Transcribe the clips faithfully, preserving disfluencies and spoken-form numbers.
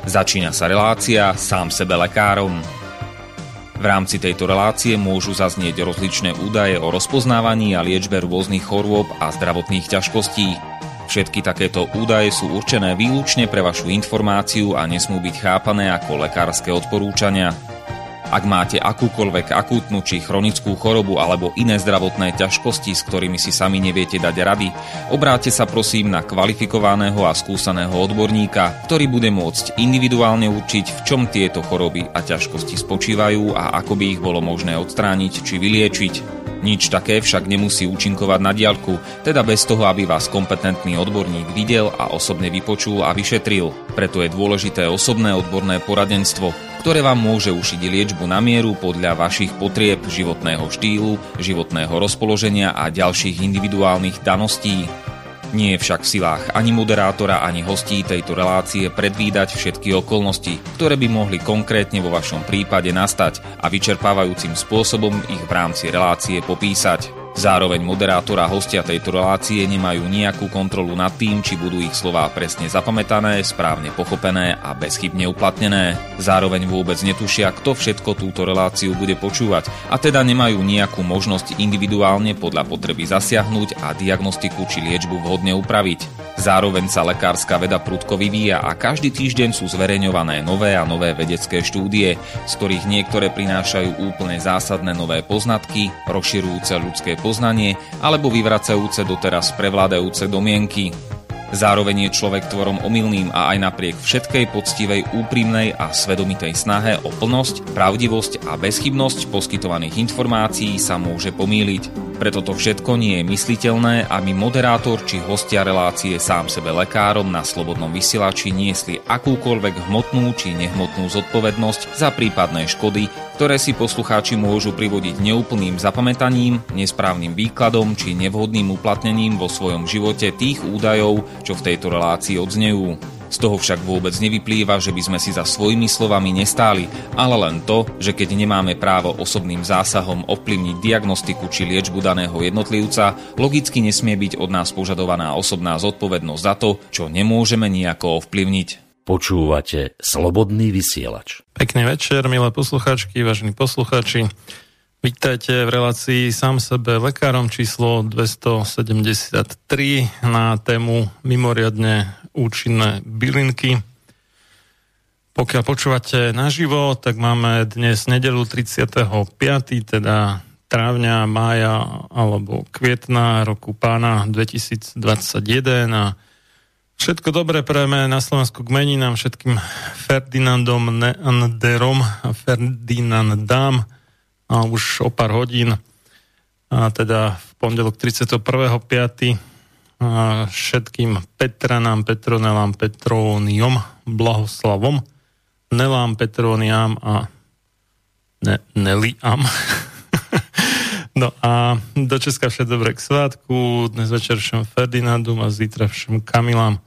Začína sa relácia Sám sebe lekárom. V rámci tejto relácie môžu zaznieť rozličné údaje o rozpoznávaní a liečbe rôznych chorôb a zdravotných ťažkostí. Všetky takéto údaje sú určené výlučne pre vašu informáciu a nesmú byť chápané ako lekárske odporúčania. Ak máte akúkoľvek akútnu či chronickú chorobu alebo iné zdravotné ťažkosti, s ktorými si sami neviete dať rady, obráťte sa prosím na kvalifikovaného a skúseného odborníka, ktorý bude môcť individuálne určiť, v čom tieto choroby a ťažkosti spočívajú a ako by ich bolo možné odstrániť či vyliečiť. Nič také však nemusí účinkovať na diaľku, teda bez toho, aby vás kompetentný odborník videl a osobne vypočul a vyšetril. Preto je dôležité osobné odborné poradenstvo, ktoré vám môže ušiť liečbu na mieru podľa vašich potrieb, životného štýlu, životného rozpoloženia a ďalších individuálnych daností. Nie je však v silách ani moderátora, ani hostí tejto relácie predvídať všetky okolnosti, ktoré by mohli konkrétne vo vašom prípade nastať a vyčerpávajúcim spôsobom ich v rámci relácie popísať. Zároveň moderátor a hostia tejto relácie nemajú nejakú kontrolu nad tým, či budú ich slová presne zapamätané, správne pochopené a bezchybne uplatnené. Zároveň vôbec netušia, kto všetko túto reláciu bude počúvať a teda nemajú nejakú možnosť individuálne podľa potreby zasiahnuť a diagnostiku či liečbu vhodne upraviť. Zároveň sa lekárska veda prudko vyvíja a každý týždeň sú zverejňované nové a nové vedecké štúdie, z ktorých niektoré prinášajú úplne zásadné nové poznatky, rozširujúce ľudské poznanie alebo vyvracajúce doteraz prevládajúce domienky. Zároveň je človek tvorom omylným a aj napriek všetkej poctivej, úprimnej a svedomitej snahe o plnosť, pravdivosť a bezchybnosť poskytovaných informácií sa môže pomýliť. Preto to všetko nie je mysliteľné, aby moderátor či hostia relácie Sám sebe lekárom na slobodnom vysielači niesli akúkoľvek hmotnú či nehmotnú zodpovednosť za prípadné škody, ktoré si poslucháči môžu privodiť neúplným zapamätaním, nesprávnym výkladom či nevhodným uplatnením vo svojom živote tých údajov, čo v tejto relácii odznejú. Z toho však vôbec nevyplýva, že by sme si za svojimi slovami nestáli, ale len to, že keď nemáme právo osobným zásahom ovplyvniť diagnostiku či liečbu daného jednotlivca, logicky nesmie byť od nás požadovaná osobná zodpovednosť za to, čo nemôžeme nejako ovplyvniť. Počúvate Slobodný vysielač. Pekný večer, milé poslucháčky, vážení poslucháči. Vítajte v relácii Sám sebe lekárom číslo dvestosedemdesiattri na tému mimoriadne účinné bylinky. Pokiaľ počúvate naživo, tak máme dnes nedeľu tridsiateho piateho teda trávňa, mája alebo kvietna roku pána dvetisícdvadsaťjeden a všetko dobré prajeme na Slovensku k meninám všetkým Ferdinandom Neanderom a Ferdinandám a už o pár hodín a teda v pondelok tridsiateho prvého piateho a všetkým Petranám, Petronelám, Petróniom, Blahoslavom, Nelám, Petróniám a ne, Neliám. No a do Česka všetko dobré k svátku, dnes večer všem Ferdinandom a zítra všem Kamilám.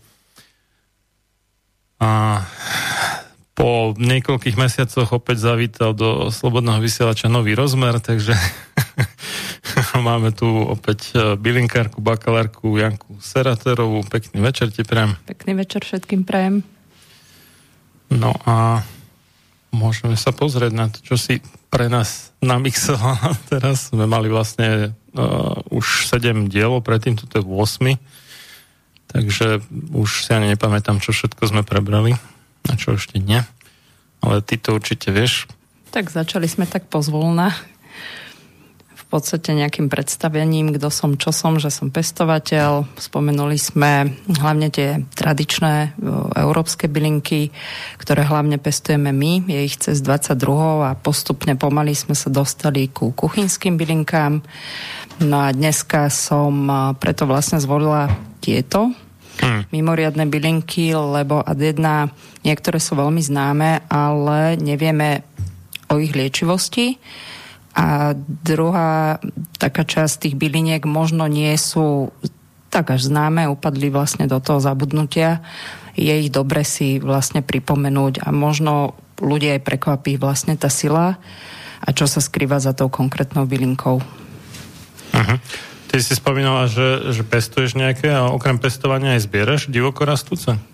A po niekoľkých mesiacoch opäť zavítal do Slobodného vysielača nový rozmer, takže máme tu opäť bylinkárku, bakalárku Janku Seraterovú. Pekný večer ti prajem. Pekný večer všetkým prajem. No a môžeme sa pozrieť na to, čo si pre nás namixovala. Teraz sme mali vlastne uh, už sedem dielov, predtým toto je osem. Takže už si ani nepamätám, čo všetko sme prebrali a čo ešte nie. Ale ty to určite vieš. Tak začali sme tak pozvolna. V podstate nejakým predstavením, kto som, čo som, že som pestovateľ. Spomenuli sme hlavne tie tradičné európske bylinky, ktoré hlavne pestujeme my. Je ich cez dvadsať druhov a postupne pomaly sme sa dostali ku kuchynským bylinkám. No a dneska som preto vlastne zvolila tieto hmm. mimoriadne bylinky, lebo ad jedna, niektoré sú veľmi známe, ale nevieme o ich liečivosti. A druhá taká časť tých byliniek možno nie sú tak až známe, upadli vlastne do toho zabudnutia. Je ich dobre si vlastne pripomenúť a možno ľudia aj prekvapí vlastne tá sila a čo sa skrýva za tou konkrétnou bylinkou. Uh-huh. Ty si spomínala, že, že pestuješ nejaké a okrem pestovania aj zbieraš divokorastúce?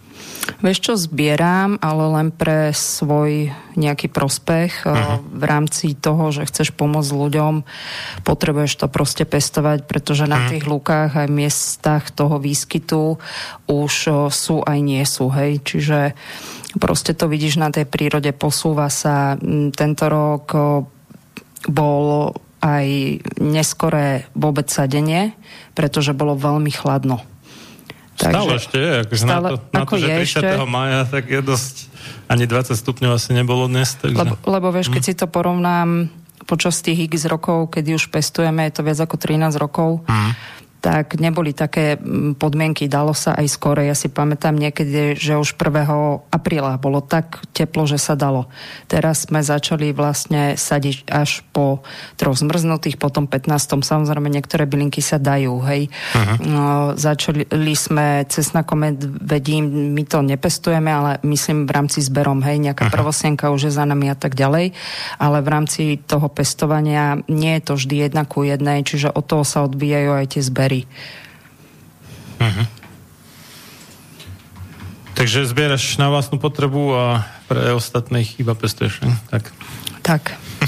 Vieš čo, zbieram, ale len pre svoj nejaký prospech. Uh-huh. V rámci toho, že chceš pomôcť ľuďom, potrebuješ to proste pestovať, pretože uh-huh. na tých lúkách aj miestach toho výskytu už sú aj nie sú, hej. Čiže proste to vidíš na tej prírode, posúva sa. Tento rok bol aj neskoré vôbec sadenie, pretože bolo veľmi chladno. Stále Takže, ešte je, akože stále, na to, na to že tridsiateho mája, tak je dosť, ani dvadsať stupňov asi nebolo dnes. Takže... Lebo, lebo vieš, keď mm. si to porovnám počas tých x rokov, kedy už pestujeme, je to viac ako trinásť rokov, mm. tak neboli také podmienky, dalo sa aj skôr. Ja si pamätám niekedy, že už prvého apríla bolo tak teplo, že sa dalo. Teraz sme začali vlastne sadiť až po troch zmrznutých, potom pätnástom Samozrejme, niektoré bylinky sa dajú, hej. Uh-huh. No, začali sme cesnakom, vedím, my to nepestujeme, ale myslím v rámci zberom, hej, nejaká uh-huh. prvosienka už je za nami a tak ďalej. Ale v rámci toho pestovania nie je to vždy jedna ku jednej, čiže od toho sa odbijajú aj tie zbery. Uh-huh. Takže zbieraš na vlastnú potrebu a pre ostatných iba pestuješ, ne? Tak. Tak.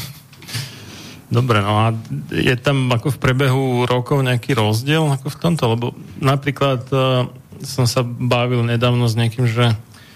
Dobre, no a je tam ako v priebehu rokov nejaký rozdiel ako v tomto? Lebo napríklad uh, som sa bavil nedávno s niekým, že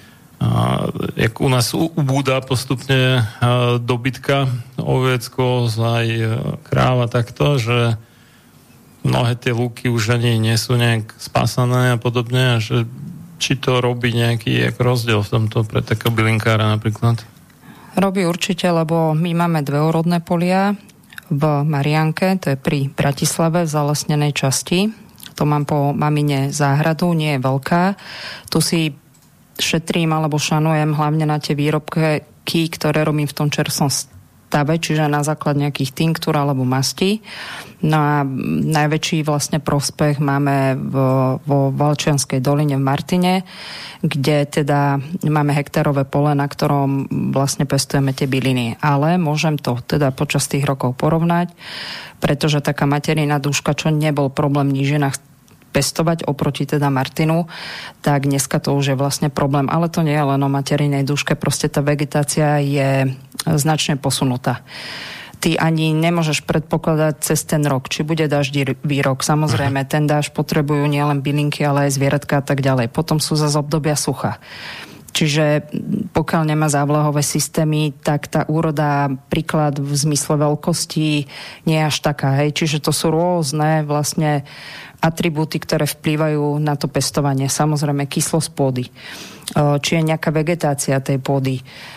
uh, jak u nás ubúda postupne uh, dobytka, oviecko, aj uh, kráva takto, že mnohé tie lúky už ani nie sú nejak spásané a podobne, a že či to robí nejaký rozdiel v tomto pre takého bylinkára napríklad? Robí určite, lebo my máme dve úrodné polia v Mariánke, to je pri Bratislave v zalesnenej časti. To mám po mamine záhradu, nie je veľká. Tu si šetrím alebo šanujem hlavne na tie výrobky, ktoré robím v tom čerstvom stave, čiže na základ nejakých tinktúr alebo mastí. No a najväčší vlastne prospech máme vo, vo Valčianskej doline v Martine, kde teda máme hektárové pole, na ktorom vlastne pestujeme tie byliny. Ale môžem to teda počas tých rokov porovnať, pretože taká materina dúška, čo nebol problém v nížinách pestovať oproti teda Martinu, tak dneska to už je vlastne problém. Ale to nie je len o materinej dúške, proste tá vegetácia je značne posunutá. Ty ani nemôžeš predpokladať cez ten rok, či bude daždivý rok. Samozrejme, ten dážď potrebujú nielen bylinky, ale aj zvieratka a tak ďalej. Potom sú zase obdobia sucha. Čiže pokiaľ nemá závlahové systémy, tak tá úroda, príklad v zmysle veľkosti, nie je až taká. Hej? Čiže to sú rôzne vlastne atribúty, ktoré vplývajú na to pestovanie. Samozrejme, kyslosť pôdy. Či je nejaká vegetácia tej pôdy.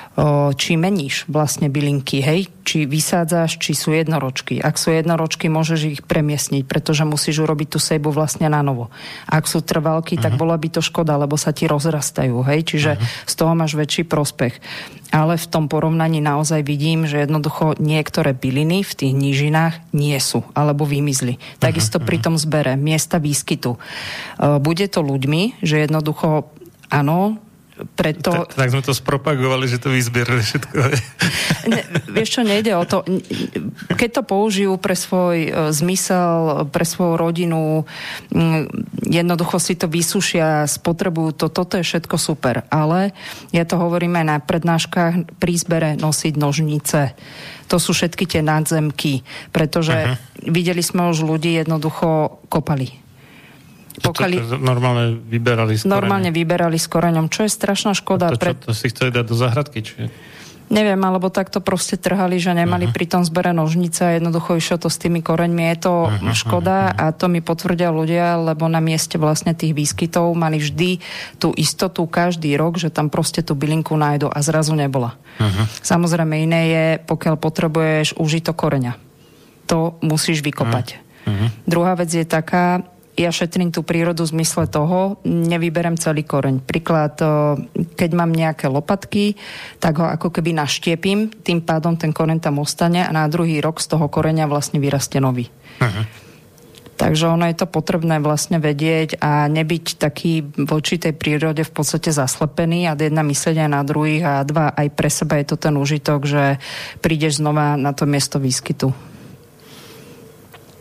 Či meníš vlastne bylinky, hej? Či vysádzaš, či sú jednoročky. Ak sú jednoročky, môžeš ich premiestniť, pretože musíš urobiť tú sejbu vlastne na novo. Ak sú trvalky, uh-huh. tak bola by to škoda, lebo sa ti rozrastajú, hej? Čiže uh-huh. z toho máš väčší prospech. Ale v tom porovnaní naozaj vidím, že jednoducho niektoré byliny v tých nížinách nie sú, alebo vymizli. Takisto uh-huh. pri tom zbere, miesta výskytu. Bude to ľuďmi, že jednoducho áno, preto... Tak, tak sme to spropagovali, že to vyzbierali všetko. Ne, vieš čo, nejde o to. Keď to použijú pre svoj uh, zmysel, pre svoju rodinu, um, jednoducho si to vysušia, spotrebujú to, toto je všetko super. Ale ja to hovorím aj na prednáškach, pri zbere nosiť nožnice. To sú všetky tie nadzemky, pretože uh-huh. videli sme už ľudí jednoducho kopali. Pokali... To, to normálne vyberali s koreňom. Normálne vyberali s koreňom, čo je strašná škoda. A to, čo, to si chceli dať do záhradky? Či... Neviem, alebo takto proste trhali, že nemali uh-huh. pri tom zbere nožnice a jednoducho išlo to s tými koreňmi. Je to uh-huh. škoda a to mi potvrdia ľudia, lebo na mieste vlastne tých výskytov mali vždy tú istotu každý rok, že tam proste tú bylinku nájdu a zrazu nebola. Uh-huh. Samozrejme iné je, pokiaľ potrebuješ užitok koreňa. To musíš vykopať. Uh-huh. Druhá vec je taká, ja šetrím tú prírodu v zmysle toho, nevyberem celý koreň. Príklad, keď mám nejaké lopatky, tak ho ako keby naštiepím, tým pádom ten koreň tam ostane a na druhý rok z toho koreňa vlastne vyrastie nový. Uh-huh. Takže ono je to potrebné vlastne vedieť a nebyť taký voči tej prírode v podstate zaslepený a jedna myslieť aj na druhých a dva aj pre seba je to ten užitok, že prídeš znova na to miesto výskytu.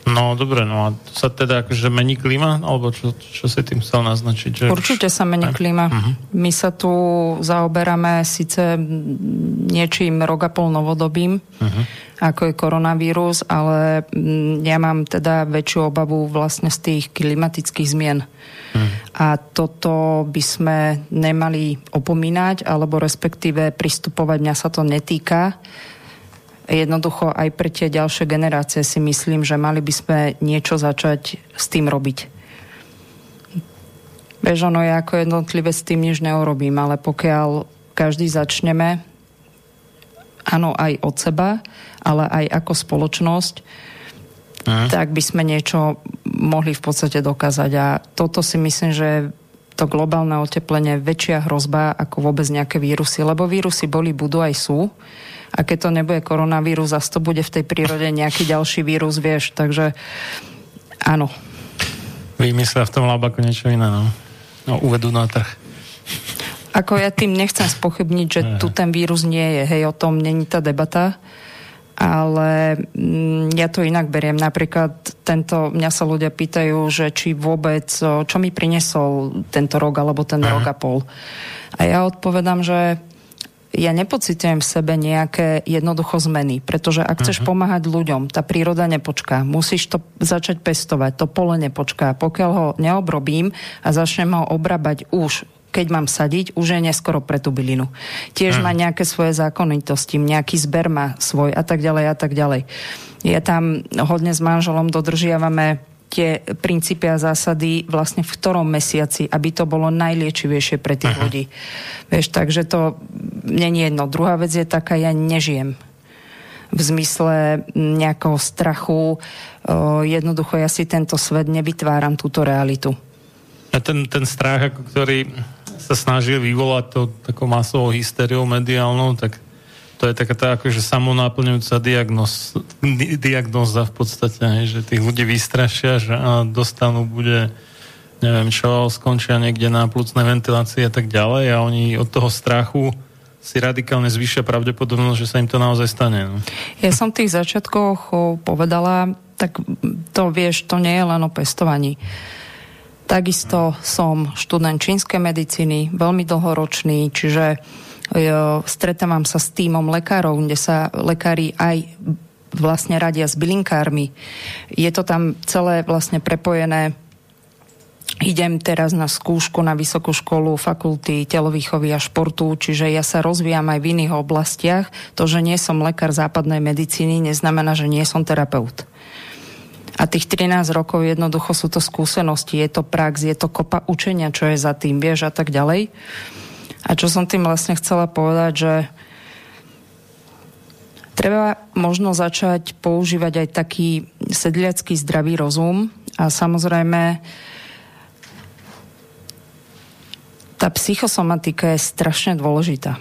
No dobre, no a to sa teda akože mení klíma? Alebo čo, čo si tým chcel naznačiť? Že Určite sa mení klíma. Uh-huh. My sa tu zaoberáme síce niečím rok a pol novodobým, uh-huh. ako je koronavírus, ale ja mám teda väčšiu obavu vlastne z tých klimatických zmien. Uh-huh. A toto by sme nemali opomínať, alebo respektíve pristupovať, mňa sa to netýka. Jednoducho aj pre tie ďalšie generácie si myslím, že mali by sme niečo začať s tým robiť. Vieš, ono ja ako jednotlivé s tým nič neurobím, ale pokiaľ každý začneme, áno, aj od seba, ale aj ako spoločnosť, Aha. tak by sme niečo mohli v podstate dokázať. A toto si myslím, že to globálne oteplenie je väčšia hrozba ako vôbec nejaké vírusy, lebo vírusy boli, budú aj sú. A keď to nebude koronavírus, zase to bude v tej prírode nejaký ďalší vírus, vieš, takže áno. Vymyslia v tom labaku niečo iné, no. No, uvedú na trh. Ako ja tým nechcem spochybniť, že tu ten vírus nie je, hej, o tom není tá debata, ale mm, ja to inak beriem. Napríklad tento, mňa sa ľudia pýtajú, že či vôbec, čo mi priniesol tento rok, alebo ten Aha. rok a pol. A ja odpovedám, že ja nepocitujem v sebe nejaké jednoducho zmeny, pretože ak chceš uh-huh. pomáhať ľuďom, tá príroda nepočká. Musíš to začať pestovať, to pole nepočká. Pokiaľ ho neobrobím a začnem ho obrábať už, keď mám sadiť, už je neskoro pre tú bylinu. Tiež uh-huh. má nejaké svoje zákonitosti, nejaký zber má svoj a tak ďalej a tak ďalej. Ja tam hodne s manželom dodržiavame tie princípy a zásady vlastne v ktorom mesiaci, aby to bolo najliečivejšie pre tých Aha. ľudí. Vieš, takže to nie je jedno. Druhá vec je taká, ja nežijem v zmysle nejakého strachu. Jednoducho ja si tento svet nevytváram, túto realitu. A ten, ten strach, ako ktorý sa snažil vyvolať to takou masovou hysteriou mediálnou, tak to je taká tá akože samonáplňujúca diagnoz, di, diagnoza v podstate, hej, že tých ľudí vystrašia, že á, dostanú, bude neviem čo, skončia niekde na plúcnej ventilácii a tak ďalej a oni od toho strachu si radikálne zvýšia pravdepodobnosť, že sa im to naozaj stane. No. Ja som v tých začiatkoch povedala, tak to vieš, to nie je len o pestovaní. Takisto som študent čínskej medicíny, veľmi dlhoročný, čiže stretávam sa s tímom lekárov, kde sa lekári aj vlastne radia s bylinkármi. Je to tam celé vlastne prepojené. Idem teraz na skúšku na vysokú školu fakulty telovýchovy a športu, čiže ja sa rozvíjam aj v iných oblastiach. To, že nie som lekár západnej medicíny, neznamená, že nie som terapeut. A tých trinásť rokov jednoducho sú to skúsenosti, je to prax, je to kopa učenia, čo je za tým, vieš, a tak ďalej. A čo som tým vlastne chcela povedať, že treba možno začať používať aj taký sedliacky zdravý rozum a samozrejme tá psychosomatika je strašne dôležitá.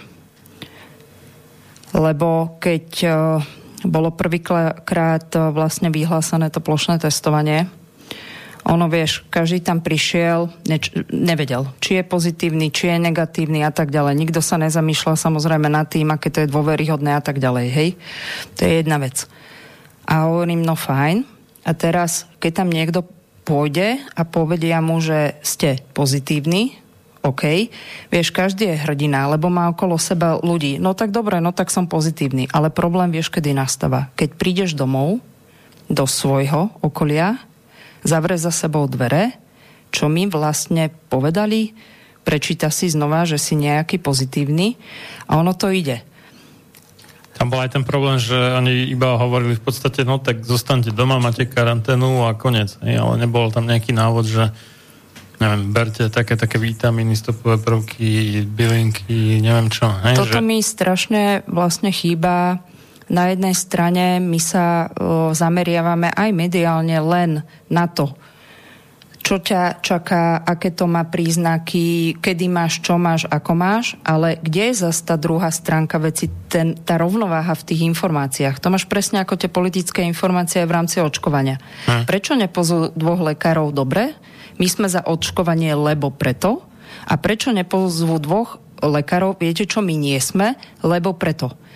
Lebo keď bolo prvýkrát vlastne vyhlásené to plošné testovanie, ono, vieš, každý tam prišiel, neč- nevedel, či je pozitívny, či je negatívny a tak ďalej. Nikto sa nezamýšľal samozrejme nad tým, aké to je dôveryhodné a tak ďalej, hej. To je jedna vec. A hovorím, no fajn. A teraz, keď tam niekto pôjde a povedia mu, že ste pozitívni, OK, vieš, každý je hrdina, lebo má okolo seba ľudí. No tak dobre, no tak som pozitívny. Ale problém, vieš, kedy nastáva. Keď prídeš domov, do svojho okolia, zavre za sebou dvere, čo mi vlastne povedali, prečíta si znova, že si nejaký pozitívny a ono to ide. Tam bol aj ten problém, že oni iba hovorili v podstate, no tak zostaňte doma, máte karanténu a koniec. Ale nebol tam nejaký návod, že neviem, berte také, také vitamíny, stopové prvky, bylinky, neviem čo. Hej, Toto že... mi strašne vlastne chýba. Na jednej strane my sa o, zameriavame aj mediálne len na to, čo ťa čaká, aké to má príznaky, kedy máš, čo máš, ako máš, ale kde je zase tá druhá stránka veci, ten, tá rovnováha v tých informáciách. To máš presne ako tie politické informácie v rámci očkovania. Hm. Prečo nepozvú dvoch lekárov dobre? My sme za očkovanie, lebo preto. A prečo nepozvú dvoch lekárov? Viete čo, my nie sme, lebo preto.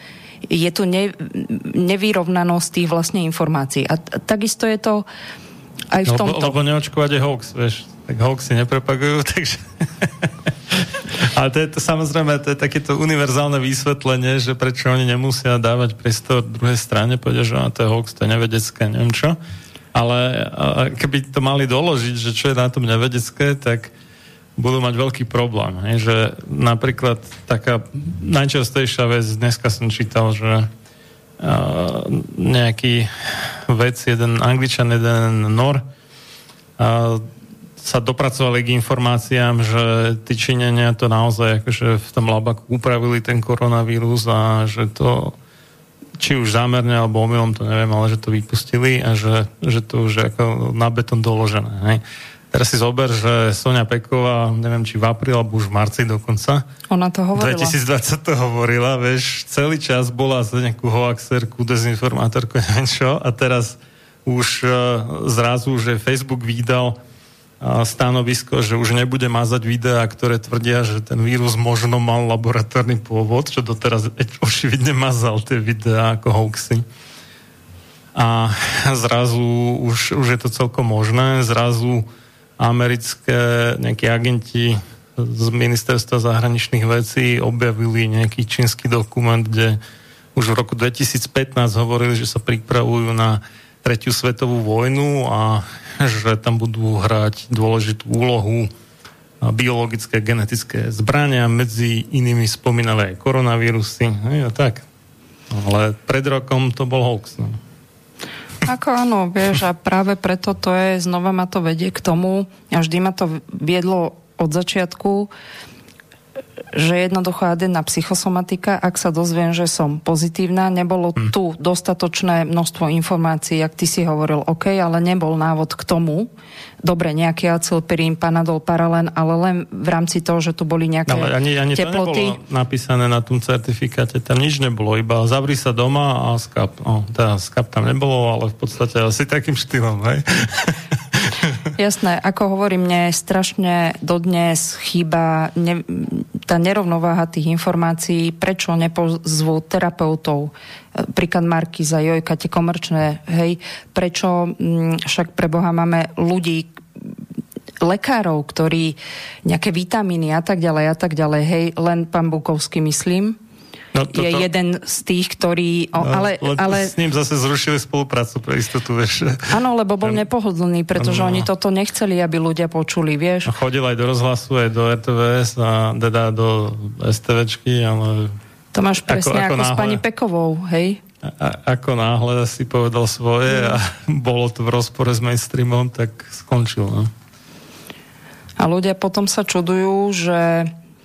je tu ne, nevyrovnanosť tých vlastne informácií. A t- takisto je to aj v tomto. Lebo, lebo neočkovať je hoax, vieš. Tak hoaxy nepropagujú, takže... Ale to je to, samozrejme, to je takéto univerzálne vysvetlenie, že prečo oni nemusia dávať priestor druhej strane, povedia, že to je hoax, to je nevedecké, neviem čo. Ale keby to mali doložiť, že čo je na tom nevedecké, tak budú mať veľký problém. Hej? Že napríklad taká najčastejšia vec, dneska som čítal, že nejaký vec, jeden Angličan, jeden Nor, sa dopracovali k informáciám, že tí Číňania to naozaj akože v tom labaku upravili ten koronavírus a že to či už zámerne alebo omylom, to neviem, ale že to vypustili a že, že to už je ako na betón doložené. Hej. Teraz si zober, že Soňa Peková, neviem, či v apríli alebo už v marci dokonca. Ona to hovorila. dvetisícdvadsať to hovorila, vieš, celý čas bola za nejakú hoaxerku, dezinformátorku, neviem čo, a teraz už uh, zrazu, že Facebook vydal stanovisko, že už nebude mazať videá, ktoré tvrdia, že ten vírus možno mal laboratórny pôvod, čo doteraz očividne mazal tie videá ako hoaxy. A zrazu už, už je to celkom možné. Zrazu americké nejakí agenti z ministerstva zahraničných vecí objavili nejaký čínsky dokument, kde už v roku dvetisícpätnásť hovorili, že sa pripravujú na tretiu svetovú vojnu a že tam budú hrať dôležitú úlohu biologické, genetické zbrania, medzi inými spomínali aj koronavírusy. No, tak. Ale pred rokom to bol hoax. No. Ako áno, vieš, a práve preto to je, znova ma to vedie k tomu, a vždy ma to viedlo od začiatku, že jednoducho adenná psychosomatika, ak sa dozviem, že som pozitívna, nebolo hmm. tu dostatočné množstvo informácií, jak ty si hovoril, OK, ale nebol návod k tomu, dobre, nejaký acylpirín, panadol, paralen, ale len v rámci toho, že tu boli nejaké ale ani, ani teploty. To nebolo napísané na tom certifikáte, tam nič nebolo, iba zavri sa doma a skap. O, teda skap tam nebolo, ale v podstate asi takým štýlom, hej? Jasné, ako hovorím, mne strašne dodnes chýba ne, tá nerovnováha tých informácií, prečo nepozvú terapeutov, príklad Markíza, Jojka, tie komerčné, hej, prečo m, však pre Boha máme ľudí, lekárov, ktorí nejaké vitamíny a tak ďalej a tak ďalej, hej, len pán Bukovský, myslím, no, to, je to... jeden z tých, ktorý... O, no, ale, ale s ním zase zrušili spoluprácu pre istotu, vieš. Áno, lebo bol Ten... nepohodlný, pretože no. oni toto nechceli, aby ľudia počuli, vieš. Chodil aj do rozhlasu, aj do er té vé es a teda do STVčky, ale... To máš presne ako, ako, ako s pani Pekovou, hej? A, ako náhle si povedal svoje mm. a bolo to v rozpore s mainstreamom, tak skončil, no. A ľudia potom sa čudujú, že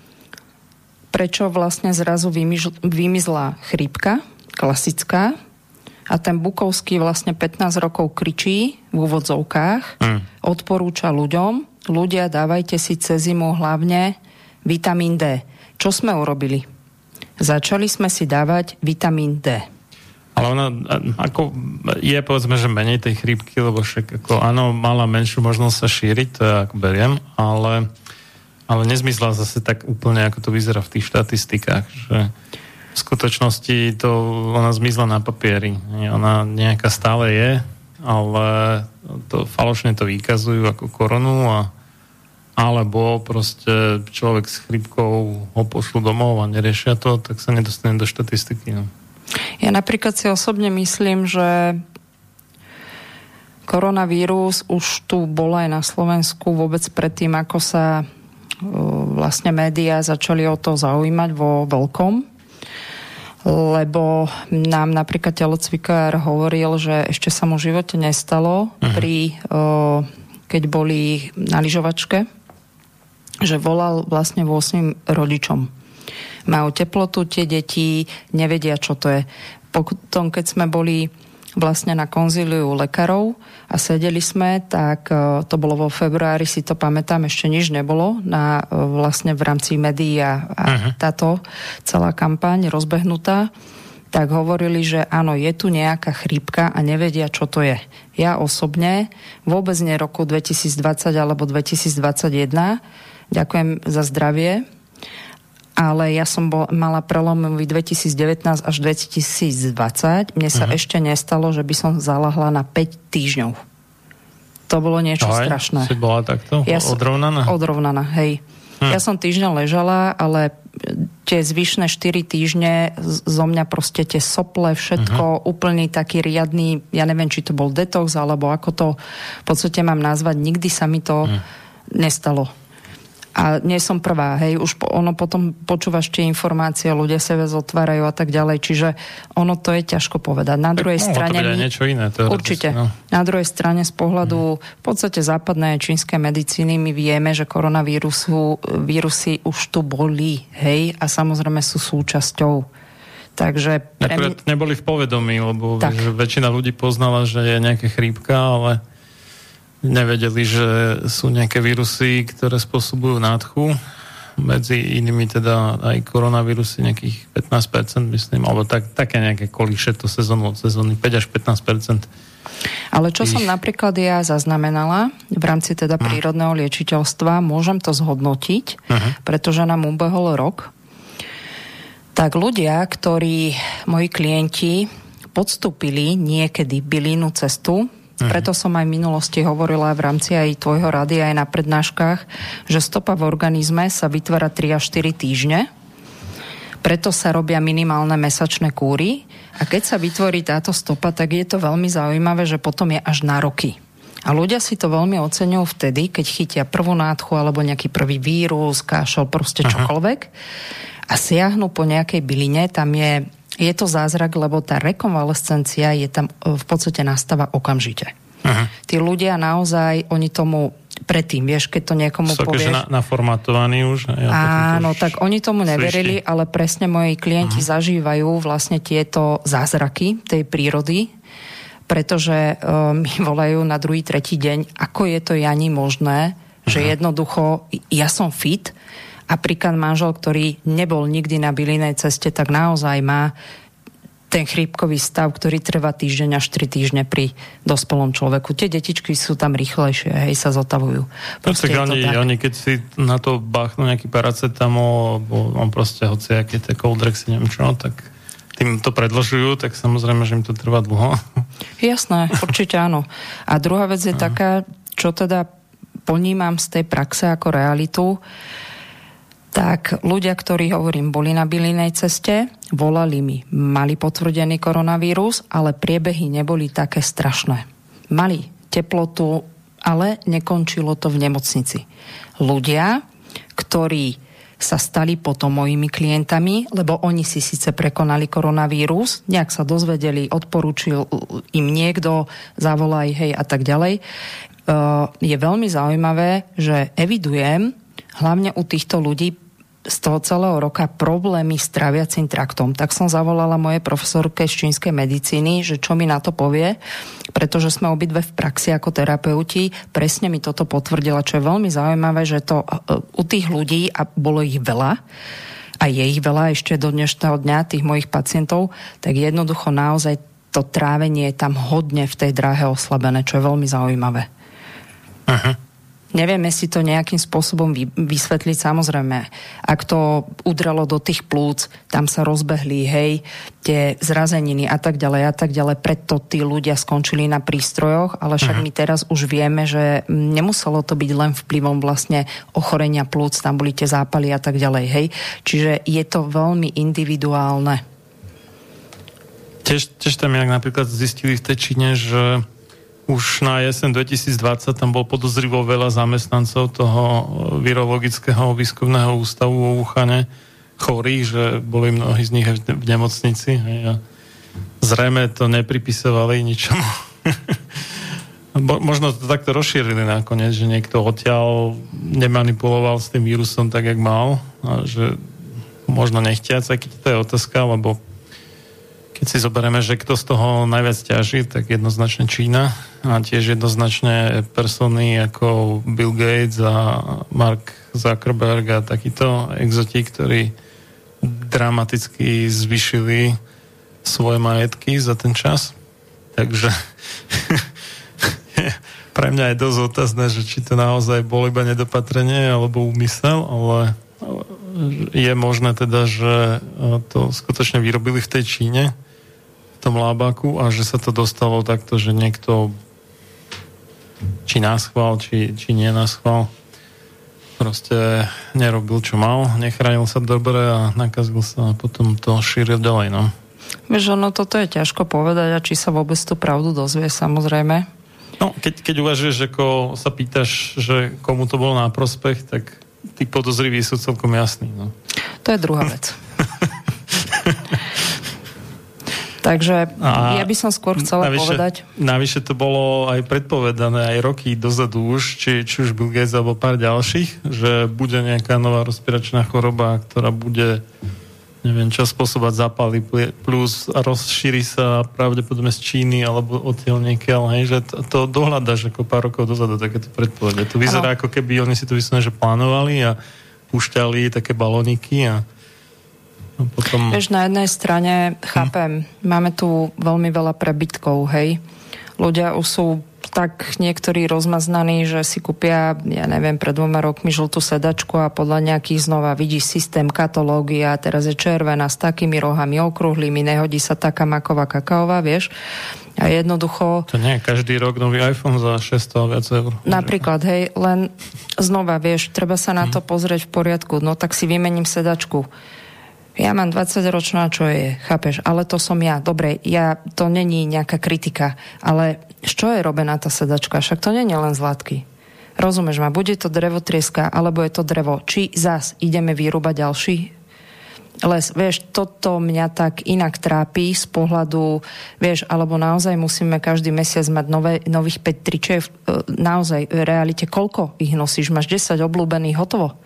prečo vlastne zrazu vymizla chrípka, klasická, a ten Bukovský vlastne pätnásť rokov kričí v úvodzovkách, mm. odporúča ľuďom, ľudia, dávajte si cez zimu hlavne vitamín D. Čo sme urobili? Začali sme si dávať vitamín D. Ale ona, ako je, povedzme, že menej tej chrípky, lebo však ako, áno, mala menšiu možnosť sa šíriť, to ja ako beriem, ale ale nezmyslela zase tak úplne, ako to vyzerá v tých štatistikách, že v skutočnosti to ona zmizla na papieri. Ona nejaká stále je, ale to falošne to vykazujú ako koronu a alebo proste človek s chrípkou ho pošlu domov a neriešia to, tak sa nedostane do štatistiky. No. Ja napríklad si osobne myslím, že koronavírus už tu bol aj na Slovensku vôbec predtým, ako sa vlastne médiá začali o to zaujímať vo veľkom, lebo nám napríklad telocvikár hovoril, že ešte sa mu v živote nestalo, uh-huh. pri, keď boli na lyžovačke, že volal vlastne ôsmim rodičom. Majú teplotu, tie deti nevedia, čo to je. Potom, keď sme boli vlastne na konzíliu lekárov a sedeli sme, tak to bolo vo februári, si to pamätám, ešte nič nebolo na, vlastne v rámci médií a, a uh-huh. táto celá kampaň rozbehnutá, tak hovorili, že áno, je tu nejaká chrípka a nevedia, čo to je. Ja osobne vôbec nie roku dvetisícdvadsať alebo dvetisícdvadsaťjeden, ďakujem za zdravie, ale ja som bol, mala prelomový dvetisícdevätnásť až dvetisícdvadsať. Mne sa uh-huh. ešte nestalo, že by som zalahla na päť týždňov. To bolo niečo Aj, strašné. Si bola takto? Ja odrovnaná? Odrovnaná, hej. Hm. Ja som týždeň ležala, ale tie zvyšné štyri týždne zo mňa proste tie sople, všetko, uh-huh. úplný taký riadny, ja neviem, či to bol detox, alebo ako to v podstate mám nazvať, nikdy sa mi to uh-huh. nestalo. A nie som prvá, hej, už po, ono potom počúvaš tie informácie, ľudia sa viac otvárajú a tak ďalej, čiže ono to je ťažko povedať. Na druhej tak strane... To niečo iné. Určite. No. Na druhej strane z pohľadu hmm. v podstate západnej čínskej medicíny my vieme, že koronavírusu vírusy už tu boli, hej, a samozrejme sú súčasťou. Takže... Pre mňa... neboli v povedomí, lebo väčšina ľudí poznala, že je nejaká chrípka, ale nevedeli, že sú nejaké vírusy, ktoré spôsobujú nádchu. Medzi inými teda aj koronavírusy nejakých pätnásť percent, myslím, alebo tak, také nejaké kolíše to sezónu od sezóny, päť až pätnásť percent. Ale čo ich... som napríklad ja zaznamenala v rámci teda uh-huh. prírodného liečiteľstva, môžem to zhodnotiť, uh-huh. pretože nám ubehol rok, tak ľudia, ktorí, moji klienti, podstúpili niekedy bylínu cestu. Preto som aj v minulosti hovorila v rámci aj tvojho rady, aj na prednáškach, že stopa v organizme sa vytvára tri až štyri týždne. Preto sa robia minimálne mesačné kúry. A keď sa vytvorí táto stopa, tak je to veľmi zaujímavé, že potom je až na roky. A ľudia si to veľmi oceňujú vtedy, keď chytia prvú nádchu alebo nejaký prvý vírus, kašel, proste čokoľvek. A siahnu po nejakej byline, tam je... Je to zázrak, lebo tá rekonvalescencia je tam v podstate nastáva okamžite. Uh-huh. Tí ľudia naozaj, oni tomu predtým, vieš, keď to niekomu so, povieš... Na, naformatovaní už. Ja áno, tak oni tomu neverili, slyšti. Ale presne moji klienti uh-huh. zažívajú vlastne tieto zázraky tej prírody, pretože uh, mi volajú na druhý, tretí deň, ako je to Jani možné, uh-huh. že jednoducho ja som fit, a príklad manžel, ktorý nebol nikdy na bylinnej ceste, tak naozaj má ten chrípkový stav, ktorý trvá týždeň až tri týždne pri dospelom človeku. Tie detičky sú tam rýchlejšie, hej, sa zotavujú. No tak oni, oni, keď si na to báchnú nejaký paracetamol, alebo on proste hociaké tie coldrexy, neviem čo, tak tým to predĺžujú, tak samozrejme, že im to trvá dlho. Jasné, určite áno. A druhá vec je Aha. taká, čo teda ponímam z tej praxe ako realitu, tak ľudia, ktorí, hovorím, boli na bylinnej ceste, volali mi, mali potvrdený koronavírus, ale priebehy neboli také strašné. Mali teplotu, ale nekončilo to v nemocnici. Ľudia, ktorí sa stali potom mojimi klientami, lebo oni si síce prekonali koronavírus, nejak sa dozvedeli, odporúčil im niekto, zavolaj, hej a tak ďalej. Je veľmi zaujímavé, že evidujem hlavne u týchto ľudí z toho celého roka problémy s tráviacím traktom. Tak som zavolala mojej profesorke z čínskej medicíny, že čo mi na to povie, pretože sme obidve v praxi ako terapeuti, presne mi toto potvrdila, čo je veľmi zaujímavé, že to u tých ľudí, a bolo ich veľa, a je ich veľa ešte do dnešného dňa, tých mojich pacientov, tak jednoducho naozaj to trávenie je tam hodne v tej dráhe oslabené, čo je veľmi zaujímavé. Aha. Nevieme si to nejakým spôsobom vysvetliť, samozrejme. Ak to udrelo do tých plúc, tam sa rozbehli, hej, tie zrazeniny a tak ďalej a tak ďalej, preto tí ľudia skončili na prístrojoch, ale však uh-huh. my teraz už vieme, že nemuselo to byť len vplyvom vlastne ochorenia plúc, tam boli tie zápaly a tak ďalej, hej. Čiže je to veľmi individuálne. Tiež, tiež tam jak napríklad zistili v tej Číne, že už na jeseň dvetisícdvadsať tam bol podozrivo veľa zamestnancov toho virologického výskumného ústavu vo Wuhane chorých, že boli mnohí z nich v nemocnici. A zrejme to nepripisovali ničomu. Možno to takto rozšírili nakoniec, že niekto odtiaľ nemanipuloval s tým vírusom tak, jak mal. A že možno nechtiac, aj keď to je otázka, lebo keď si zoberieme, že kto z toho najviac ťaží, tak jednoznačne Čína a tiež jednoznačne persony ako Bill Gates a Mark Zuckerberg a takíto exoti, ktorí dramaticky zvyšili svoje majetky za ten čas. Takže pre mňa je dosť otázne, že či to naozaj bolo iba nedopatrenie alebo úmysel, ale je možné teda, že to skutočne vyrobili v tej Číne, v tom Lábaku, a že sa to dostalo takto, že niekto či náschval, či, či nie náschval, proste nerobil, čo mal, nechránil sa dobre a nakazil sa a potom to šíril ďalej, no. Vieš, ono toto je ťažko povedať a či sa vôbec tú pravdu dozvie, samozrejme. No, keď, keď uvažuješ, ako sa pýtaš, že komu to bolo na prospech, tak tí podozriví sú celkom jasní, no. To je druhá vec. Takže a ja by som skôr chcela navyše, povedať... Navyše to bolo aj predpovedané aj roky dozadu už, či, či už Bill Gates alebo pár ďalších, že bude nejaká nová respiračná choroba, ktorá bude, neviem čo, spôsobať zápaly, plus rozšíri sa pravdepodobne z Číny alebo odtiaľ niekiaľ, hej, že to, to dohľadaš ako pár rokov dozadu, takéto predpovede. To vyzerá, ano, ako keby oni si to vyslovene, že plánovali a púšťali také balóniky a No potom... Vieš, na jednej strane, chápem, hm. máme tu veľmi veľa prebytkov, hej. Ľudia už sú tak niektorí rozmaznaní, že si kúpia, ja neviem, pred dvoma rokmi žltú sedačku a podľa nejakých znova vidíš systém, katalógia, teraz je červená s takými rohami okrúhlymi, nehodí sa taká maková kakaová, vieš. A jednoducho... To nie, každý rok nový iPhone za šesťsto a viac eur. Napríklad, hej, len znova, vieš, treba sa na to pozrieť v poriadku, no tak si vymením sedačku. Ja mám dvadsaťročná, čo je, chápeš, ale to som ja. Dobre, ja, to není nejaká kritika, ale z čo je robená tá sedačka? Však to nie je len z látky. Rozumieš ma, bude to drevotrieska, alebo je to drevo. Či zas ideme vyrúbať ďalší les? Vieš, toto mňa tak inak trápi z pohľadu, vieš, alebo naozaj musíme každý mesiac mať nové, nových päť tričiev. Naozaj, v realite, koľko ich nosíš? Máš desať obľúbených, hotovo?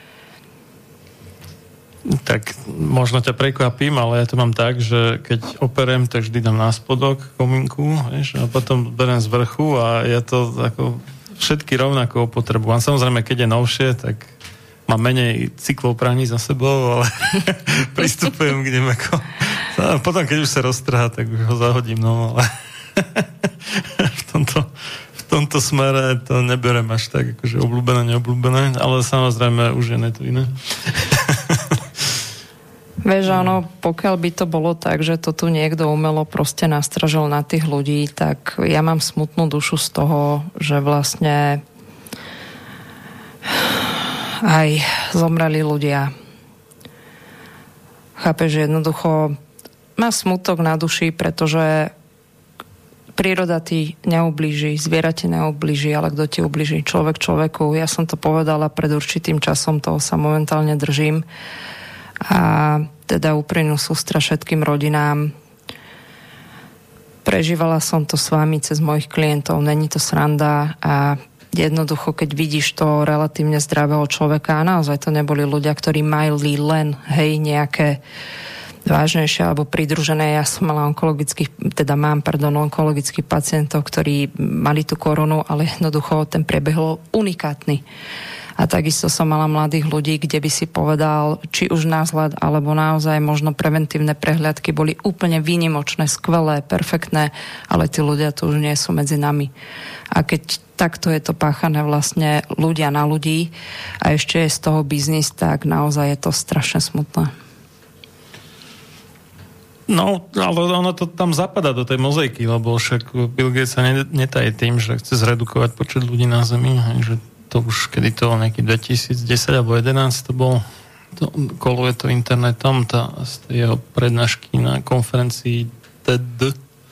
Tak možno ťa prekvapím, ale ja to mám tak, že keď operem, tak vždy dám na spodok kominku, vieš, a potom berem z vrchu a ja to ako všetky rovnako opotrebujem. Samozrejme, keď je novšie, tak mám menej cyklov praní za sebou, ale pristupujem k nim ako... A potom, keď už sa roztrhá, tak už ho zahodím, no ale v tomto, v tomto smere to neberem až tak, akože obľúbené, neobľúbené, ale samozrejme už je to iné. Vieš, áno, pokiaľ by to bolo tak, že to tu niekto umelo proste nastražil na tých ľudí, tak ja mám smutnú dušu z toho, že vlastne aj zomreli ľudia. Chápeš, jednoducho má smutok na duši, pretože príroda ti neublíži, zviera ti neublíži, ale kto ti ublíži? Človek človeku. Ja som to povedala pred určitým časom, toho sa momentálne držím. A teda úprimnú sústra všetkým rodinám. Prežívala som to s vami cez mojich klientov, není to sranda a jednoducho, keď vidíš to relatívne zdravého človeka, a naozaj to neboli ľudia, ktorí mali len, hej, nejaké vážnejšie alebo pridružené. Ja som mala onkologických, teda mám, pardon, onkologických pacientov, ktorí mali tú koronu, ale jednoducho ten priebeh bol unikátny. A takisto som mala mladých ľudí, kde by si povedal, či už názhľad, alebo naozaj možno preventívne prehliadky boli úplne výnimočné, skvelé, perfektné, ale tí ľudia tu už nie sú medzi nami. A keď takto je to páchané vlastne ľudia na ľudí a ešte je z toho biznis, tak naozaj je to strašne smutné. No, ale ono to tam zapadá do tej mozaiky, lebo však Bill Gates sa netají tým, že chce zredukovať počet ľudí na Zemi, že to už, kedy to nejaký dvetisícdesať alebo jedenásť to bol, to, koluje to internetom, tá, z tej jeho prednášky na konferencii té é dé.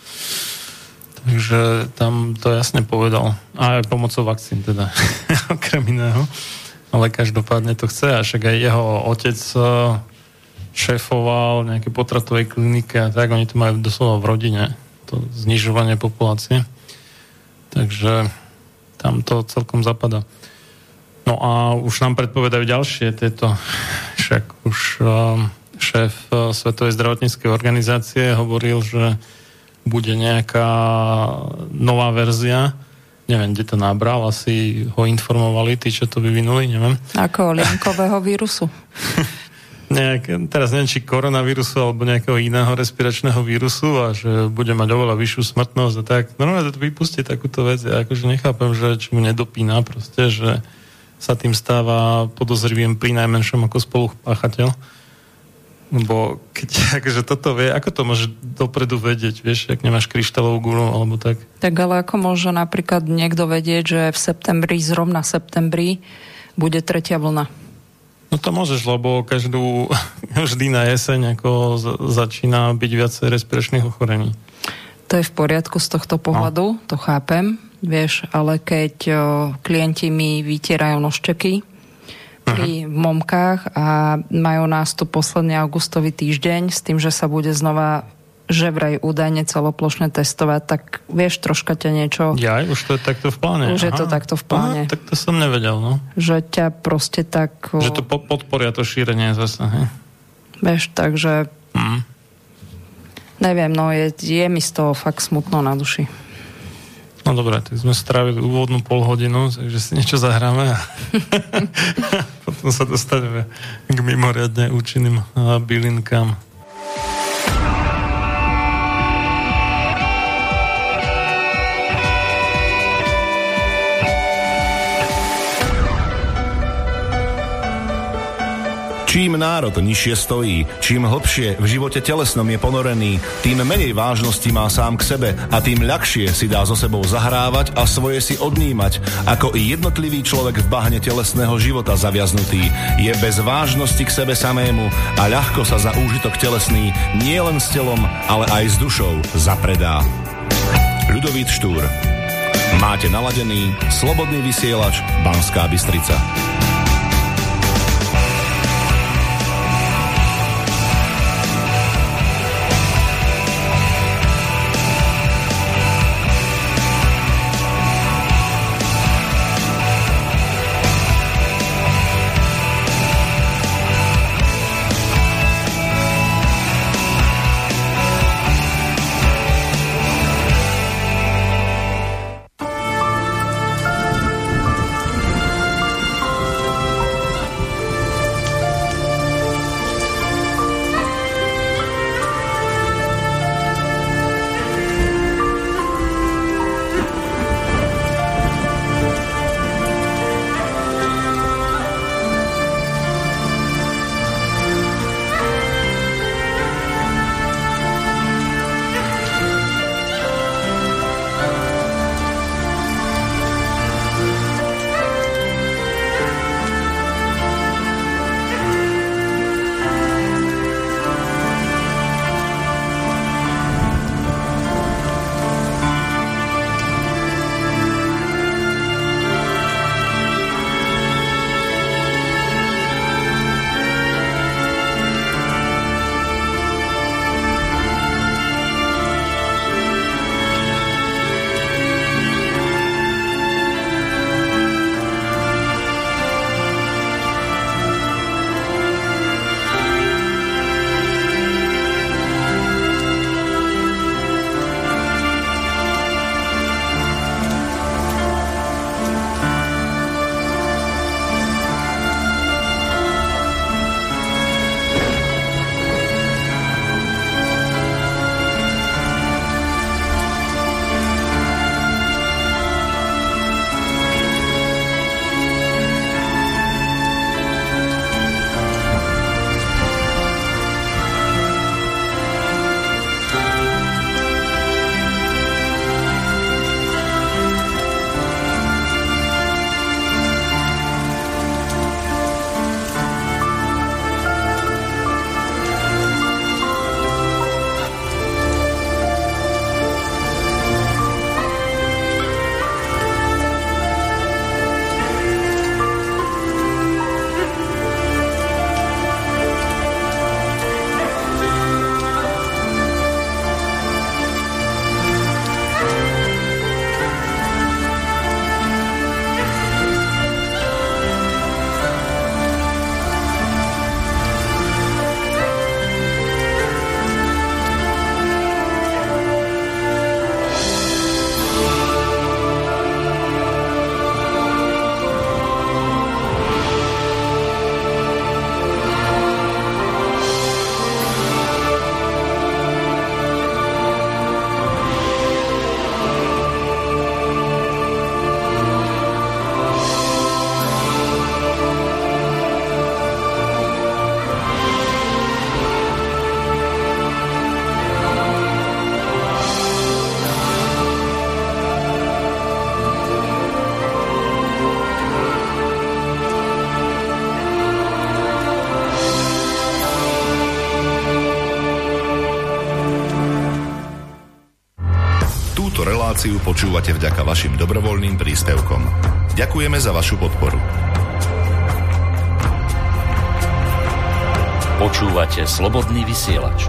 Takže tam to jasne povedal. A aj pomocou vakcín teda, okrem iného. Ale každopádne to chce, a však aj jeho otec šéfoval nejaké potratovej klinike a tak, oni to majú doslova v rodine, to znižovanie populácie. Takže tam to celkom zapadá. No a už nám predpovedajú ďalšie tieto, však už um, šéf uh, Svetovej zdravotníckej organizácie hovoril, že bude nejaká nová verzia, neviem, kde to nabral, asi ho informovali tí, čo to vyvinuli, neviem. Ako linkového vírusu. Nejak, teraz neviem, či koronavírusu alebo nejakého iného respiračného vírusu a že bude mať oveľa vyššiu smrtnosť a tak. Normálne to vypustí takúto vec. Ja akože nechápem, že či mu nedopína proste, že sa tým stáva podozrivým pri najmenšom ako spolupáchateľ. Lebo keď akože toto vie, ako to môže dopredu vedieť, vieš, ak nemáš kryštálovú guľu alebo tak? Tak ale ako môže napríklad niekto vedieť, že v septembri, zrovna v septembri, bude tretia vlna? No to môžeš, lebo každú, vždy na jeseň ako začína byť viacej respiračných ochorení. To je v poriadku z tohto pohľadu, no. To chápem, vieš, ale keď o, klienti mi vytierajú nožčeky pri uh-huh. momkách a majú nástup posledný augustový týždeň s tým, že sa bude znova že vraj údajne celoplošne testovať, tak vieš, troška ťa niečo... Ja, už to je takto v pláne. Už Aha. je to takto v pláne. Aha, tak to som nevedel, no. Že ťa proste tak... Že to podporia to šírenie zase, hej? Vieš, takže... Mm. Neviem, no, je, je mi z toho fakt smutno na duši. No dobré, tak sme strávili úvodnú polhodinu, takže si niečo zahráme a potom sa dostaneme k mimoriadne účinným bylinkám. Čím národ nižšie stojí, čím hlbšie v živote telesnom je ponorený, tým menej vážnosti má sám k sebe a tým ľahšie si dá so sebou zahrávať a svoje si odnímať, ako i jednotlivý človek v bahne telesného života zaviaznutý. Je bez vážnosti k sebe samému a ľahko sa za úžitok telesný nielen s telom, ale aj s dušou zapredá. Ľudovít Štúr. Máte naladený Slobodný vysielač Banská Bystrica. reláciu počúvate vďaka vašim dobrovoľným príspevkom. Ďakujeme za vašu podporu. Počúvate Slobodný vysielač.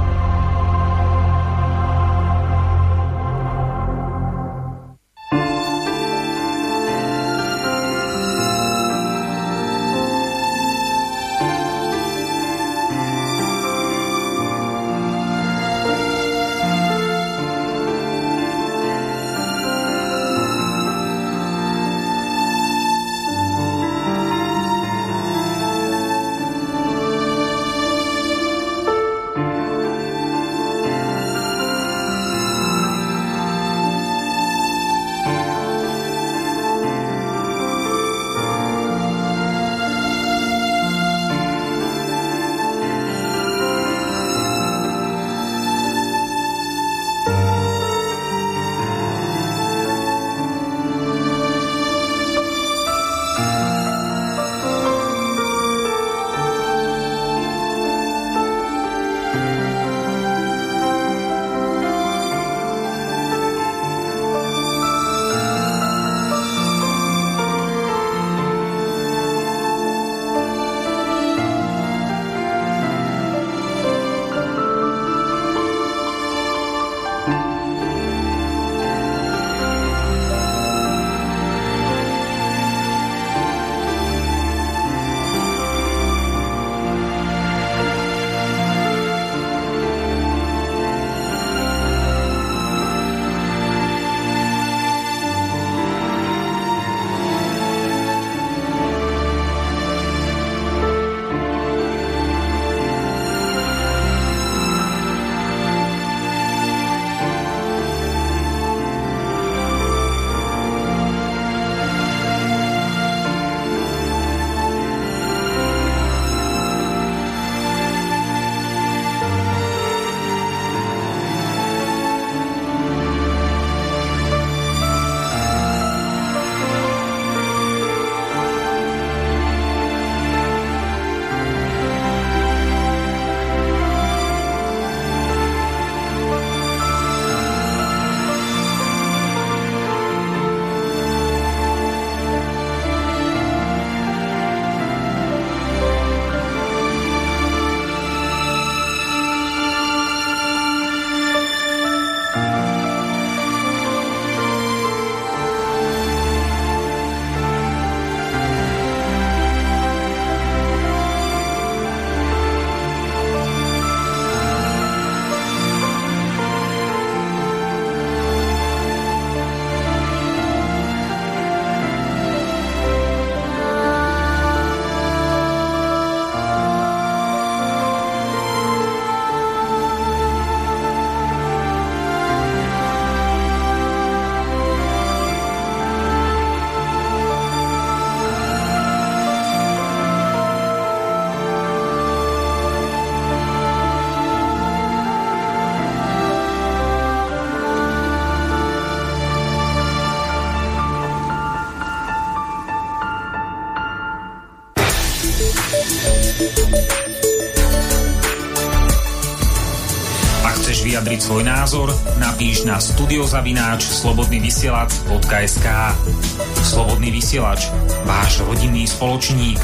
Vyjadriť svoj názor, napíš na studiozavináč slobodnyvysielac bodka es ká. Slobodný vysielač, váš rodinný spoločník.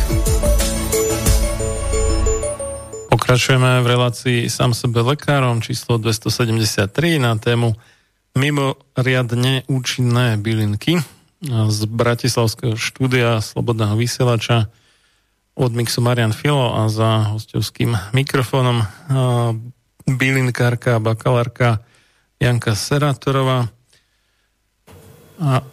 Pokračujeme v relácii Sám sebe lekárom číslo dvestosedemdesiattri na tému mimoriadne účinné bylinky z bratislavského štúdia Slobodného vysielača. Od mixu Marian Filo a za hostovským mikrofónom bylinkárka a bakalárka Janka Serátorová. A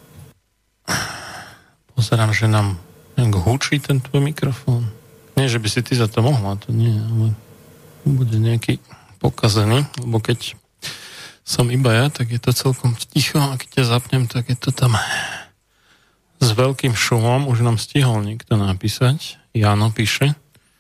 pozerám, že nám nejak hučí ten tvoj mikrofón. Nie, že by si ty za to mohla, to nie, ale bude nejaký pokazený, lebo keď som iba ja, tak je to celkom ticho a keď ťa zapnem, tak je to tam s veľkým šumom. Už nám stihol niekto napísať. Jano píše,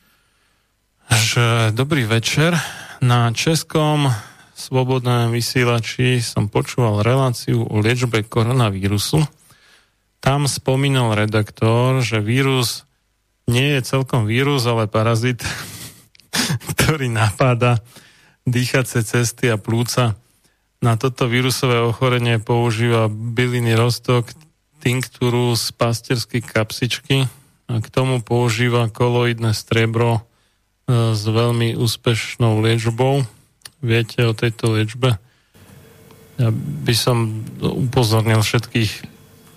že dobrý večer. Na českom slobodnom vysielači som počúval reláciu o liečbe koronavírusu. Tam spomínal redaktor, že vírus nie je celkom vírus, ale parazit, ktorý napáda dýchacie cesty a plúca na toto vírusové ochorenie používa byliny roztok, tinktúru z pastierskej kapsičky a k tomu používa koloidné striebro s veľmi úspešnou liečbou. Viete o tejto liečbe? Ja by som upozornil všetkých,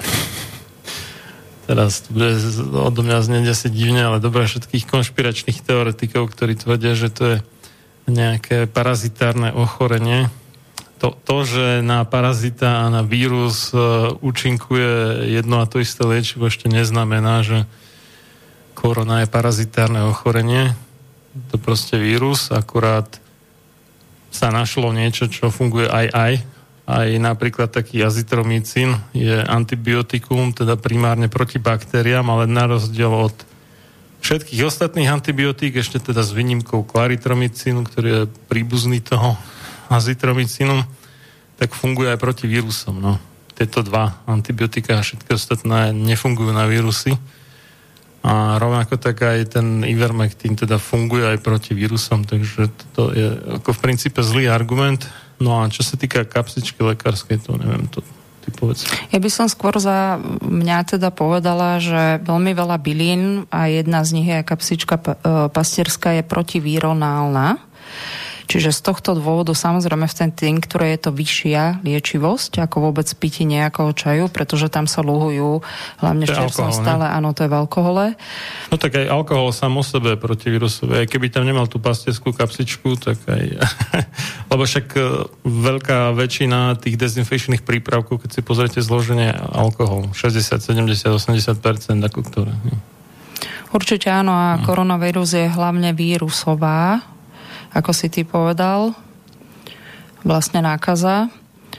teraz to bude odo mňa znieť asi divne, ale dobré, všetkých konšpiračných teoretikov, ktorí tvrdia, že to je nejaké parazitárne ochorenie. To, to, že na parazita a na vírus účinkuje jedno a to isté liečivo, ešte neznamená, že korona je parazitárne ochorenie. To proste vírus, akurát sa našlo niečo, čo funguje aj aj. Aj napríklad taký azitromycín je antibiotikum, teda primárne proti baktériám, ale na rozdiel od všetkých ostatných antibiotík, ešte teda s výnimkou klaritromycínu, ktorý je príbuzný toho azitromycínu, tak funguje aj proti vírusom. No. Tieto dva antibiotika a všetky ostatné nefungujú na vírusy. A rovnako tak aj ten ivermectin teda funguje aj proti vírusom, takže to je ako v princípe zlý argument. No a čo sa týka kapsičky lekárskej, to neviem, to ty povedz. Ja by som skôr za mňa teda povedala, že veľmi veľa bylín a jedna z nich je kapsička pastierská je protivíronálna. Čiže z tohto dôvodu samozrejme v ten tinktúre je to vyššia liečivosť ako vôbec pití nejakého čaju, pretože tam sa luhujú hlavne v čerstvom stave, áno, to je v alkohole. No tak aj alkohol sám o sebe je protivírusový. Aj keby tam nemal tú pastierskú kapsičku, tak aj... Lebo však veľká väčšina tých dezinfekčných prípravkov, keď si pozriete zloženie alkohol, šesťdesiat, sedemdesiat, osemdesiat percent ako ktoré. Určite áno a no. Koronavírus je hlavne vírusová, ako si ty povedal, vlastne nákaza.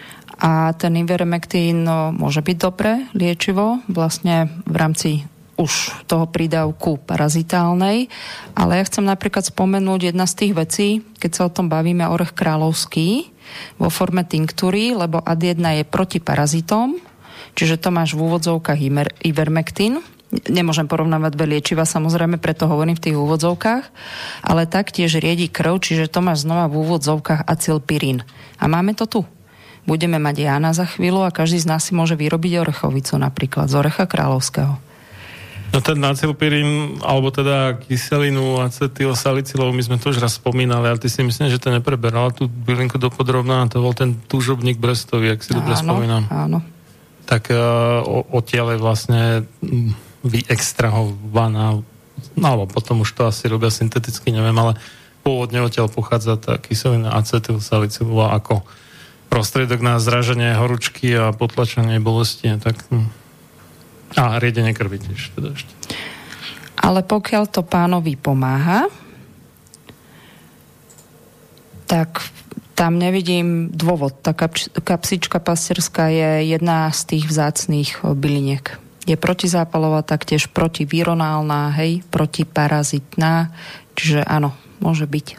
A ten ivermectin no, môže byť dobre liečivo, vlastne v rámci už toho prídavku parazitálnej. Ale ja chcem napríklad spomenúť jedna z tých vecí, keď sa o tom bavíme, orech kráľovský vo forme tinktúry, lebo ad jedna je proti parazitom, čiže to máš v úvodzovkách ivermectin. Nemôžem porovnávať dve liečiva, samozrejme, preto hovorím v tých úvodzovkách, ale taktiež riedi krv, čiže to máš znova v úvodzovkách acylpirín. A máme to tu. Budeme mať Jána za chvíľu a každý z nás si môže vyrobiť orechovicu napríklad z orecha kráľovského. No ten acylpirín, alebo teda kyselinu acetylsalicylov, my sme to už raz spomínali, ale ty si myslím, že to nepreberala tú bylinku dopodrobná, to bol ten túžobník brestový, ak si dobre spomínam. Áno, áno. Tak uh, odtiaľ je vlastne vyextrahovaná, no alebo potom už to asi robia synteticky, neviem, ale pôvodne odtiaľ pochádza tá kyselina acetylsalicylová ako prostriedok na zráženie horúčky a potlačenie bolesti. Tak, a riedenie krvi tiež. Teda ešte. Ale pokiaľ to pánovi pomáha, tak tam nevidím dôvod. Tá kapsička pastierská je jedna z tých vzácnych byliniek. Je protizápalová, taktiež protivironálna, hej, protiparazitná, čiže áno, môže byť.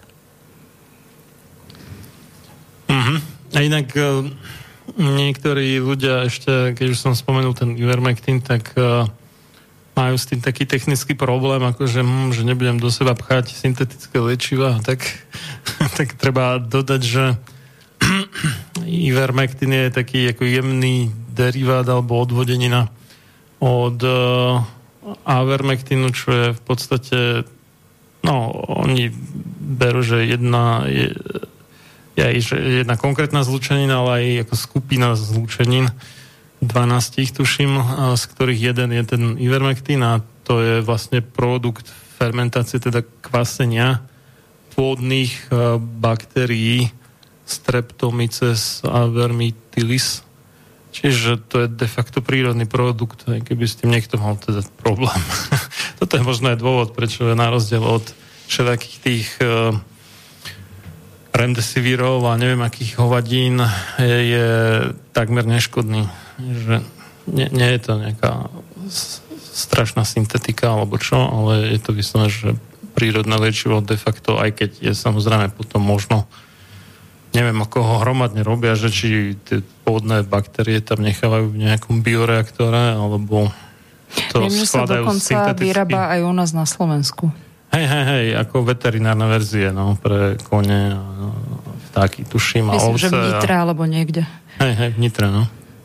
Mhm. A inak niektorí ľudia ešte, keď už som spomenul ten ivermectin, tak majú s tým taký technický problém, akože hm, že nebudem do seba pchať syntetické liečiva, tak, tak treba dodať, že ivermectin je taký ako jemný derivát alebo odvodenina od uh, avermectinu, čo je v podstate, no, oni berú, že jedna je, je aj že jedna konkrétna zlúčenina, ale aj ako skupina zlúčenín, dvanásť ich tuším, z ktorých jeden je ten ivermectin a to je vlastne produkt fermentácie, teda kvasenia pôdnych uh, baktérií Streptomyces avermitilis. Čiže to je de facto prírodný produkt, aj keby s tým niekto mal teda problém. Toto je možno aj dôvod, prečo je na rozdiel od všetkých tých uh, remdesivírov a neviem akých hovadín je, je takmer neškodný. Že nie, nie je to nejaká strašná syntetika alebo čo, ale je to vyslovene, že prírodné liečivo de facto, aj keď je samozrejme potom možno neviem, ako ho hromadne robia, že či tie pôvodné baktérie tam nechávajú v nejakom bioreaktore, alebo to Viem, skladajú synteticky. Sa dokonca vyrába aj u nás na Slovensku. Hej, hej, hej, ako veterinárne verzie, no, pre kone a vtáky, tuším, a Myslím, ovce. že v Nitre a... alebo niekde. Hej, hej, v Nitre, no.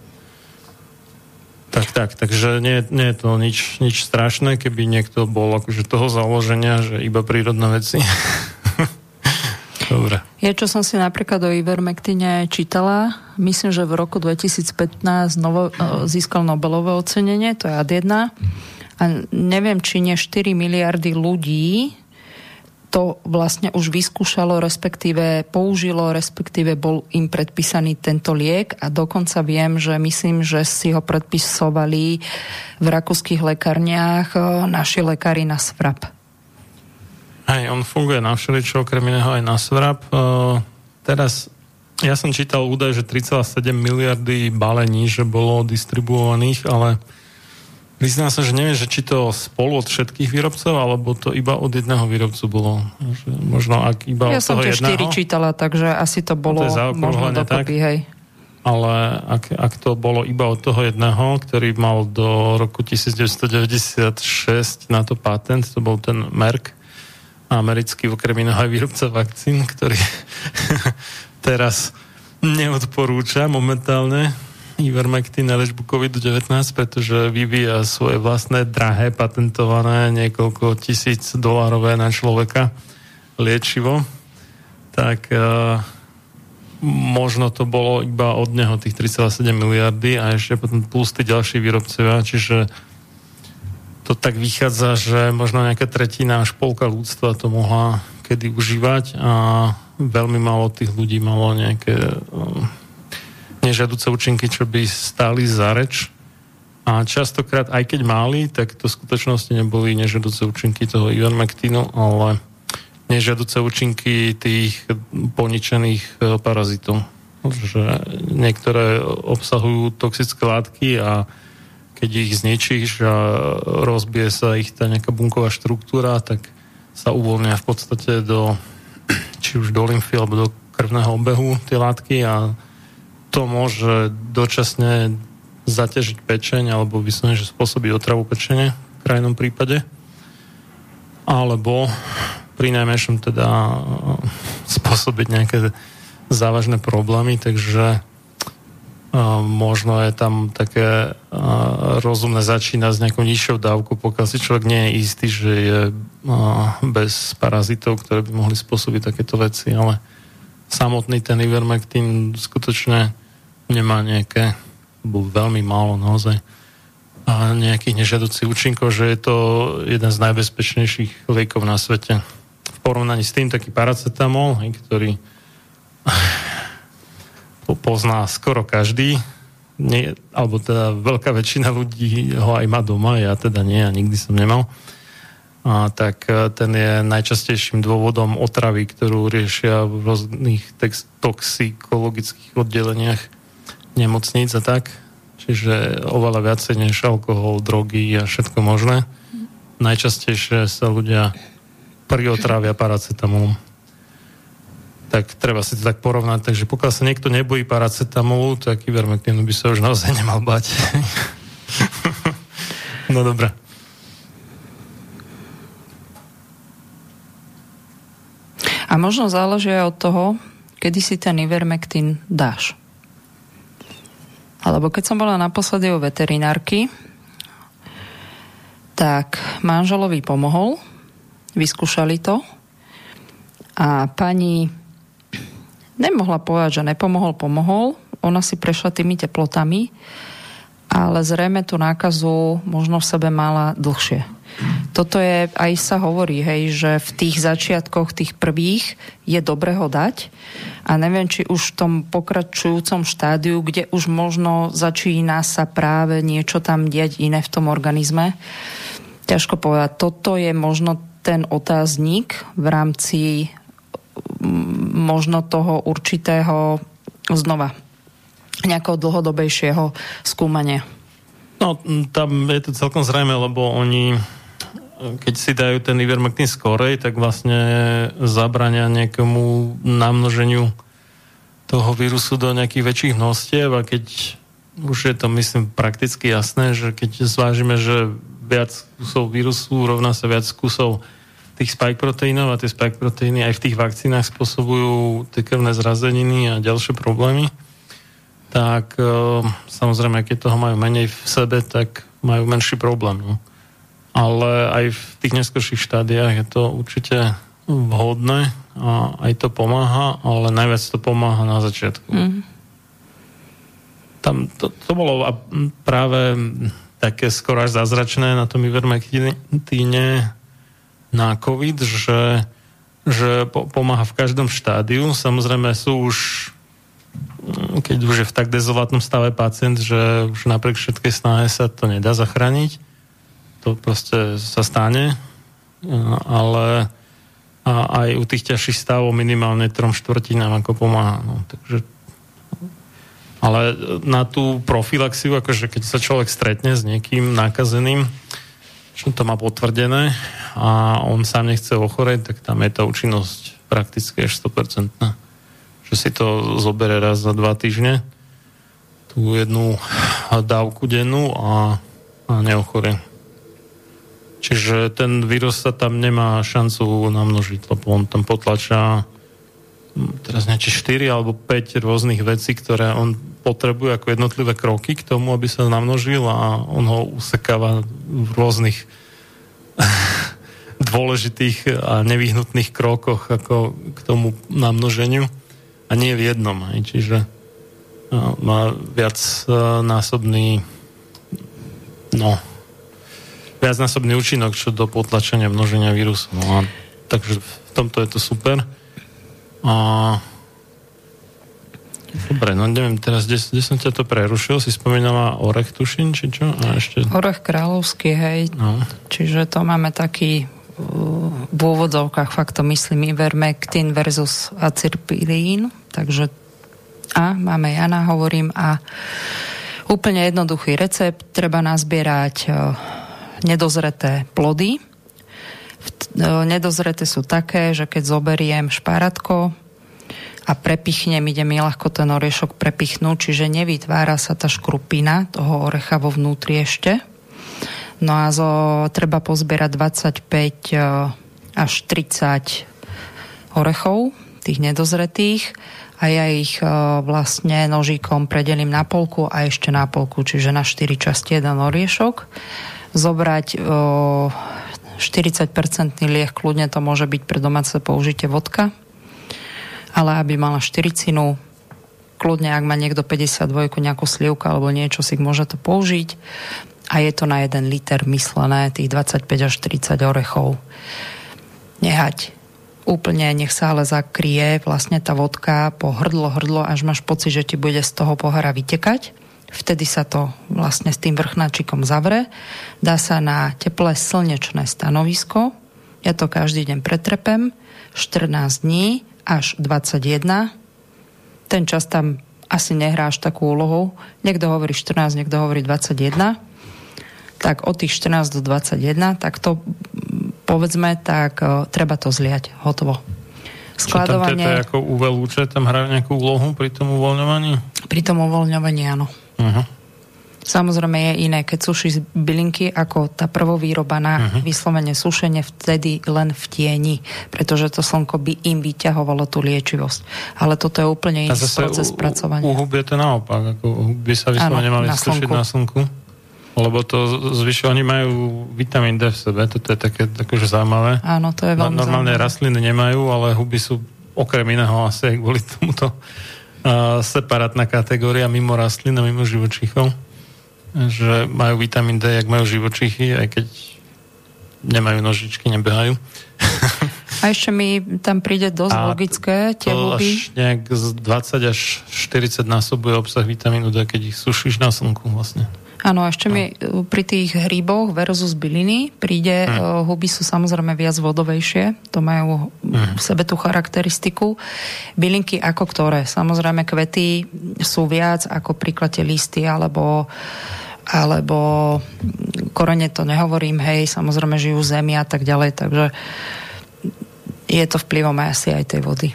Tak, tak, takže nie, nie je to nič, nič strašné, keby niekto bol akože toho založenia, že iba prírodné veci. Dobre. Je, čo som si napríklad o Ivermectine čítala, myslím, že v roku dvetisícpätnásť novo, získal Nobelové ocenenie, to je ad jedna. A neviem, či nie štyri miliardy ľudí to vlastne už vyskúšalo, respektíve použilo, respektíve bol im predpísaný tento liek a dokonca viem, že myslím, že si ho predpisovali v rakúskych lekárniach naši lekári na Svrap. Hej, on funguje na všeličo, okrem iného aj na Svrap. Uh, teraz, ja som čítal údaj, že tri celé sedem miliardy balení, že bolo distribuovaných, ale priznám sa, že neviem, že či to spolu od všetkých výrobcov, alebo to iba od jedného výrobcu bolo. Že možno ak iba ja od toho jedného. Ja som tie štyri čítala, takže asi to bolo to možno dokopy, hej. Ale ak, ak to bolo iba od toho jedného, ktorý mal do roku devätnásťstodeväťdesiatšesť na to patent, to bol ten Merck, americký okrem iného aj výrobca vakcín, ktorý teraz neodporúča momentálne Ivermectin na liečbu kovid devätnásť, pretože vyvíja svoje vlastné drahé, patentované niekoľko tisíc dolárové na človeka liečivo. Tak uh, možno to bolo iba od neho tých tri celé sedem miliardy a ešte potom plus tí ďalší výrobcovia, čiže to tak vychádza, že možno nejaká tretina až polka ľudstva to mohla kedy užívať a veľmi málo tých ľudí malo nejaké um, nežiaduce účinky, čo by stáli za reč. A častokrát, aj keď mali, tak to v skutočnosti neboli nežiaduce účinky toho Ivermectinu, ale nežiaduce účinky tých poničených parazitov. Že niektoré obsahujú toxické látky a keď ich zničíš a rozbije sa ich tá nejaká bunková štruktúra, tak sa uvoľnia v podstate do či už do lymfy alebo do krvného obehu tie látky a to môže dočasne zaťažiť pečeň alebo vyslovene, že spôsobiť otravu pečene v krajnom prípade. Alebo pri najmenšom teda spôsobiť nejaké závažné problémy, takže možno je tam také rozumné začínať s nejakou nižšou dávkou, pokiaľ si človek nie je istý, že je bez parazitov, ktoré by mohli spôsobiť takéto veci, ale samotný ten Ivermectin skutočne nemá nejaké, alebo veľmi málo naozaj, a nejakých nežiaducich účinkov, že je to jeden z najbezpečnejších liekov na svete. V porovnaní s tým taký paracetamol, ktorý pozná skoro každý, nie, alebo teda veľká väčšina ľudí ho aj má doma, ja teda nie, a nikdy som nemal. A tak ten je najčastejším dôvodom otravy, ktorú riešia v rôznych tex- toxikologických oddeleniach nemocníc a tak. Čiže oveľa viacej než alkohol, drogy a všetko možné. Najčastejšie sa ľudia priotravia paracetamolom. Tak treba si to tak porovnať. Takže pokiaľ sa niekto nebojí paracetamolu, tak Ivermectinu by sa už naozaj nemal bať. No dobré. A možno záleží aj od toho, kedy si ten Ivermectin dáš. Alebo keď som bola naposledy u veterinárky, tak manželovi pomohol, vyskúšali to a pani nemohla povedať, že nepomohol, pomohol. Ona si prešla tými teplotami, ale zrejme tú nákazu možno v sebe mala dlhšie. Toto je, aj sa hovorí, hej, že v tých začiatkoch, tých prvých je dobre ho dať a neviem, či už v tom pokračujúcom štádiu, kde už možno začína sa práve niečo tam diať iné v tom organizme. Ťažko povedať. Toto je možno ten otáznik v rámci možno toho určitého znova nejakého dlhodobejšieho skúmania. No, tam je to celkom zrejme, lebo oni keď si dajú ten Ivermectin skorej, tak vlastne zabrania nejakému namnoženiu toho vírusu do nejakých väčších množstiev a keď už je to, myslím, prakticky jasné, že keď zvážime, že viac kusov vírusu rovná sa viac kusov tých spike proteínov a tie spike proteíny aj v tých vakcínach spôsobujú tie krvné zrazeniny a ďalšie problémy, tak samozrejme, keď toho majú menej v sebe, tak majú menší problém. No. Ale aj v tých neskorších štádiách je to určite vhodné a aj to pomáha, ale najviac to pomáha na začiatku. Mm. Tam to, to bolo práve také skoro až zázračné na tom ivermectine na COVID, že, že pomáha v každom štádiu. Samozrejme sú už, keď už je v tak dezolátnom stave pacient, že už napriek všetkej snahe sa to nedá zachrániť. To proste sa stane, ale a aj u tých ťažších stavov minimálne trom štvrtinám ako pomáha. No, takže, ale na tú profilaxiu, akože keď sa človek stretne s niekým nakazeným, čo to má potvrdené a on sám nechce ochoreť, tak tam je tá účinnosť prakticky až sto percent. Že si to zoberie raz za dva týždne, tú jednu dávku dennú a, a neochorie. Čiže ten vírus sa tam nemá šancu namnožiť, lebo on tam potlačá teraz nejaké štyri alebo päť rôznych vecí, ktoré on potrebuje ako jednotlivé kroky k tomu, aby sa namnožil a on ho usekáva v rôznych dôležitých a nevyhnutných krokoch ako k tomu namnoženiu a nie v jednom. Aj. Čiže má viac násobný no viacnásobný účinok čo do potlačenia množenia vírusu. No a takže v tomto je to super. A dobre, no neviem, teraz, kde, kde som ťa to prerušil? Si spomínala orech, tuším, či čo? A ešte... Orech kráľovský, hej. No. Čiže to máme taký v úvodzovkách, fakt to myslím, ivermectin versus acirpilín. Takže a máme Jana, hovorím, a úplne jednoduchý recept. Treba nazbierať nedozreté plody. Nedozreté sú také, že keď zoberiem špáratko a prepichnem, ide mi ľahko ten oriešok prepichnúť, čiže nevytvára sa tá škrupina toho orecha vo vnútri ešte. No a zo, treba pozbierať dvadsaťpäť až tridsať orechov, tých nedozretých, a ja ich vlastne nožíkom predelím na polku a ešte na polku, čiže na štyri časti jeden oriešok. Zobrať o, štyridsať percent lieh, kľudne to môže byť pre domáce použitie vodka, ale aby mala štyridcinu, kľudne, ak má niekto päťdesiatdva, nejakú slivku alebo niečo, si môže to použiť a je to na jeden liter myslené, tých dvadsaťpäť až tridsať orechov. Nehať úplne, nech sa ale zakrie vlastne tá vodka po hrdlo, hrdlo, až máš pocit, že ti bude z toho pohára vytekať. Vtedy sa to vlastne s tým vrchnáčikom zavre. Dá sa na teplé slnečné stanovisko. Ja to každý deň pretrepem. štrnásť dní až dvadsaťjeden. Ten čas tam asi nehrá až takú úlohu. Niekto hovorí štrnásť, niekto hovorí dvadsaťjeden. Tak od tých štrnásť do dvadsaťjeden, tak to povedzme, tak treba to zliať. Hotovo. Skladovanie... Čo tam to je ako ú vé lúče, tam hrá nejakú úlohu pri tom uvoľňovaní? Pri tom uvoľňovaní, áno. Uh-huh. Samozrejme je iné, keď sušíš bylinky ako tá prvovýroba na uh-huh. vyslovene sušenie, vtedy len v tieni, pretože to slnko by im vyťahovalo tú liečivosť. Ale toto je úplne iný proces spracovania. U hub je to naopak, ako by sa vyslovene mali na sušiť na slnku. Lebo to zvyšuje, oni majú vitamín D v sebe, toto je také akože zaujímavé. Áno, to je veľmi Normálne zaujímavé. Rastliny nemajú, ale huby sú okrem iného asi aj kvôli tomuto uh, separátna kategória mimo rastlín a mimo živočíchov. Že majú vitamín D, jak majú živočíchy, aj keď nemajú nožičky, nebehajú. A ešte mi tam príde dosť a logické tie huby. Až nejak z dvadsať až štyridsať násobuje obsah vitamínu D, keď ich sušíš na slnku vlastne. Áno, ešte mi pri tých hríboch versus byliny príde, mm. huby sú samozrejme viac vodovejšie, to majú mm. v sebe tú charakteristiku. Bylinky ako ktoré? Samozrejme kvety sú viac ako príklad tie listy alebo, alebo korene, to nehovorím, hej, samozrejme žijú v zemi a tak ďalej, takže je to vplyvom asi aj tej vody.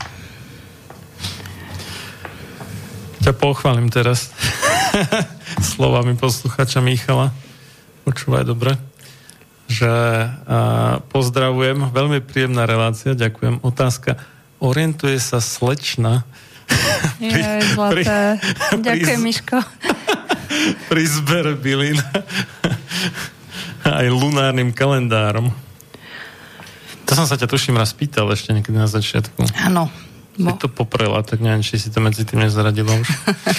Ťa pochválim teraz slovami posluchača Michala. Počúvaj dobre. že uh, pozdravujem, veľmi príjemná relácia, ďakujem. Otázka, orientuje sa slečna Je, zlaté. Ďakujem, Miško. pri zbere bylín aj lunárnym kalendárom. To som sa ťa tuším raz pýtal ešte niekedy na začiatku. Áno. Si to poprela, tak neviem, či si to medzi tým nezradilo už.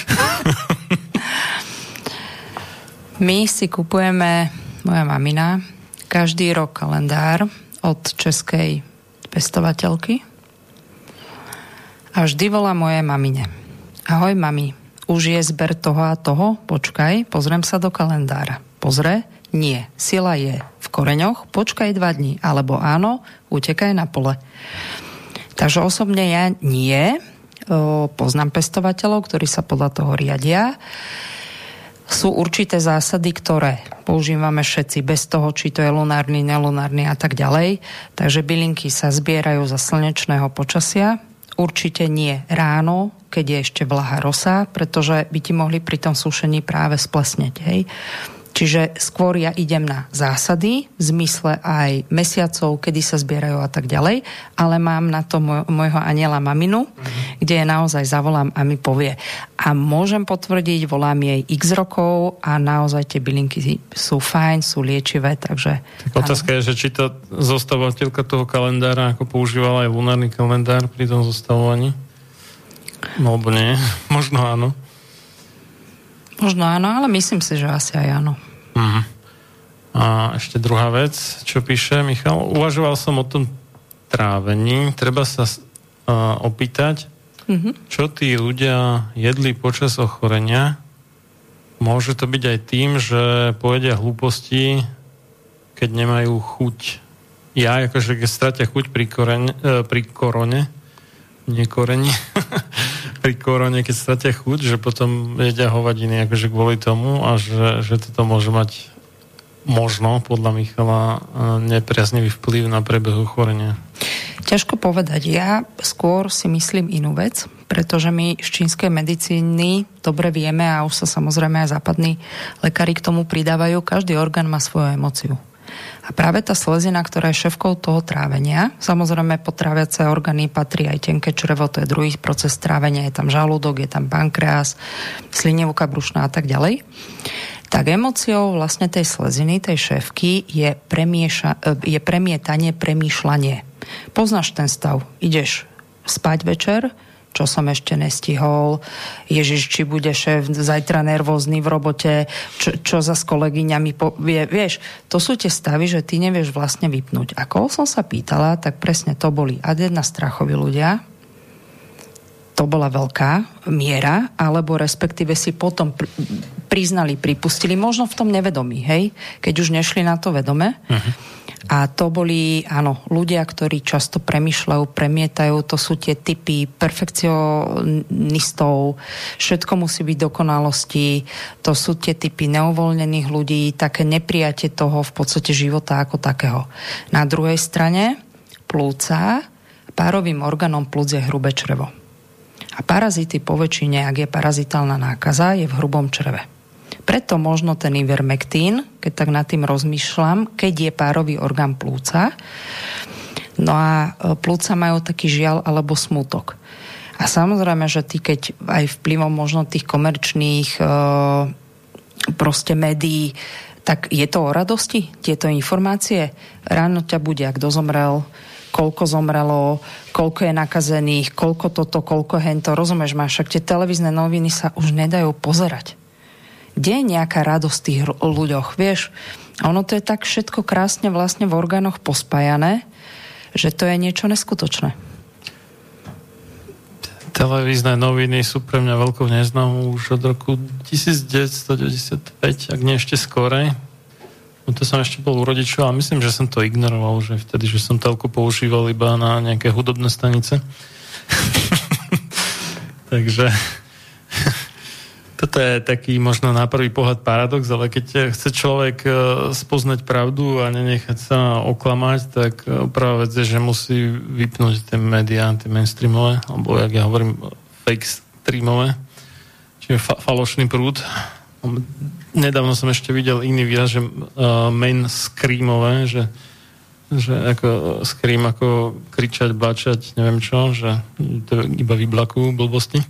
My si kupujeme, moja mamina, každý rok kalendár od českej pestovateľky a vždy volá moje mamine. Ahoj, mami, už je zber toho a toho? Počkaj, pozriem sa do kalendára. Pozre? Nie. Sila je v koreňoch, počkaj dva dní. Alebo áno, utekaj na pole. Takže osobne ja nie. Poznám pestovateľov, ktorí sa podľa toho riadia. Sú určité zásady, ktoré používame všetci bez toho, či to je lunárny, nelunárny a tak ďalej. Takže bylinky sa zbierajú za slnečného počasia. Určite nie ráno, keď je ešte vlahá rosa, pretože by ti mohli pri tom sušení práve splesneť. Hej. Čiže skôr ja idem na zásady, v zmysle aj mesiacov, kedy sa zbierajú a tak ďalej, ale mám na to môj, môjho aniela maminu, mm-hmm. kde je naozaj zavolám a mi povie. A môžem potvrdiť, volám jej x rokov a naozaj tie bylinky sú fajn, sú liečivé, takže... Tak otázka je, že či tá zostavovateľka toho kalendára ako používala aj lunárny kalendár pri tom zostavovaní? No, alebo nie. Možno áno. Možno áno, ale myslím si, že asi aj áno. Uh-huh. A ešte druhá vec, čo píše Michal. Uvažoval som o tom trávení. Treba sa uh, opýtať, uh-huh. čo tí ľudia jedli počas ochorenia. Môže to byť aj tým, že povedia hlúposti, keď nemajú chuť. Ja, akože keď stratia chuť pri, korene, uh, pri korone, nie koreni, pri korone, keď stratia chuť, že potom jedia hovadiny akože kvôli tomu a že, že toto môže mať možno, podľa Michala, nepriaznivý vplyv na priebehu ochorenia. Ťažko povedať. Ja skôr si myslím inú vec, pretože my z čínskej medicíny dobre vieme a už sa samozrejme aj západní lekári k tomu pridávajú, každý orgán má svoju emóciu. A práve tá slezina, ktorá je šéfkou toho trávenia, samozrejme pod tráviace orgány patrí aj tenké črevo, to je druhý proces trávenia, je tam žalúdok, je tam pankreas, slinivka brušná a tak ďalej. Tak emóciou vlastne tej sleziny, tej šéfky je, premieša, je premietanie, premýšľanie. Poznáš ten stav, ideš spať večer, čo som ešte nestihol, Ježiš, či bude šéf zajtra nervózny v robote, čo, čo za s kolegyňami povie, vieš, to sú tie stavy, že ty nevieš vlastne vypnúť. A koho som sa pýtala, tak presne to boli ad jedna strachoví ľudia, to bola veľká miera, alebo respektíve si potom pr- priznali, pripustili, možno v tom nevedomí, hej, keď už nešli na to vedome. Uh-huh. A to boli, áno, ľudia, ktorí často premýšľajú, premietajú, to sú tie typy perfekcionistov, všetko musí byť dokonalosti, to sú tie typy neuvoľnených ľudí, také neprijatie toho v podstate života ako takého. Na druhej strane plúca, párovým orgánom plúc je hrubé črevo. A parazity po väčšine, ak je parazitálna nákaza, je v hrubom čreve. Preto možno ten ivermektín, keď tak nad tým rozmýšľam, keď je párový orgán plúca. No a plúca majú taký žiaľ alebo smútok. A samozrejme, že ty keď aj vplyvom možno tých komerčných e, proste médií, tak je to o radosti, tieto informácie. Ráno ťa bude, ak dozomrel, koľko zomrelo, koľko je nakazených, koľko toto, koľko hento. Rozumieš ma, však tie televízne noviny sa už nedajú pozerať. Kde je nejaká radosť v tých ľuďoch, vieš? A ono to je tak všetko krásne vlastne v orgánoch pospájané, že to je niečo neskutočné. Televízne noviny sú pre mňa veľkou neznámou už od roku devätnásťstodeväťdesiatpäť, ak nie ešte skorej. No to som ešte bol u rodičov a myslím, že som to ignoroval, že vtedy, že som telku používal iba na nejaké hudobné stanice. Takže toto je taký možno na prvý pohľad paradox, ale keď chce človek spoznať pravdu a nenechať sa oklamať, tak prvá vec je, že musí vypnúť tie médiá, tie mainstreamové, alebo jak ja hovorím, fake streamové, čiže fa- falošný prúd. Nedávno som ešte videl iný výraz, že uh, mainstreamové, že, že ako scream, ako kričať, bačať, neviem čo, že to iba vyblakujú blbosti.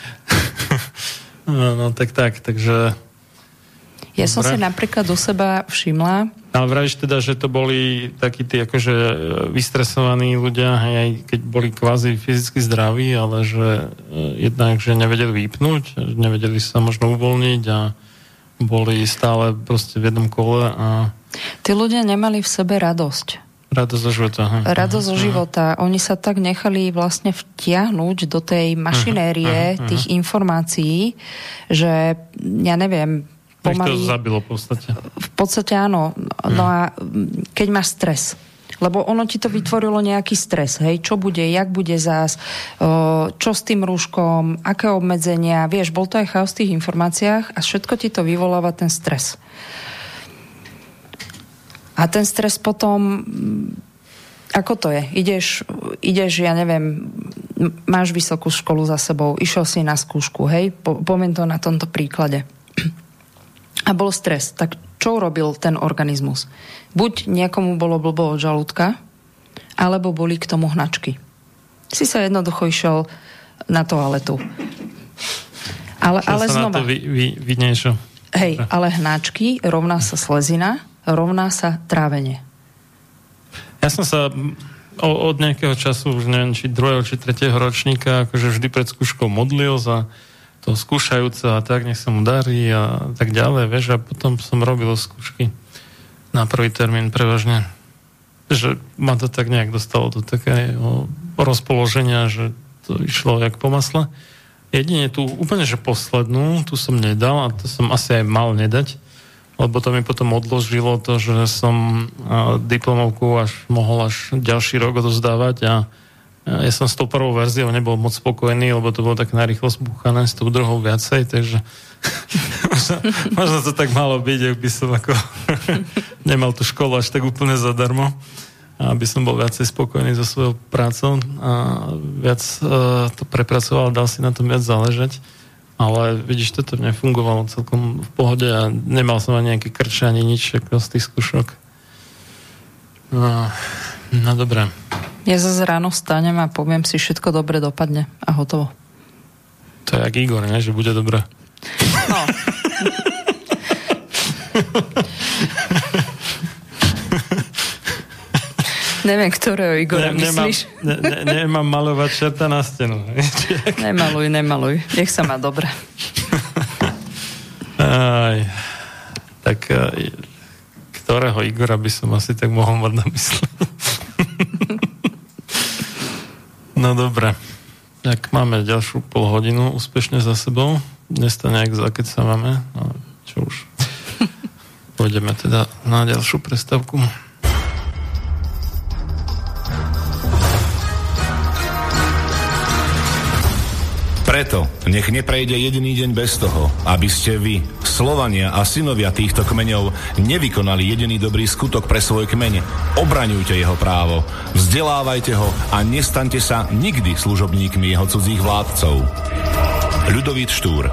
no, no tak tak, takže... Ja som Dobre. si napríklad u seba všimla... Ale vravíš teda, že to boli takí tí akože vystresovaní ľudia, aj keď boli kvázi fyzicky zdraví, ale že jednak, že nevedeli vypnúť, nevedeli sa možno uvoľniť a boli stále proste v jednom kole a... Tí ľudia nemali v sebe radosť. Radosť zo života. Aha. Radosť zo života. Oni sa tak nechali vlastne vtiahnuť do tej mašinérie aha, aha, tých aha. informácií, že ja neviem... Pomaly, ich to zabilo v podstate. V podstate áno. No a keď máš stres, lebo ono ti to vytvorilo nejaký stres, hej, čo bude, jak bude zás, čo s tým rúškom, aké obmedzenia, vieš, bol to aj chaos v tých informáciách a všetko ti to vyvoláva ten stres. A ten stres potom, ako to je? Ideš, ideš, ja neviem, máš vysokú školu za sebou, išiel si na skúšku, hej, po, poviem to na tomto príklade. A bol stres, tak čo urobil ten organizmus? Buď niekomu bolo blbo od žalúdka, alebo boli k tomu hnačky. Si sa jednoducho išiel na toaletu. Ale, ale znova... Vy, vy, vy niečo. Hej, ale hnačky rovná sa slezina, rovná sa trávenie. Ja som sa od nejakého času, už neviem, či druhého, či tretieho ročníka, akože vždy pred skúškou modlil za to skúšajúce a tak, nech sa mu darí a tak ďalej, vieš, a potom som robil skúšky na prvý termín prevažne. Že ma to tak nejak dostalo do takého rozpoloženia, že to išlo jak po masle. Jedine tú úplne, že poslednú, tu som nedal a to som asi aj mal nedať, lebo to mi potom odložilo to, že som diplomovku až mohol až ďalší rok odozdávať a ja som s tou prvou verziou nebol moc spokojný, lebo to bolo tak narýchlo zbúchané, s tou druhou viacej, takže možno, možno to tak malo byť, ak by som ako nemal tú školu až tak úplne zadarmo, aby som bol viacej spokojný so svojou prácou a viac uh, to prepracoval, dal si na tom viac záležať. Ale vidíš, toto nefungovalo celkom v pohode a nemal som ani nejaké krče, ani nič ako z tých skúšok. No, no dobré. Ja zase ráno vstanem a poviem si, všetko dobre dopadne a hotovo. To je jak Igor, ne? Že bude dobre. No. Neviem, ktorého Igora ne, myslíš. Nemám, ne, ne, nemám malovať čerta na stenu. Nemaluj, nemaluj. Nech sa má dobre. Aj, tak ktorého Igora by som asi tak mohol mať na mysli. No dobre. Tak máme ďalšiu pol hodinu úspešne za sebou. Dnes to nejak zakecávame. No, čo už. Pôjdeme teda na ďalšiu prestávku. Preto nech neprejde jediný deň bez toho, aby ste vy, Slovania a synovia týchto kmeňov, nevykonali jediný dobrý skutok pre svoj kmeň. Obraňujte jeho právo, vzdelávajte ho a nestaňte sa nikdy služobníkmi jeho cudzích vládcov. Ľudovít Štúr.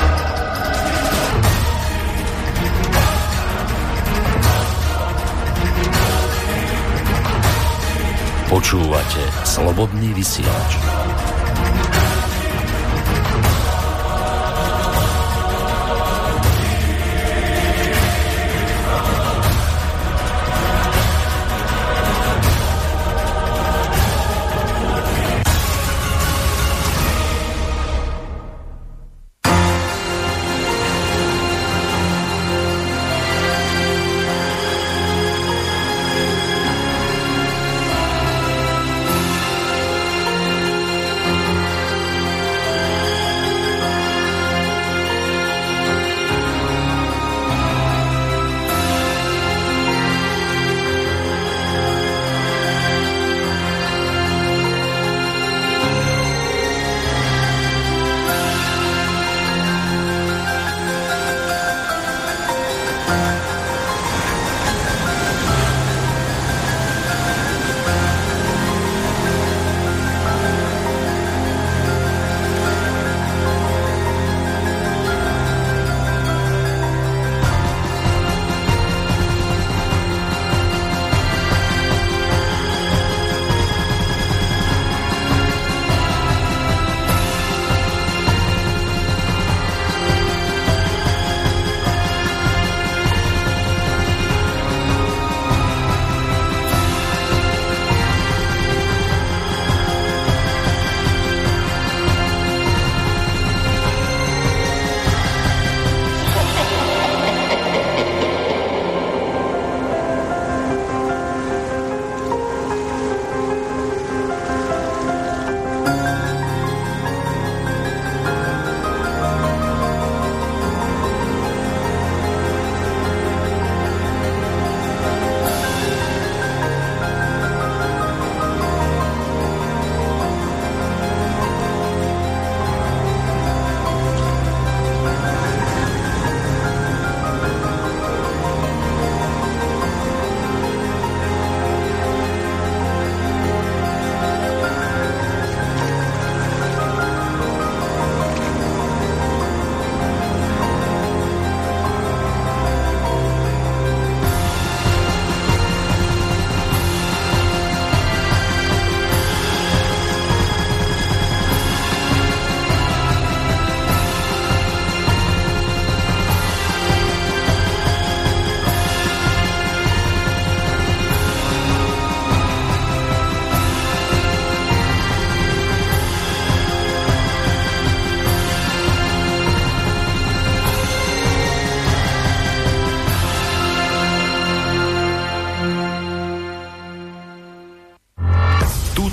Počúvate Slobodný vysielač.